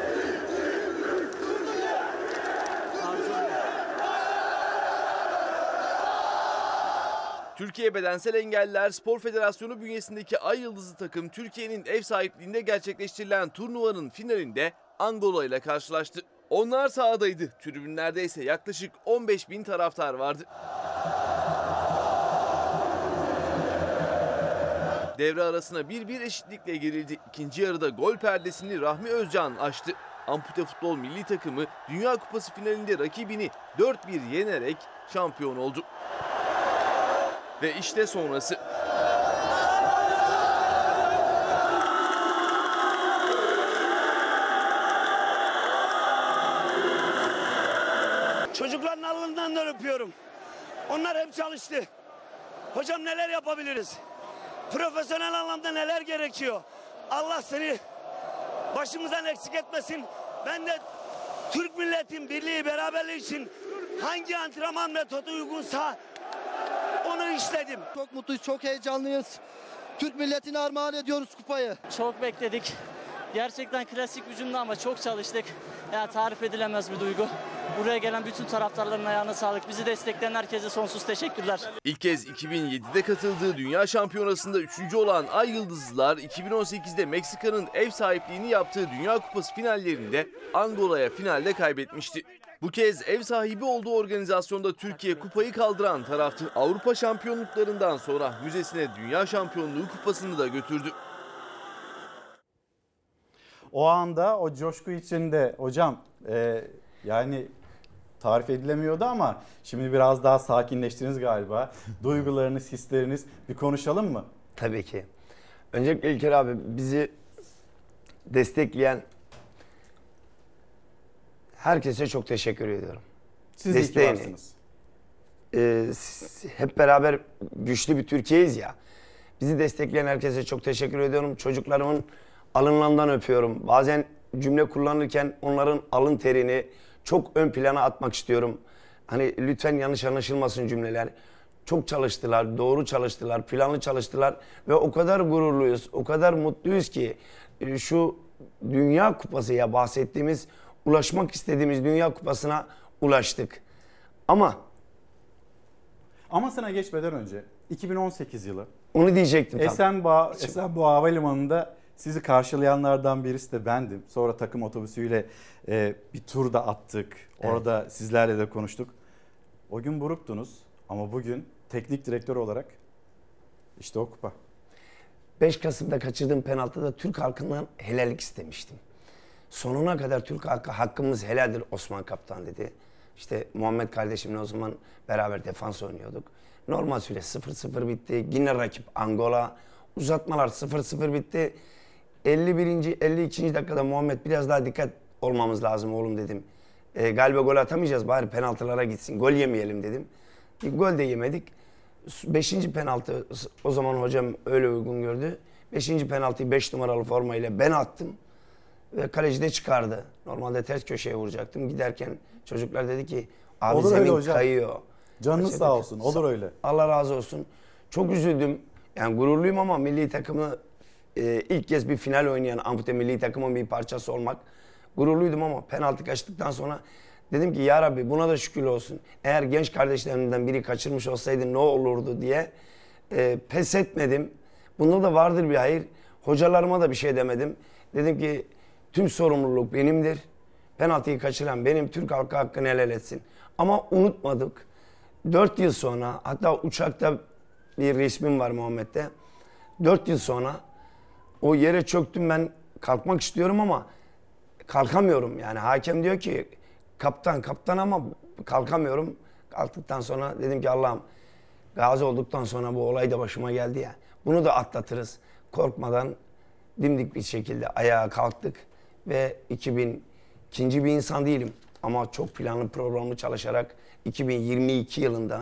Türkiye Bedensel Engelliler Spor Federasyonu bünyesindeki Ay Yıldızı takım Türkiye'nin ev sahipliğinde gerçekleştirilen turnuvanın finalinde Angola ile karşılaştı. Onlar sahadaydı. Tribünlerde ise yaklaşık on beş bin taraftar vardı. Devre arasına bir bir eşitlikle girildi. İkinci yarıda gol perdesini Rahmi Özcan açtı. Ampute futbol milli takımı Dünya Kupası finalinde rakibini dört bir yenerek şampiyon oldu. Ve işte sonrası. Çocukların alnından da öpüyorum. Onlar hep çalıştı. Hocam neler yapabiliriz? Profesyonel anlamda neler gerekiyor? Allah seni başımızdan eksik etmesin. Ben de Türk milletin birliği, beraberliği için hangi antrenman metodu uygunsa onu işledim. Çok mutluyuz, çok heyecanlıyız. Türk milletine armağan ediyoruz kupayı. Çok bekledik. Gerçekten klasik bir cümle ama çok çalıştık. Yani tarif edilemez bir duygu. Buraya gelen bütün taraftarların ayağına sağlık. Bizi destekleyen herkese sonsuz teşekkürler. İlk kez iki bin yedide katıldığı Dünya Şampiyonası'nda üçüncü olan Ay Yıldızlılar iki bin on sekizde Meksika'nın ev sahipliğini yaptığı Dünya Kupası finallerinde Angola'ya finalde kaybetmişti. Bu kez ev sahibi olduğu organizasyonda Türkiye kupayı kaldıran taraftı. Avrupa şampiyonluklarından sonra müzesine Dünya Şampiyonluğu kupasını da götürdü. O anda o coşku içinde hocam e, yani tarif edilemiyordu ama şimdi biraz daha sakinleştiniz galiba. Duygularınız, hisleriniz bir konuşalım mı? Tabii ki. Öncelikle İlker abi bizi destekleyen herkese çok teşekkür ediyorum. Siz de iyi varsınız. Ee, hep beraber güçlü bir Türkiye'yiz ya. Bizi destekleyen herkese çok teşekkür ediyorum. Çocuklarımın alınlarından öpüyorum. Bazen cümle kullanırken onların alın terini çok ön plana atmak istiyorum. Hani lütfen yanlış anlaşılmasın cümleler. Çok çalıştılar, doğru çalıştılar, planlı çalıştılar ve o kadar gururluyuz, o kadar mutluyuz ki şu Dünya Kupası'ya bahsettiğimiz, ulaşmak istediğimiz Dünya Kupası'na ulaştık. Ama Ama sana geçmeden önce iki bin on sekiz yılı onu diyecektim. Esenboğa, Esenboğa Havalimanı'nda sizi karşılayanlardan birisi de bendim. Sonra takım otobüsüyle e, bir tur da attık. Orada evet, sizlerle de konuştuk. O gün buruktunuz ama bugün teknik direktör olarak işte o kupa. beş Kasım'da kaçırdığım penaltıda Türk halkından helallik istemiştim. Sonuna kadar Türk halkı hakkımız helaldir Osman Kaptan dedi. İşte Muhammed kardeşimle o zaman beraber defans oynuyorduk. Normal süre sıfır sıfır bitti. Yine rakip Angola. Uzatmalar sıfır sıfır bitti. elli birinci elli ikinci dakikada Muhammed biraz daha dikkat olmamız lazım oğlum dedim. E, galiba gol atamayacağız, bari penaltılara gitsin. Gol yemeyelim dedim. E, gol de yemedik. beşinci penaltı o zaman hocam öyle uygun gördü. beşinci penaltıyı beş numaralı formayla ben attım. Ve kaleci de çıkardı. Normalde ters köşeye vuracaktım. Giderken çocuklar dedi ki abi olur zemin hocam, kayıyor. Canınız Kaç sağ olsun. Olur öyle. Allah razı olsun. Çok üzüldüm. Yani gururluyum ama milli takımı e, ilk kez bir final oynayan ampute milli takımın bir parçası olmak. Gururluydum ama penaltı kaçtıktan sonra Dedim ki ya Rabbi buna da şükür olsun. Eğer genç kardeşlerimden biri kaçırmış olsaydı ne olurdu diye e, pes etmedim. Bunda da vardır bir hayır. Hocalarıma da bir şey demedim. Dedim ki tüm sorumluluk benimdir. Penaltıyı kaçıran benim, Türk halkı hakkını helal etsin. Ama unutmadık. Dört yıl sonra, hatta uçakta bir resmim var Muhammed'de. Dört yıl sonra o yere çöktüm, ben kalkmak istiyorum ama kalkamıyorum. Yani hakem diyor ki kaptan kaptan ama kalkamıyorum. Kalktıktan sonra dedim ki Allah'ım, gazi olduktan sonra bu olay da başıma geldi ya. Bunu da atlatırız. Korkmadan dimdik bir şekilde ayağa kalktık ve iki bin ikinci bir insan değilim ama çok planlı programlı çalışarak iki bin yirmi iki yılında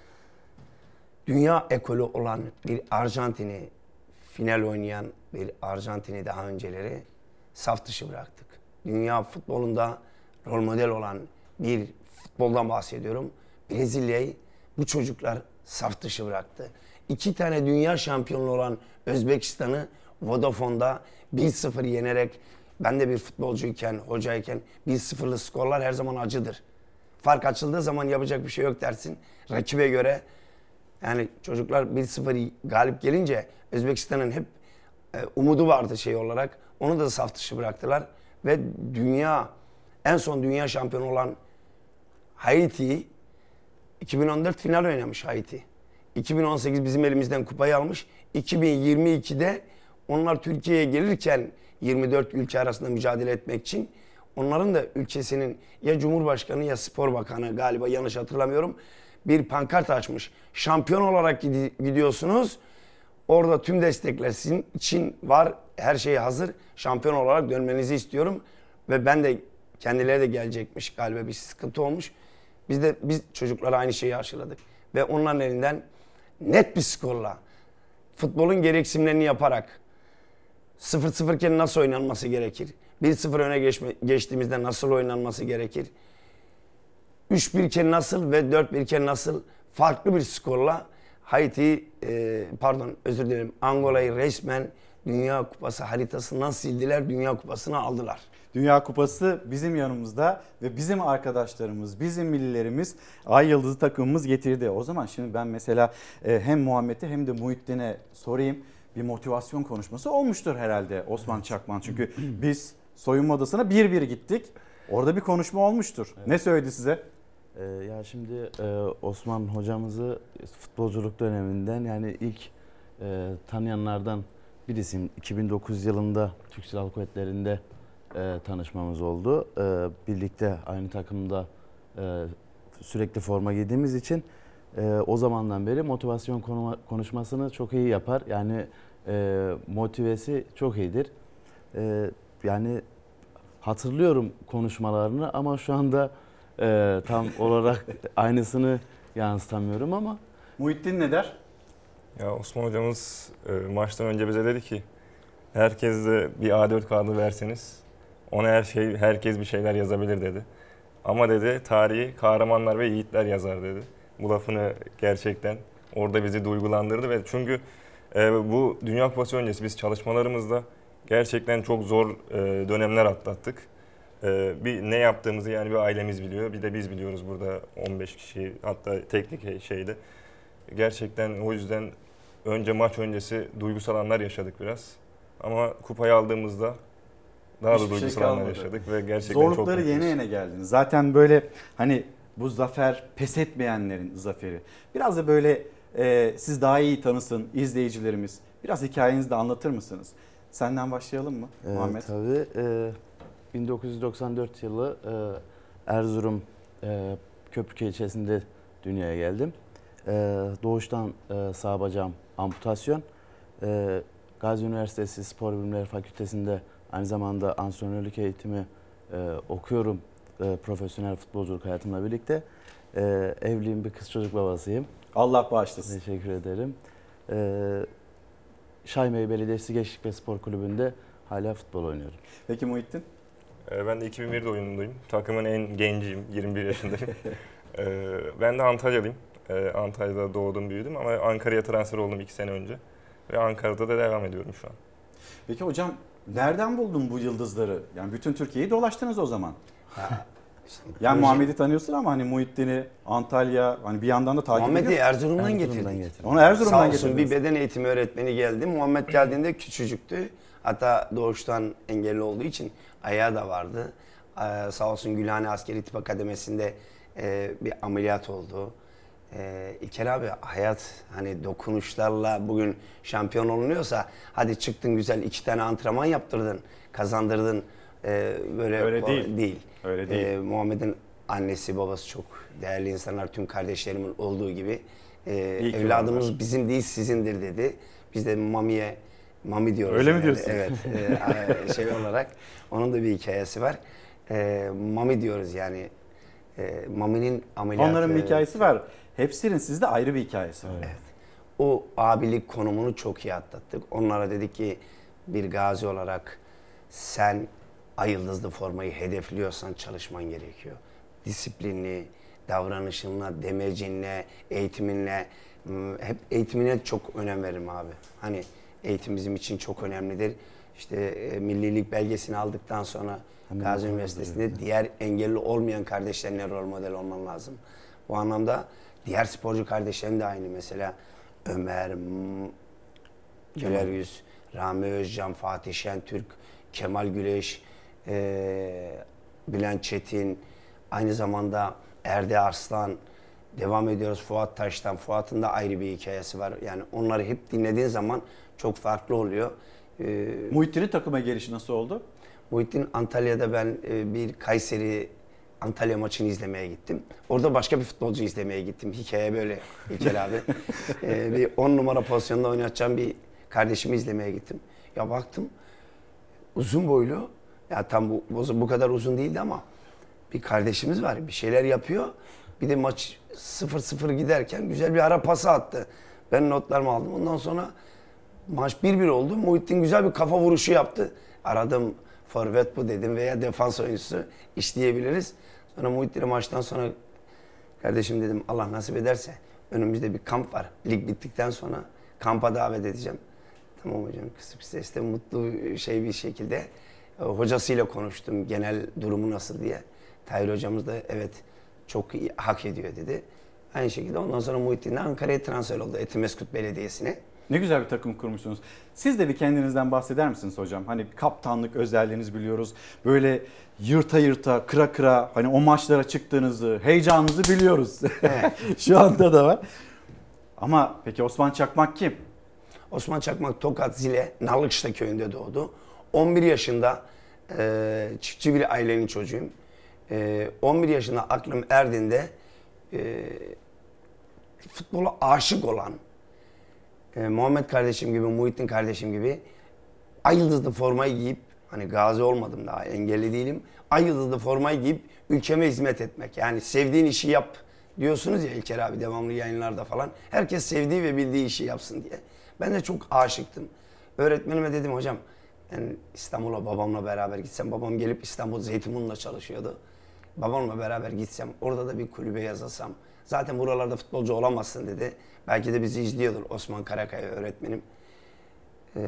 dünya ekolü olan bir Arjantin'i, final oynayan bir Arjantin'i daha önceleri saf dışı bıraktık. Dünya futbolunda rol model olan bir futboldan bahsediyorum. Brezilya'yı bu çocuklar saf dışı bıraktı. İki tane dünya şampiyonu olan Özbekistan'ı Vodafone'da bir sıfır yenerek, ben de bir futbolcuyken, hocayken bir sıfırlı skorlar her zaman acıdır. Fark açıldığı zaman yapacak bir şey yok dersin. Rakibe göre yani çocuklar bir sıfır galip gelince Özbekistan'ın hep e, umudu vardı şey olarak. Onu da saf dışı bıraktılar. Ve dünya, en son dünya şampiyonu olan Haiti'yi iki bin on dört final oynamış Haiti. iki bin on sekiz bizim elimizden kupayı almış. iki bin yirmi ikide onlar Türkiye'ye gelirken yirmi dört ülke arasında mücadele etmek için onların da ülkesinin ya Cumhurbaşkanı ya Spor Bakanı, galiba yanlış hatırlamıyorum, bir pankart açmış. Şampiyon olarak gidiyorsunuz. Orada tüm destekler sizin için var. Her şey hazır. Şampiyon olarak dönmenizi istiyorum. Ve ben de, kendileri de gelecekmiş galiba, bir sıkıntı olmuş. Biz de biz çocuklara aynı şeyi aşıladık. Ve onların elinden net bir skorla, futbolun gereksinimlerini yaparak, sıfır sıfır iken nasıl oynanması gerekir? bir sıfır öne geçme, geçtiğimizde nasıl oynanması gerekir? üç bir iken nasıl ve dört bir iken nasıl, farklı bir skorla Haiti, e, pardon özür dilerim, Angola'yı resmen Dünya Kupası haritasından sildiler, Dünya Kupası'nı aldılar. Dünya Kupası bizim yanımızda ve bizim arkadaşlarımız, bizim millilerimiz, Ay Yıldızı takımımız getirdi. O zaman şimdi ben mesela hem Muhammed'e hem de Muhittin'e sorayım. Bir motivasyon konuşması olmuştur herhalde Osman Çakman. Çünkü biz soyunma odasına bir bir gittik. Orada bir konuşma olmuştur. Evet. Ne söyledi size? Ee, ya şimdi e, Osman hocamızı futbolculuk döneminden, yani ilk e, tanıyanlardan birisiyim. iki bin dokuz yılında Türk Silahlı Kuvvetleri'nde e, tanışmamız oldu. E, birlikte aynı takımda e, sürekli forma giydiğimiz için e, o zamandan beri motivasyon konu, konuşmasını çok iyi yapar. Yani e, motivesi çok iyidir. E, yani hatırlıyorum konuşmalarını ama şu anda e, tam olarak aynısını yansıtamıyorum ama. Muhittin ne der? Ya Osman hocamız e, maçtan önce bize dedi ki herkese bir A dört kağıdı verseniz ona her şey herkes bir şeyler yazabilir dedi. Ama dedi tarihi kahramanlar ve yiğitler yazar dedi. Bu lafını gerçekten orada bizi duygulandırdı ve çünkü e, bu Dünya Kupası öncesi biz çalışmalarımızda gerçekten çok zor e, dönemler atlattık. E, bir ne yaptığımızı yani bir ailemiz biliyor, bir de biz biliyoruz burada on beş kişi, hatta teknik şeyde. Gerçekten o yüzden önce maç öncesi duygusal anlar yaşadık biraz. Ama kupayı aldığımızda daha Hiçbir da duygusal şey anlar yaşadık ve gerçekten zorlukları çok mutluyuz. yene yene geldiniz. Zaten böyle hani bu zafer pes etmeyenlerin zaferi. Biraz da böyle e, siz daha iyi tanısın izleyicilerimiz. Biraz hikayenizi de anlatır mısınız? Senden başlayalım mı Ee, Muhammed? Tabii. E, bin dokuz yüz doksan dört yılı e, Erzurum e, Köprüköy ilçesinde dünyaya geldim. E, doğuştan e, sağ bacağım amputasyon. E, Gazi Üniversitesi Spor Bilimleri Fakültesi'nde aynı zamanda antrenörlük eğitimi e, okuyorum. E, profesyonel futbolculuk hayatımla birlikte. E, evliyim, bir kız çocuk babasıyım. Allah bağışlasın. Teşekkür ederim. E, Şahinbey Belediyesi Gençlik ve Spor Kulübü'nde hala futbol oynuyorum. Peki Muhittin? Ben de iki bin birde oyunundayım. Takımın en genciyim, yirmi bir yaşındayım. Ben de Antalyalıyım. Antalya'da doğdum, büyüdüm ama Ankara'ya transfer oldum iki sene önce. Ve Ankara'da da devam ediyorum şu an. Peki hocam nereden buldun bu yıldızları? Yani bütün Türkiye'yi dolaştınız o zaman. Ha, Yani Proje- Muhammed'i tanıyorsun ama hani Muhittin'i, Antalya, hani bir yandan da takip Muhammed'i ediyorsun. Erzurum'dan Erzurum'dan getirdik. Onu Erzurum'dan Sağ olsun getirdiniz. bir beden eğitimi öğretmeni geldi. Muhammed geldiğinde küçücüktü. Hatta doğuştan engelli olduğu için ayağı da vardı. Ee, sağ olsun Gülhane Askeri Tıp Akademisi'nde e, bir ameliyat oldu. Ee, İlker abi hayat hani dokunuşlarla bugün şampiyon olunuyorsa hadi çıktın güzel iki tane antrenman yaptırdın, kazandırdın. Ee, böyle Öyle değil. değil. Öyle değil. Ee, Muhammed'in annesi babası çok değerli insanlar, tüm kardeşlerimin olduğu gibi. Ee, İyi ki evladımız varlar. bizim değil sizindir dedi. Biz de Mami'ye Mami diyoruz. Öyle mi yani. diyorsun? Evet. e, şey olarak onun da bir hikayesi var. E, Mami diyoruz yani. E, Mami'nin ameliyatı. Onların bir hikayesi var. Hepsinin sizde ayrı bir hikayesi var. Evet. O abilik konumunu çok iyi atlattık. Onlara dedik ki bir gazi olarak sen ay yıldızlı formayı hedefliyorsan çalışman gerekiyor. Disiplinli, davranışınla, demecinle, eğitiminle, hep eğitimine çok önem veririm abi. Hani eğitim bizim için çok önemlidir. İşte e, millilik belgesini aldıktan sonra Hemen Gazi bakalım Üniversitesi'nde evet. diğer engelli olmayan kardeşlerine rol model olman lazım. Bu anlamda diğer sporcu kardeşlerim de aynı. Mesela Ömer, M- Güler Yüz, Rami Özcan, Fatih Şentürk, Kemal Güleş, e, Bülent Çetin, aynı zamanda Erde Arslan, devam ediyoruz Fuat Taş'tan. Fuat'ın da ayrı bir hikayesi var. Yani onları hep dinlediğin zaman çok farklı oluyor. Ee, Muhittin'in takıma gelişi nasıl oldu? Muhittin Antalya'da ben e, bir Kayseri Antalya maçını izlemeye gittim. Orada başka bir futbolcu izlemeye gittim. Hikaye böyle İlker abi. Ee, bir on numara pozisyonda oynatacağım bir kardeşimi izlemeye gittim. Ya baktım uzun boylu. Ya tam bu, bu, bu kadar uzun değildi ama bir kardeşimiz var. Bir şeyler yapıyor. Bir de maç sıfır sıfır giderken güzel bir ara pası attı. Ben notlarımı aldım. Ondan sonra maç bir bir oldu. Muhittin güzel bir kafa vuruşu yaptı. Aradım forvet bu dedim veya defans oyuncusu işleyebiliriz. Sonra Muhittin'e maçtan sonra kardeşim dedim Allah nasip ederse önümüzde bir kamp var. Lig bittikten sonra kampa davet edeceğim. Tamam hocam kısık sesle mutlu şey bir şekilde hocasıyla konuştum genel durumu nasıl diye. Tahir hocamız da evet çok iyi, hak ediyor dedi. Aynı şekilde ondan sonra Muhittin de Ankara'ya transfer oldu Etimeskut Belediyesi'ne. Ne güzel bir takım kurmuşsunuz. Siz de bir kendinizden bahseder misiniz hocam? Hani kaptanlık özelliğinizi biliyoruz. Böyle yırta yırta, kıra kıra hani o maçlara çıktığınızı, heyecanınızı biliyoruz. Evet. Şu anda da var. Ama peki Osman Çakmak kim? Osman Çakmak Tokat Zile Nalıkışla köyünde doğdu. on bir yaşında e, çiftçi bir ailenin çocuğuyum. E, on bir yaşında aklım erdiğinde e, futbola aşık olan e, Muhammed kardeşim gibi, Muhittin kardeşim gibi ay yıldızlı formayı giyip hani gazi olmadım daha engelli değilim. Ay yıldızlı formayı giyip ülkeme hizmet etmek. Yani sevdiğin işi yap diyorsunuz ya İlker abi devamlı yayınlarda falan. Herkes sevdiği ve bildiği işi yapsın diye. Ben de çok aşıktım. Öğretmenime dedim hocam ben İstanbul'a babamla beraber gitsem. Babam gelip İstanbul Zeytinburnu'nda çalışıyordu. Babamla beraber gitsem orada da bir kulübe yazılsam. Zaten buralarda futbolcu olamazsın dedi. Belki de bizi izliyordur Osman Karakaya öğretmenim. Ee,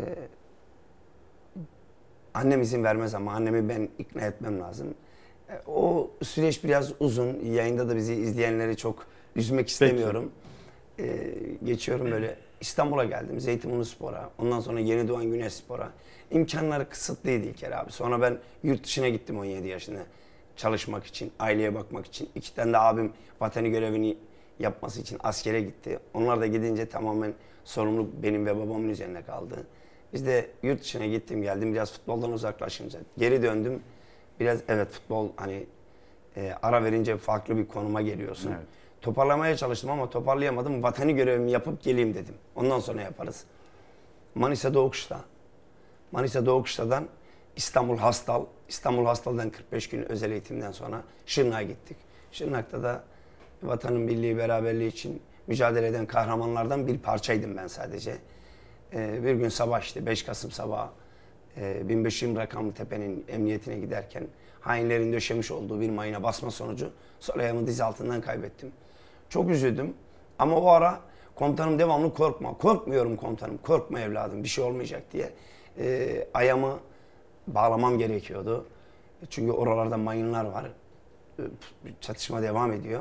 annem izin vermez ama annemi ben ikna etmem lazım. Ee, o süreç biraz uzun. Yayında da bizi izleyenleri çok üzmek istemiyorum. Ee, geçiyorum böyle İstanbul'a geldim. Zeytinburnu Spor'a. Ondan sonra Yeni Doğan Güneş Spor'a. İmkanları kısıtlıydı İlker abi. Sonra ben yurt dışına gittim on yedi yaşında. Çalışmak için, aileye bakmak için. İki tane de abim vatani görevini yapması için askere gitti. Onlar da gidince tamamen sorumluluk benim ve babamın üzerine kaldı. Biz de yurt dışına gittim geldim biraz futboldan uzaklaşınca. Geri döndüm. Biraz evet futbol hani e, ara verince farklı bir konuma geliyorsun. Evet. Toparlamaya çalıştım ama toparlayamadım. Vatani görevimi yapıp geleyim dedim. Ondan sonra yaparız. Manisa Doğukuş'ta. Manisa Doğukuş'tan İstanbul Hastal. İstanbul Hastal'dan kırk beş gün özel eğitimden sonra Şırnak'a gittik. Şırnak'ta da vatanın birliği, beraberliği için mücadele eden kahramanlardan bir parçaydım ben sadece. Ee, bir gün sabah işte beş Kasım sabahı e, bin beş yüz yirmi rakamlı tepenin emniyetine giderken hainlerin döşemiş olduğu bir mayına basma sonucu sol ayağımı diz altından kaybettim. Çok üzüldüm ama o ara komutanım devamlı korkma. Korkmuyorum komutanım, korkma evladım bir şey olmayacak diye. Ee, ayağımı bağlamam gerekiyordu. Çünkü oralarda mayınlar var. çatışma devam ediyor.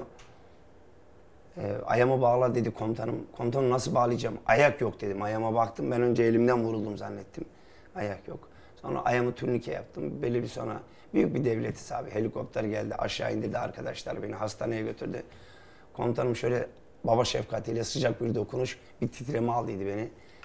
E, ayağımı bağla dedi komutanım. Komutanım nasıl bağlayacağım? Ayak yok dedim. Ayağıma baktım. Ben önce elimden vuruldum zannettim. Ayak yok. Sonra ayağımı turnike yaptım. Belli bir sonra büyük bir devletiz abi. Helikopter geldi. Aşağı indirdi arkadaşlar. Beni hastaneye götürdü. Komutanım şöyle baba şefkatiyle sıcak bir dokunuş, bir titreme aldıydı beni.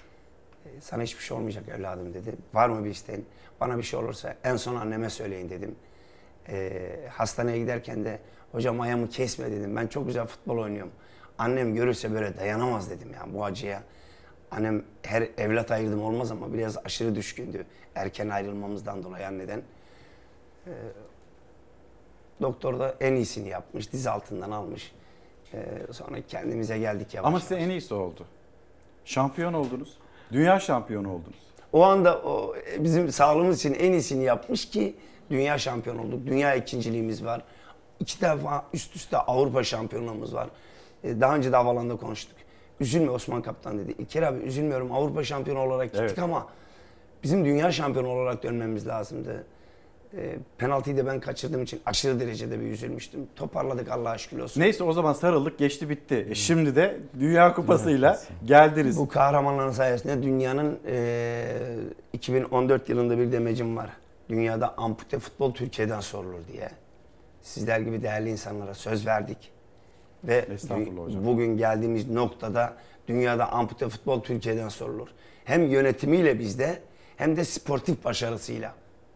E, sana hiçbir şey olmayacak evladım dedi. Var mı bir isteğin? Bana bir şey olursa en son anneme söyleyin dedim. E, hastaneye giderken de hocam ayağımı kesme dedim. Ben çok güzel futbol oynuyorum. Annem görürse böyle dayanamaz dedim yani bu acıya. Annem her evlat ayırdım olmaz ama biraz aşırı düşkündü. Erken ayrılmamızdan dolayı anneden. Ee, doktor da en iyisini yapmış. Diz altından almış. Ee, sonra kendimize geldik yavaş Ama yavaş. size en iyisi oldu. Şampiyon oldunuz. Dünya şampiyonu oldunuz. O anda o, bizim sağlığımız için en iyisini yapmış ki dünya şampiyon olduk. Dünya ikinciliğimiz var. İki defa üst üste Avrupa şampiyonluğumuz var. Ee, daha önce de havalanda konuştuk. Üzülme Osman Kaptan dedi. İlker abi üzülmüyorum. Avrupa şampiyonu olarak gittik Evet. ama bizim dünya şampiyonu olarak dönmemiz lazımdı. E, penaltıyı da ben kaçırdığım için aşırı derecede bir üzülmüştüm. Toparladık Allah'a şükür olsun. Neyse o zaman sarıldık geçti bitti. E şimdi de Dünya Kupası'yla geldiniz. Bu kahramanların sayesinde dünyanın e, iki bin on dört yılında bir demecim var. Dünyada ampute futbol Türkiye'den sorulur diye. Sizler gibi değerli insanlara söz verdik. Ve Estağfurullah hocam. bugün geldiğimiz noktada dünyada ampute futbol Türkiye'den sorulur. Hem yönetimiyle bizde hem de sportif başarısıyla.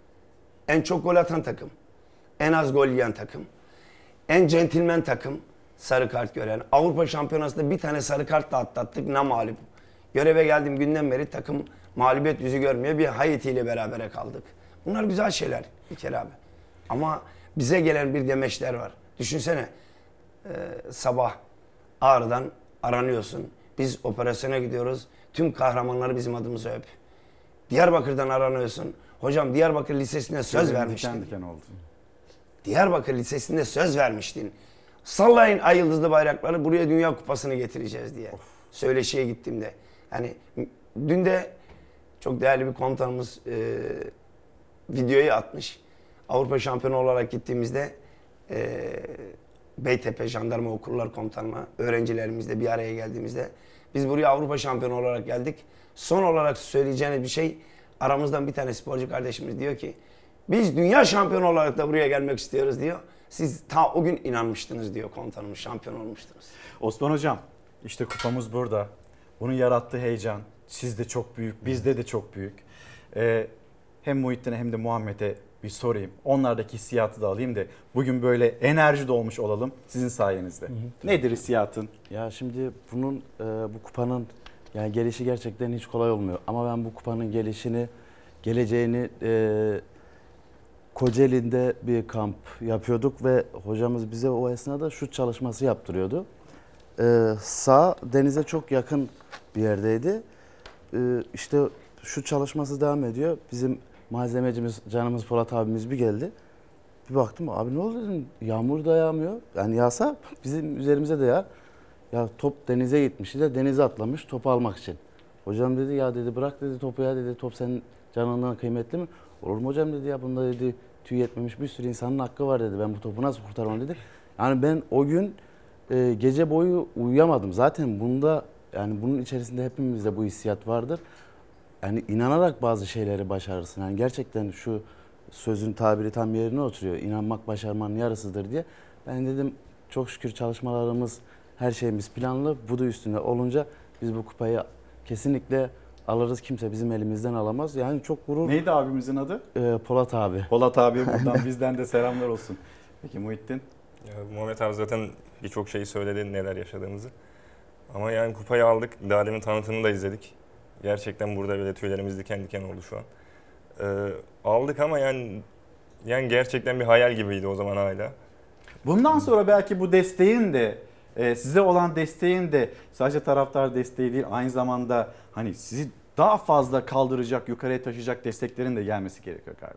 En çok gol atan takım, en az gol yiyen takım, en centilmen takım, sarı kart gören. Avrupa Şampiyonası'nda bir tane sarı kart da atlattık, ne mağlup. Göreve geldiğim günden beri takım mağlubiyet yüzü görmüyor, bir Haiti ile berabere kaldık. Bunlar güzel şeyler bir kere abi. Ama bize gelen bir demeçler var. Düşünsene, e, sabah Ağrı'dan aranıyorsun. Biz operasyona gidiyoruz, tüm kahramanları bizim adımıza öp. Diyarbakır'dan aranıyorsun. Hocam Diyarbakır Lisesi'nde söz Gözlerim vermiştin. diken diken oldu. Diyarbakır Lisesi'nde söz vermiştin. Sallayın ay yıldızlı bayrakları, buraya Dünya Kupası'nı getireceğiz diye. Of. Söyleşiye gittiğimde. Yani dün de çok değerli bir komutanımız e, videoyu atmış. Avrupa şampiyonu olarak gittiğimizde e, Beytepe Jandarma Okullar Komutanı'na öğrencilerimizle bir araya geldiğimizde biz buraya Avrupa şampiyonu olarak geldik. Son olarak söyleyeceğiniz bir şey, aramızdan bir tane sporcu kardeşimiz diyor ki biz dünya şampiyonu olarak da buraya gelmek istiyoruz diyor. Siz ta o gün inanmıştınız diyor komutanımız, şampiyon olmuştunuz. Osman Hocam işte kupamız burada. Bunun yarattığı heyecan sizde çok büyük, bizde de çok büyük. Ee, hem Muhittin'e hem de Muhammed'e bir sorayım. Onlardaki hissiyatı da alayım da bugün böyle enerji dolmuş olalım sizin sayenizde. Hı hı. Nedir hissiyatın? Ya şimdi bunun e, bu kupanın yani gelişi gerçekten hiç kolay olmuyor. Ama ben bu kupanın gelişini, geleceğini e, Kocaeli'nde bir kamp yapıyorduk ve hocamız bize o esnada şut çalışması yaptırıyordu. E, sağ denize çok yakın bir yerdeydi. E, işte şut çalışması devam ediyor. Bizim malzemecimiz, canımız Polat abimiz bir geldi. Bir baktım abi ne oldu dedim. Yağmur da yağmıyor. Yani yağsa bizim üzerimize de yağar. Ya top denize gitmiş de denize atlamış topu almak için. Hocam dedi ya dedi bırak dedi topu ya dedi top senin canından kıymetli mi? Olur mu hocam dedi ya bunda dedi tüy yetmemiş bir sürü insanın hakkı var dedi. Ben bu topu nasıl kurtarmam dedi. Yani ben o gün e, gece boyu uyuyamadım. Zaten bunda yani bunun içerisinde hepimizde bu hissiyat vardır. Yani inanarak bazı şeyleri başarırsın. Yani gerçekten şu sözün tabiri tam yerine oturuyor. İnanmak başarmanın yarısıdır diye. Ben dedim çok şükür çalışmalarımız, her şeyimiz planlı. Bu da üstünde olunca biz bu kupayı kesinlikle alırız. Kimse bizim elimizden alamaz. Yani çok gurur. Neydi abimizin adı? Ee, Polat abi. Polat abi buradan bizden de selamlar olsun. Peki Muhittin? Ya, Muhammed abi zaten birçok şeyi söyledi neler yaşadığımızı. Ama yani kupayı aldık. Daha demin tanıtımını da izledik. Gerçekten burada bile tüylerimiz diken diken oldu şu an. Ee, aldık ama yani yani gerçekten bir hayal gibiydi o zaman hala. Bundan sonra belki bu desteğin de e, size olan desteğin de sadece taraftar desteği değil aynı zamanda hani sizi daha fazla kaldıracak, yukarıya taşıyacak desteklerin de gelmesi gerekiyor galiba.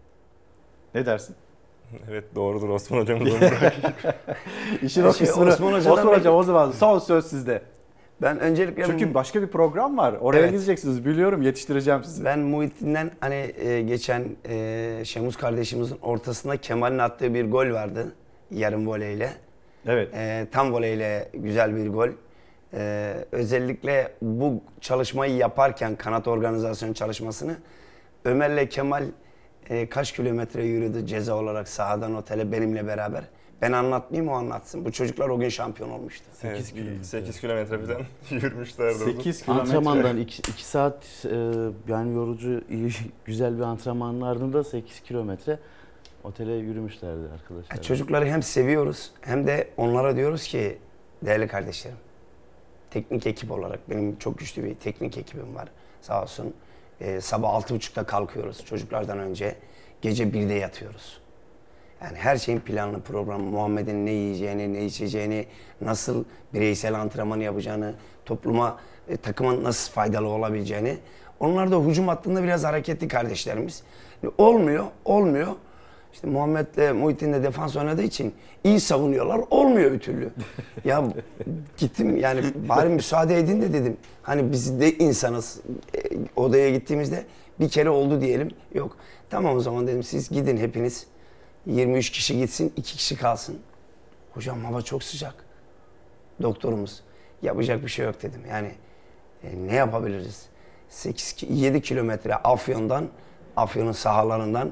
Ne dersin? Evet doğrudur Osman hocamız. İşin o Şey, kısmını Osman Hoca'dan Osman ben- Hocam o zaman son söz sizde. Ben öncelikle Çünkü başka bir program var. Oraya Evet. gideceksiniz biliyorum yetiştireceğim sizi. Ben Muhittin'den hani e, geçen e, Şemuz kardeşimizin ortasına Kemal'in attığı bir gol vardı. yarım voleyle. Evet. Ee, tam voleyle güzel bir gol. Ee, özellikle bu çalışmayı yaparken kanat organizasyon çalışmasını Ömer'le Kemal e, kaç kilometre yürüdü ceza olarak sahadan otele benimle beraber. Ben anlatmayayım, o anlatsın. Bu çocuklar o gün şampiyon olmuştu. sekiz kilometre. sekiz kilometre birden yürümüşlerdi. sekiz kilometre. Antrenmandan iki saat e, yani yorucu, iyi, güzel bir antrenmanın ardında sekiz kilometre otele yürümüşlerdi arkadaşlar. Çocukları hem seviyoruz hem de onlara diyoruz ki değerli kardeşlerim, teknik ekip olarak benim çok güçlü bir teknik ekibim var. Sağ olsun e, sabah altı buçukta kalkıyoruz çocuklardan önce. Gece birde yatıyoruz. Yani her şeyin planlı programı, Muhammed'in ne yiyeceğini, ne içeceğini, nasıl bireysel antrenman yapacağını, topluma, e, takıma nasıl faydalı olabileceğini. Onlar da hücum hattında biraz hareketli kardeşlerimiz. Olmuyor, olmuyor. İşte Muhammed'le Muhittin de defans oynadığı için iyi savunuyorlar. Olmuyor bir türlü. Ya gittim yani bari müsaade edin de dedim. Hani biz de insanız. E, odaya gittiğimizde bir kere oldu diyelim. Yok. Tamam o zaman dedim siz gidin hepiniz. yirmi üç kişi gitsin, iki kişi kalsın. Hocam hava çok sıcak. Doktorumuz. Yapacak bir şey yok dedim. Yani e, ne yapabiliriz? sekiz yedi kilometre Afyon'dan, Afyon'un sahalarından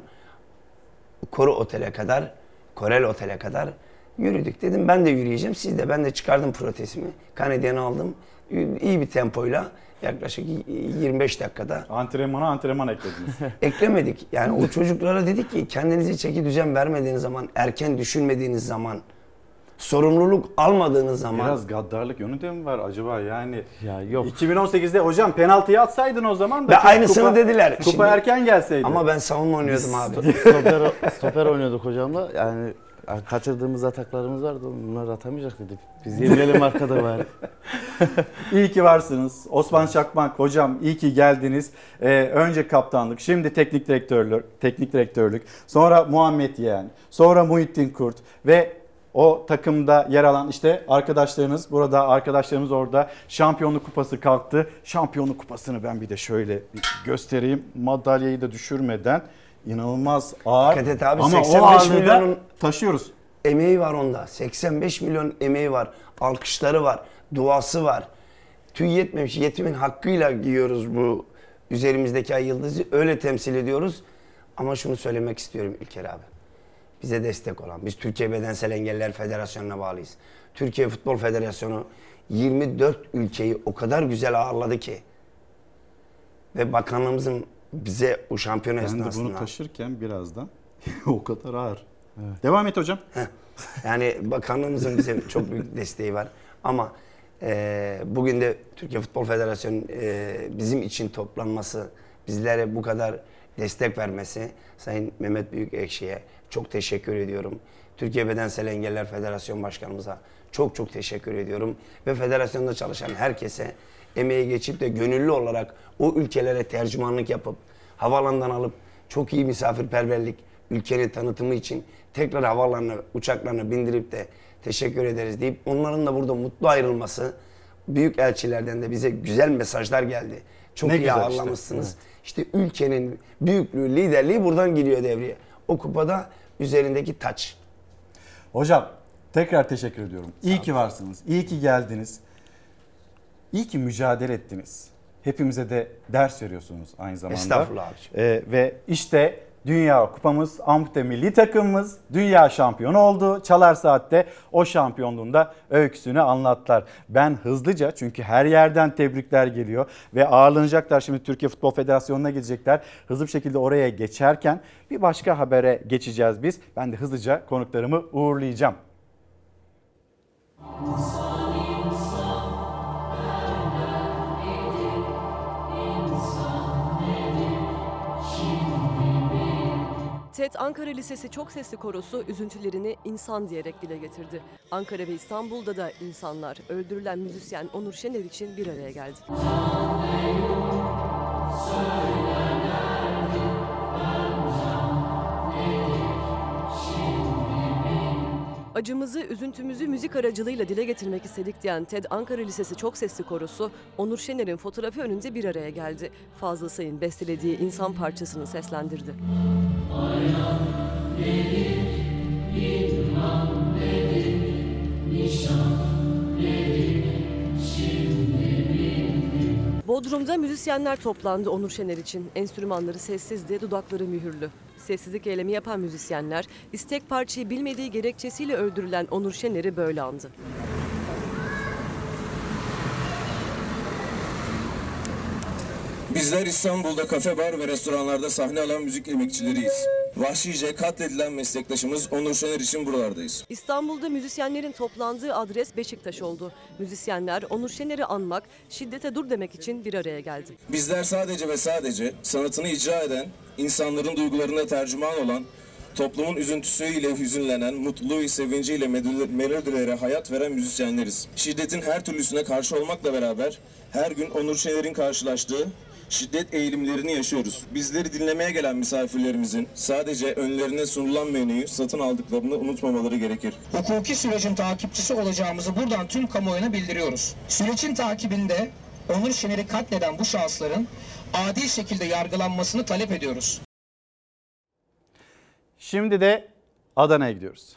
Koru Otel'e kadar, Korel Otel'e kadar yürüdük. Dedim ben de yürüyeceğim. Siz de, ben de çıkardım protezimi. Kanedyanı aldım. İyi bir tempoyla yaklaşık yirmi beş dakikada. Antrenmana antrenman eklediniz. Eklemedik. Yani o çocuklara dedik ki kendinize çeki düzen vermediğiniz zaman, erken düşünmediğiniz zaman, sorumluluk almadığınız zaman. Biraz gaddarlık yönü de mi var acaba yani? Ya yok. iki bin on sekizde hocam penaltıyı atsaydın o zaman da. Ve aynısını kupa, dediler. Kupa Şimdi, erken gelseydi. Ama ben savunma oynuyordum abi. Stoper, stoper oynuyorduk hocamla. Yani kaçırdığımız ataklarımız vardı. Bunları atamayacak dedik. Biz yenilelim arkada bari. İyi ki varsınız. Osman Çakmak hocam iyi ki geldiniz. Ee, önce kaptanlık, şimdi teknik direktörlük, teknik direktörlük, sonra Muhammed Yeğen, sonra Muhittin Kurt ve o takımda yer alan işte arkadaşlarınız, burada arkadaşlarımız orada şampiyonluk kupası kalktı. Şampiyonluk kupasını ben bir de şöyle bir göstereyim. Madalyayı da düşürmeden inanılmaz ağır. Dikkat et abi, ama seksen o beş ağırlığı milyonun taşıyoruz. Emeği var onda. seksen beş milyon emeği var. Alkışları var. Duası var. Tüy yetmemiş yetimin hakkıyla giyiyoruz bu üzerimizdeki ay yıldızı. Öyle temsil ediyoruz. Ama şunu söylemek istiyorum İlker abi. Bize destek olan. Biz Türkiye Bedensel Engelliler Federasyonu'na bağlıyız. Türkiye Futbol Federasyonu yirmi dört ülkeyi o kadar güzel ağırladı ki. Ve bakanlığımızın bize o şampiyona esnasında. Ben de bunu taşırken birazdan o kadar ağır. Evet. Devam et hocam. Yani bakanlığımızın bize çok büyük desteği var. Ama e, bugün de Türkiye Futbol Federasyonu e, bizim için toplanması, bizlere bu kadar destek vermesi, Sayın Mehmet Büyükekşi'ye çok teşekkür ediyorum. Türkiye Bedensel Engelliler Federasyon Başkanımıza çok çok teşekkür ediyorum. Ve federasyonda çalışan herkese, emeği geçip de gönüllü olarak o ülkelere tercümanlık yapıp, havalandan alıp çok iyi misafirperverlik, ülkenin tanıtımı için tekrar havalarına, uçaklarına bindirip de teşekkür ederiz deyip onların da burada mutlu ayrılması, büyük elçilerden de bize güzel mesajlar geldi. Çok Ne iyi güzel ağırlamışsınız. işte. İşte ülkenin büyüklüğü, liderliği buradan giriyor devreye. O kupada üzerindeki taç. Hocam tekrar teşekkür ediyorum. İyi ki varsınız. İyi ki geldiniz. İyi ki mücadele ettiniz. Hepimize de ders veriyorsunuz aynı zamanda. Estağfurullah abiciğim. Ee, ve işte Dünya Kupamız, ampute milli takımımız dünya şampiyonu oldu. Çalar Saat'te o şampiyonluğunda öyküsünü anlattılar. Ben hızlıca, çünkü her yerden tebrikler geliyor ve ağırlanacaklar. Şimdi Türkiye Futbol Federasyonu'na gidecekler. Hızlı bir şekilde oraya geçerken bir başka habere geçeceğiz biz. Ben de hızlıca konuklarımı uğurlayacağım. TED Ankara Lisesi Çok Sesli Korosu üzüntülerini insan diyerek dile getirdi. Ankara ve İstanbul'da da insanlar öldürülen müzisyen Onur Şener için bir araya geldi. Acımızı, üzüntümüzü müzik aracılığıyla dile getirmek istedik diyen TED Ankara Lisesi Çok Sesli Korosu, Onur Şener'in fotoğrafı önünde bir araya geldi. Fazıl Say'ın bestelediği insan parçasını seslendirdi. Aynen, gelir, Bodrum'da müzisyenler toplandı Onur Şener için. Enstrümanları sessizdi, dudakları mühürlü. Sessizlik eylemi yapan müzisyenler, istek parçayı bilmediği gerekçesiyle öldürülen Onur Şener'i böyle andı. Bizler İstanbul'da kafe, bar ve restoranlarda sahne alan müzik emekçileriyiz. Vahşice katledilen meslektaşımız Onur Şener için buralardayız. İstanbul'da müzisyenlerin toplandığı adres Beşiktaş oldu. Müzisyenler Onur Şener'i anmak, şiddete dur demek için bir araya geldi. Bizler sadece ve sadece sanatını icra eden, insanların duygularına tercüman olan, toplumun üzüntüsüyle hüzünlenen, mutluluğu sevinciyle melodilere hayat veren müzisyenleriz. Şiddetin her türlüsüne karşı olmakla beraber her gün Onur Şener'in karşılaştığı şiddet eğilimlerini yaşıyoruz. Bizleri dinlemeye gelen misafirlerimizin sadece önlerine sunulan menüyü satın aldıklarını unutmamaları gerekir. Hukuki sürecin takipçisi olacağımızı buradan tüm kamuoyuna bildiriyoruz. Sürecin takibinde Onur Şener'i katleden bu şahısların adil şekilde yargılanmasını talep ediyoruz. Şimdi de Adana'ya gidiyoruz.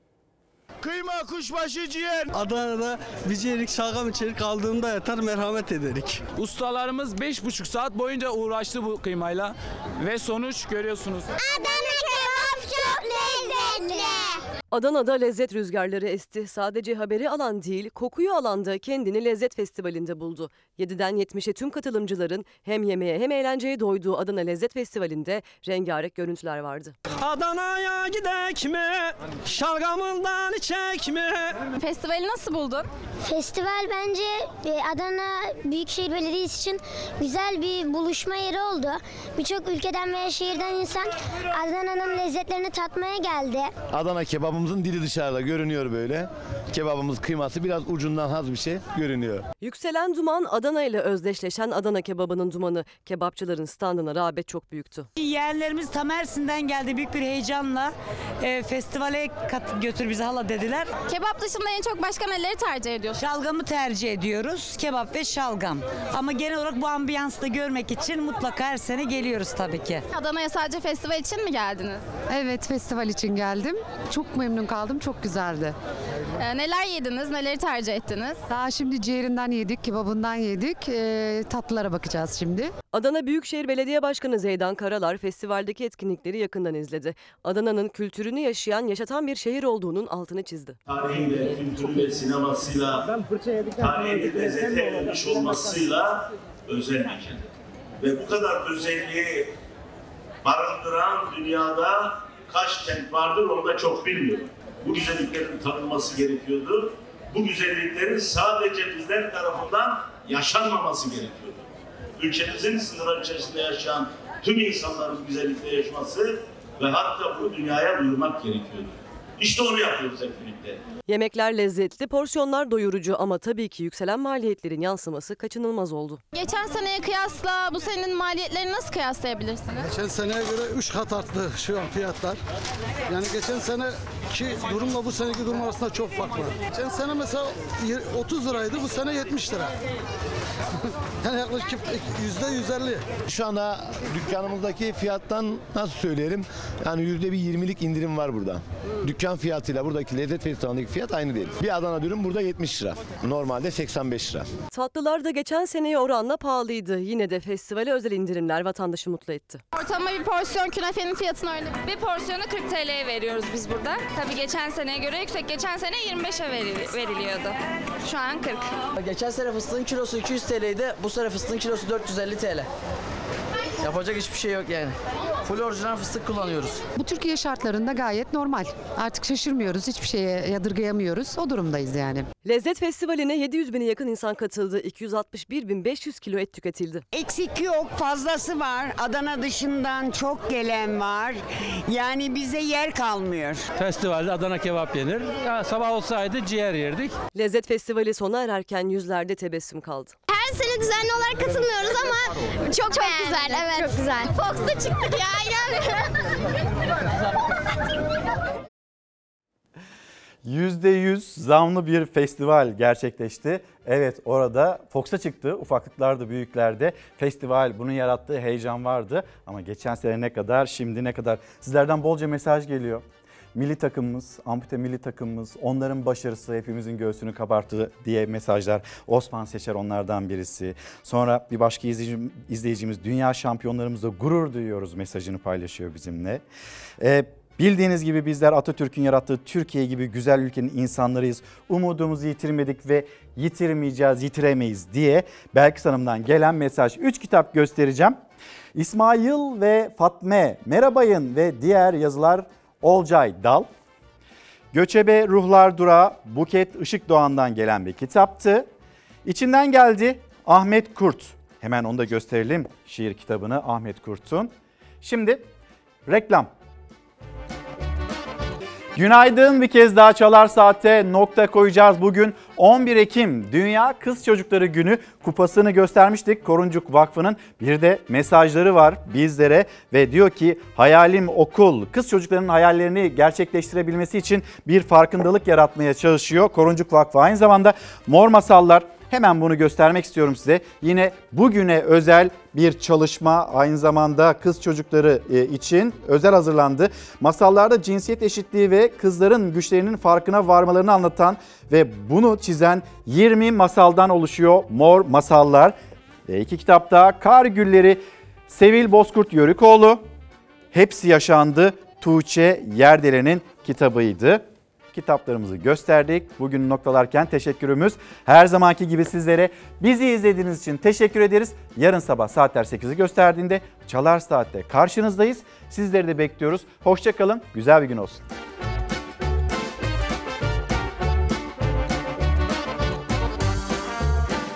Kıyma, kuşbaşı, ciğer. Adana'da bir ciğerik şalgam içerik kaldığında yatar merhamet ederik. Ustalarımız beş buçuk saat boyunca uğraştı bu kıymayla ve sonuç görüyorsunuz. Adana kebap çok lezzetli. Adana'da lezzet rüzgarları esti. Sadece haberi alan değil, kokuyu alan da kendini lezzet festivalinde buldu. yediden yetmişe tüm katılımcıların hem yemeğe hem eğlenceye doyduğu Adana Lezzet Festivali'nde rengarenk görüntüler vardı. Adana'ya gidek mi? Şalgamından içek mi? Festivali nasıl buldun? Festival bence Adana Büyükşehir Belediyesi için güzel bir buluşma yeri oldu. Birçok ülkeden veya şehirden insan Adana'nın lezzetlerini tatmaya geldi. Adana kebabımızın dili dışarıda görünüyor böyle. Kebabımız kıyması biraz ucundan haz bir şey görünüyor. Yükselen duman Adana ile özdeşleşen Adana kebabının dumanı. Kebapçıların standına rağbet çok büyüktü. Yeğenlerimiz tam Mersin'den geldi büyük bir heyecanla. E, festivale kat, götür bizi hala dediler. Kebap dışında en çok başka neleri tercih ediyorsun? Şalgamı tercih ediyoruz. Kebap ve şalgam. Ama genel olarak bu ambiyansı da görmek için mutlaka her sene geliyoruz tabii ki. Adana'ya sadece festival için mi geldiniz? Evet, festival için geldim. Çok memnun kaldım, çok güzeldi. Ee, neler yediniz, neleri tercih ettiniz? Daha şimdi ciğerinden yedik, kebabından yedik. Ee, tatlılara bakacağız şimdi. Adana Büyükşehir Belediye Başkanı Zeydan Karalar festivaldeki etkinlikleri yakından izledi. Adana'nın kültürünü yaşayan, yaşatan bir şehir olduğunun altını çizdi. Tarihiyle, kültürüyle, sinemasıyla, tarihini lezzete edilmiş olmasıyla özel bir kent. Ve bu kadar özelliği barındıran dünyada kaç kent vardır onu da çok bilmiyorum. Bu güzelliklerin tanınması gerekiyordu. Bu güzelliklerin sadece bizler tarafından yaşanmaması gerekiyordu. Ülkemizin sınırları içerisinde yaşayan tüm insanların bu güzellikle yaşaması ve hatta bunu dünyaya duyurmak gerekiyordu. İşte onu yapıyoruz hep birlikte. Yemekler lezzetli, porsiyonlar doyurucu ama tabii ki yükselen maliyetlerin yansıması kaçınılmaz oldu. Geçen seneye kıyasla bu senenin maliyetlerini nasıl kıyaslayabilirsiniz? Geçen seneye göre üç kat arttı şu an fiyatlar. Yani geçen seneki durumla bu seneki durum arasında çok fark var. Geçen sene mesela otuz liraydı, bu sene yetmiş lira. Yani yaklaşık yüzde yüz elli. Şu anda dükkanımızdaki fiyattan nasıl söyleyelim? Yani yüzde bir yirmilik indirim var burada. Dükkan fiyatıyla buradaki lezzet festivalindeki fiyat aynı değil. Bir Adana dürüm burada yetmiş lira. Normalde seksen beş lira. Tatlılar da geçen seneye oranla pahalıydı. Yine de festivale özel indirimler vatandaşı mutlu etti. Ortalama bir porsiyon künefenin fiyatını öğrenelim. Bir porsiyonu kırk T L'ye veriyoruz biz burada. Tabii geçen seneye göre yüksek. Geçen sene yirmi beşe veriliyordu. Şu an kırk. Geçen sene fıstığın kilosu iki yüz T L'ydi. Bu sene fıstığın kilosu dört yüz elli T L. Yapacak hiçbir şey yok yani. Full orijinal fıstık kullanıyoruz. Bu Türkiye şartlarında gayet normal. Artık şaşırmıyoruz, hiçbir şeye yadırgayamıyoruz. O durumdayız yani. Lezzet Festivali'ne yedi yüz bine yakın insan katıldı. iki yüz altmış bir bin beş yüz kilo et tüketildi. Eksik yok, fazlası var. Adana dışından çok gelen var. Yani bize yer kalmıyor. Festivalde Adana kebap yenir. Ya, sabah olsaydı ciğer yerdik. Lezzet Festivali sona ererken yüzlerde tebessüm kaldı. Her sene düzenli olarak katılmıyoruz ama çok, çok güzel. Evet. Çok güzel. Fox'ta çıktık ya, inanmıyorum. yüzde yüz zamlı bir festival gerçekleşti. Evet, orada Fox'a çıktı. Ufaklıklarda, büyüklerde festival, bunun yarattığı heyecan vardı. Ama geçen sene ne kadar, şimdi ne kadar? Sizlerden bolca mesaj geliyor. milli takımımız, ampute milli takımımız, onların başarısı hepimizin göğsünü kabarttı diye mesajlar. Osman Seçer onlardan birisi. Sonra bir başka izleyicimiz, izleyicimiz dünya şampiyonlarımızla gurur duyuyoruz mesajını paylaşıyor bizimle. Ee, Bildiğiniz gibi bizler Atatürk'ün yarattığı Türkiye gibi güzel ülkenin insanlarıyız. Umudumuzu yitirmedik ve yitirmeyeceğiz, yitiremeyiz diye Belkıs Hanım'dan gelen mesaj. Üç kitap göstereceğim. İsmail ve Fatme Merhabayın ve diğer yazılar Olcay Dal. Göçebe Ruhlar Durağı Buket Işıkdoğan'dan gelen bir kitaptı. İçinden geldi Ahmet Kurt. Hemen onu da gösterelim şiir kitabını Ahmet Kurt'un. Şimdi reklam. Günaydın, bir kez daha Çalar Saat'e nokta koyacağız. Bugün on bir Ekim Dünya Kız Çocukları Günü, kupasını göstermiştik. Koruncuk Vakfı'nın bir de mesajları var bizlere ve diyor ki hayalim okul. Kız çocuklarının hayallerini gerçekleştirebilmesi için bir farkındalık yaratmaya çalışıyor Koruncuk Vakfı. Aynı zamanda Mor Masallar, hemen bunu göstermek istiyorum size. Yine bugüne özel bir çalışma, aynı zamanda kız çocukları için özel hazırlandı. Masallarda cinsiyet eşitliği ve kızların güçlerinin farkına varmalarını anlatan ve bunu çizen yirmi masaldan oluşuyor Mor Masallar. Ve iki kitapta Kar Gülleri Sevil Bozkurt Yörükoğlu, Hepsi Yaşandı Tuğçe Yerdelen'in kitabıydı. Kitaplarımızı gösterdik. Bugün noktalarken teşekkürümüz her zamanki gibi sizlere. Bizi izlediğiniz için teşekkür ederiz. Yarın sabah saatler sekizi gösterdiğinde Çalar Saat'te karşınızdayız. Sizleri de bekliyoruz. Hoşça kalın. Güzel bir gün olsun.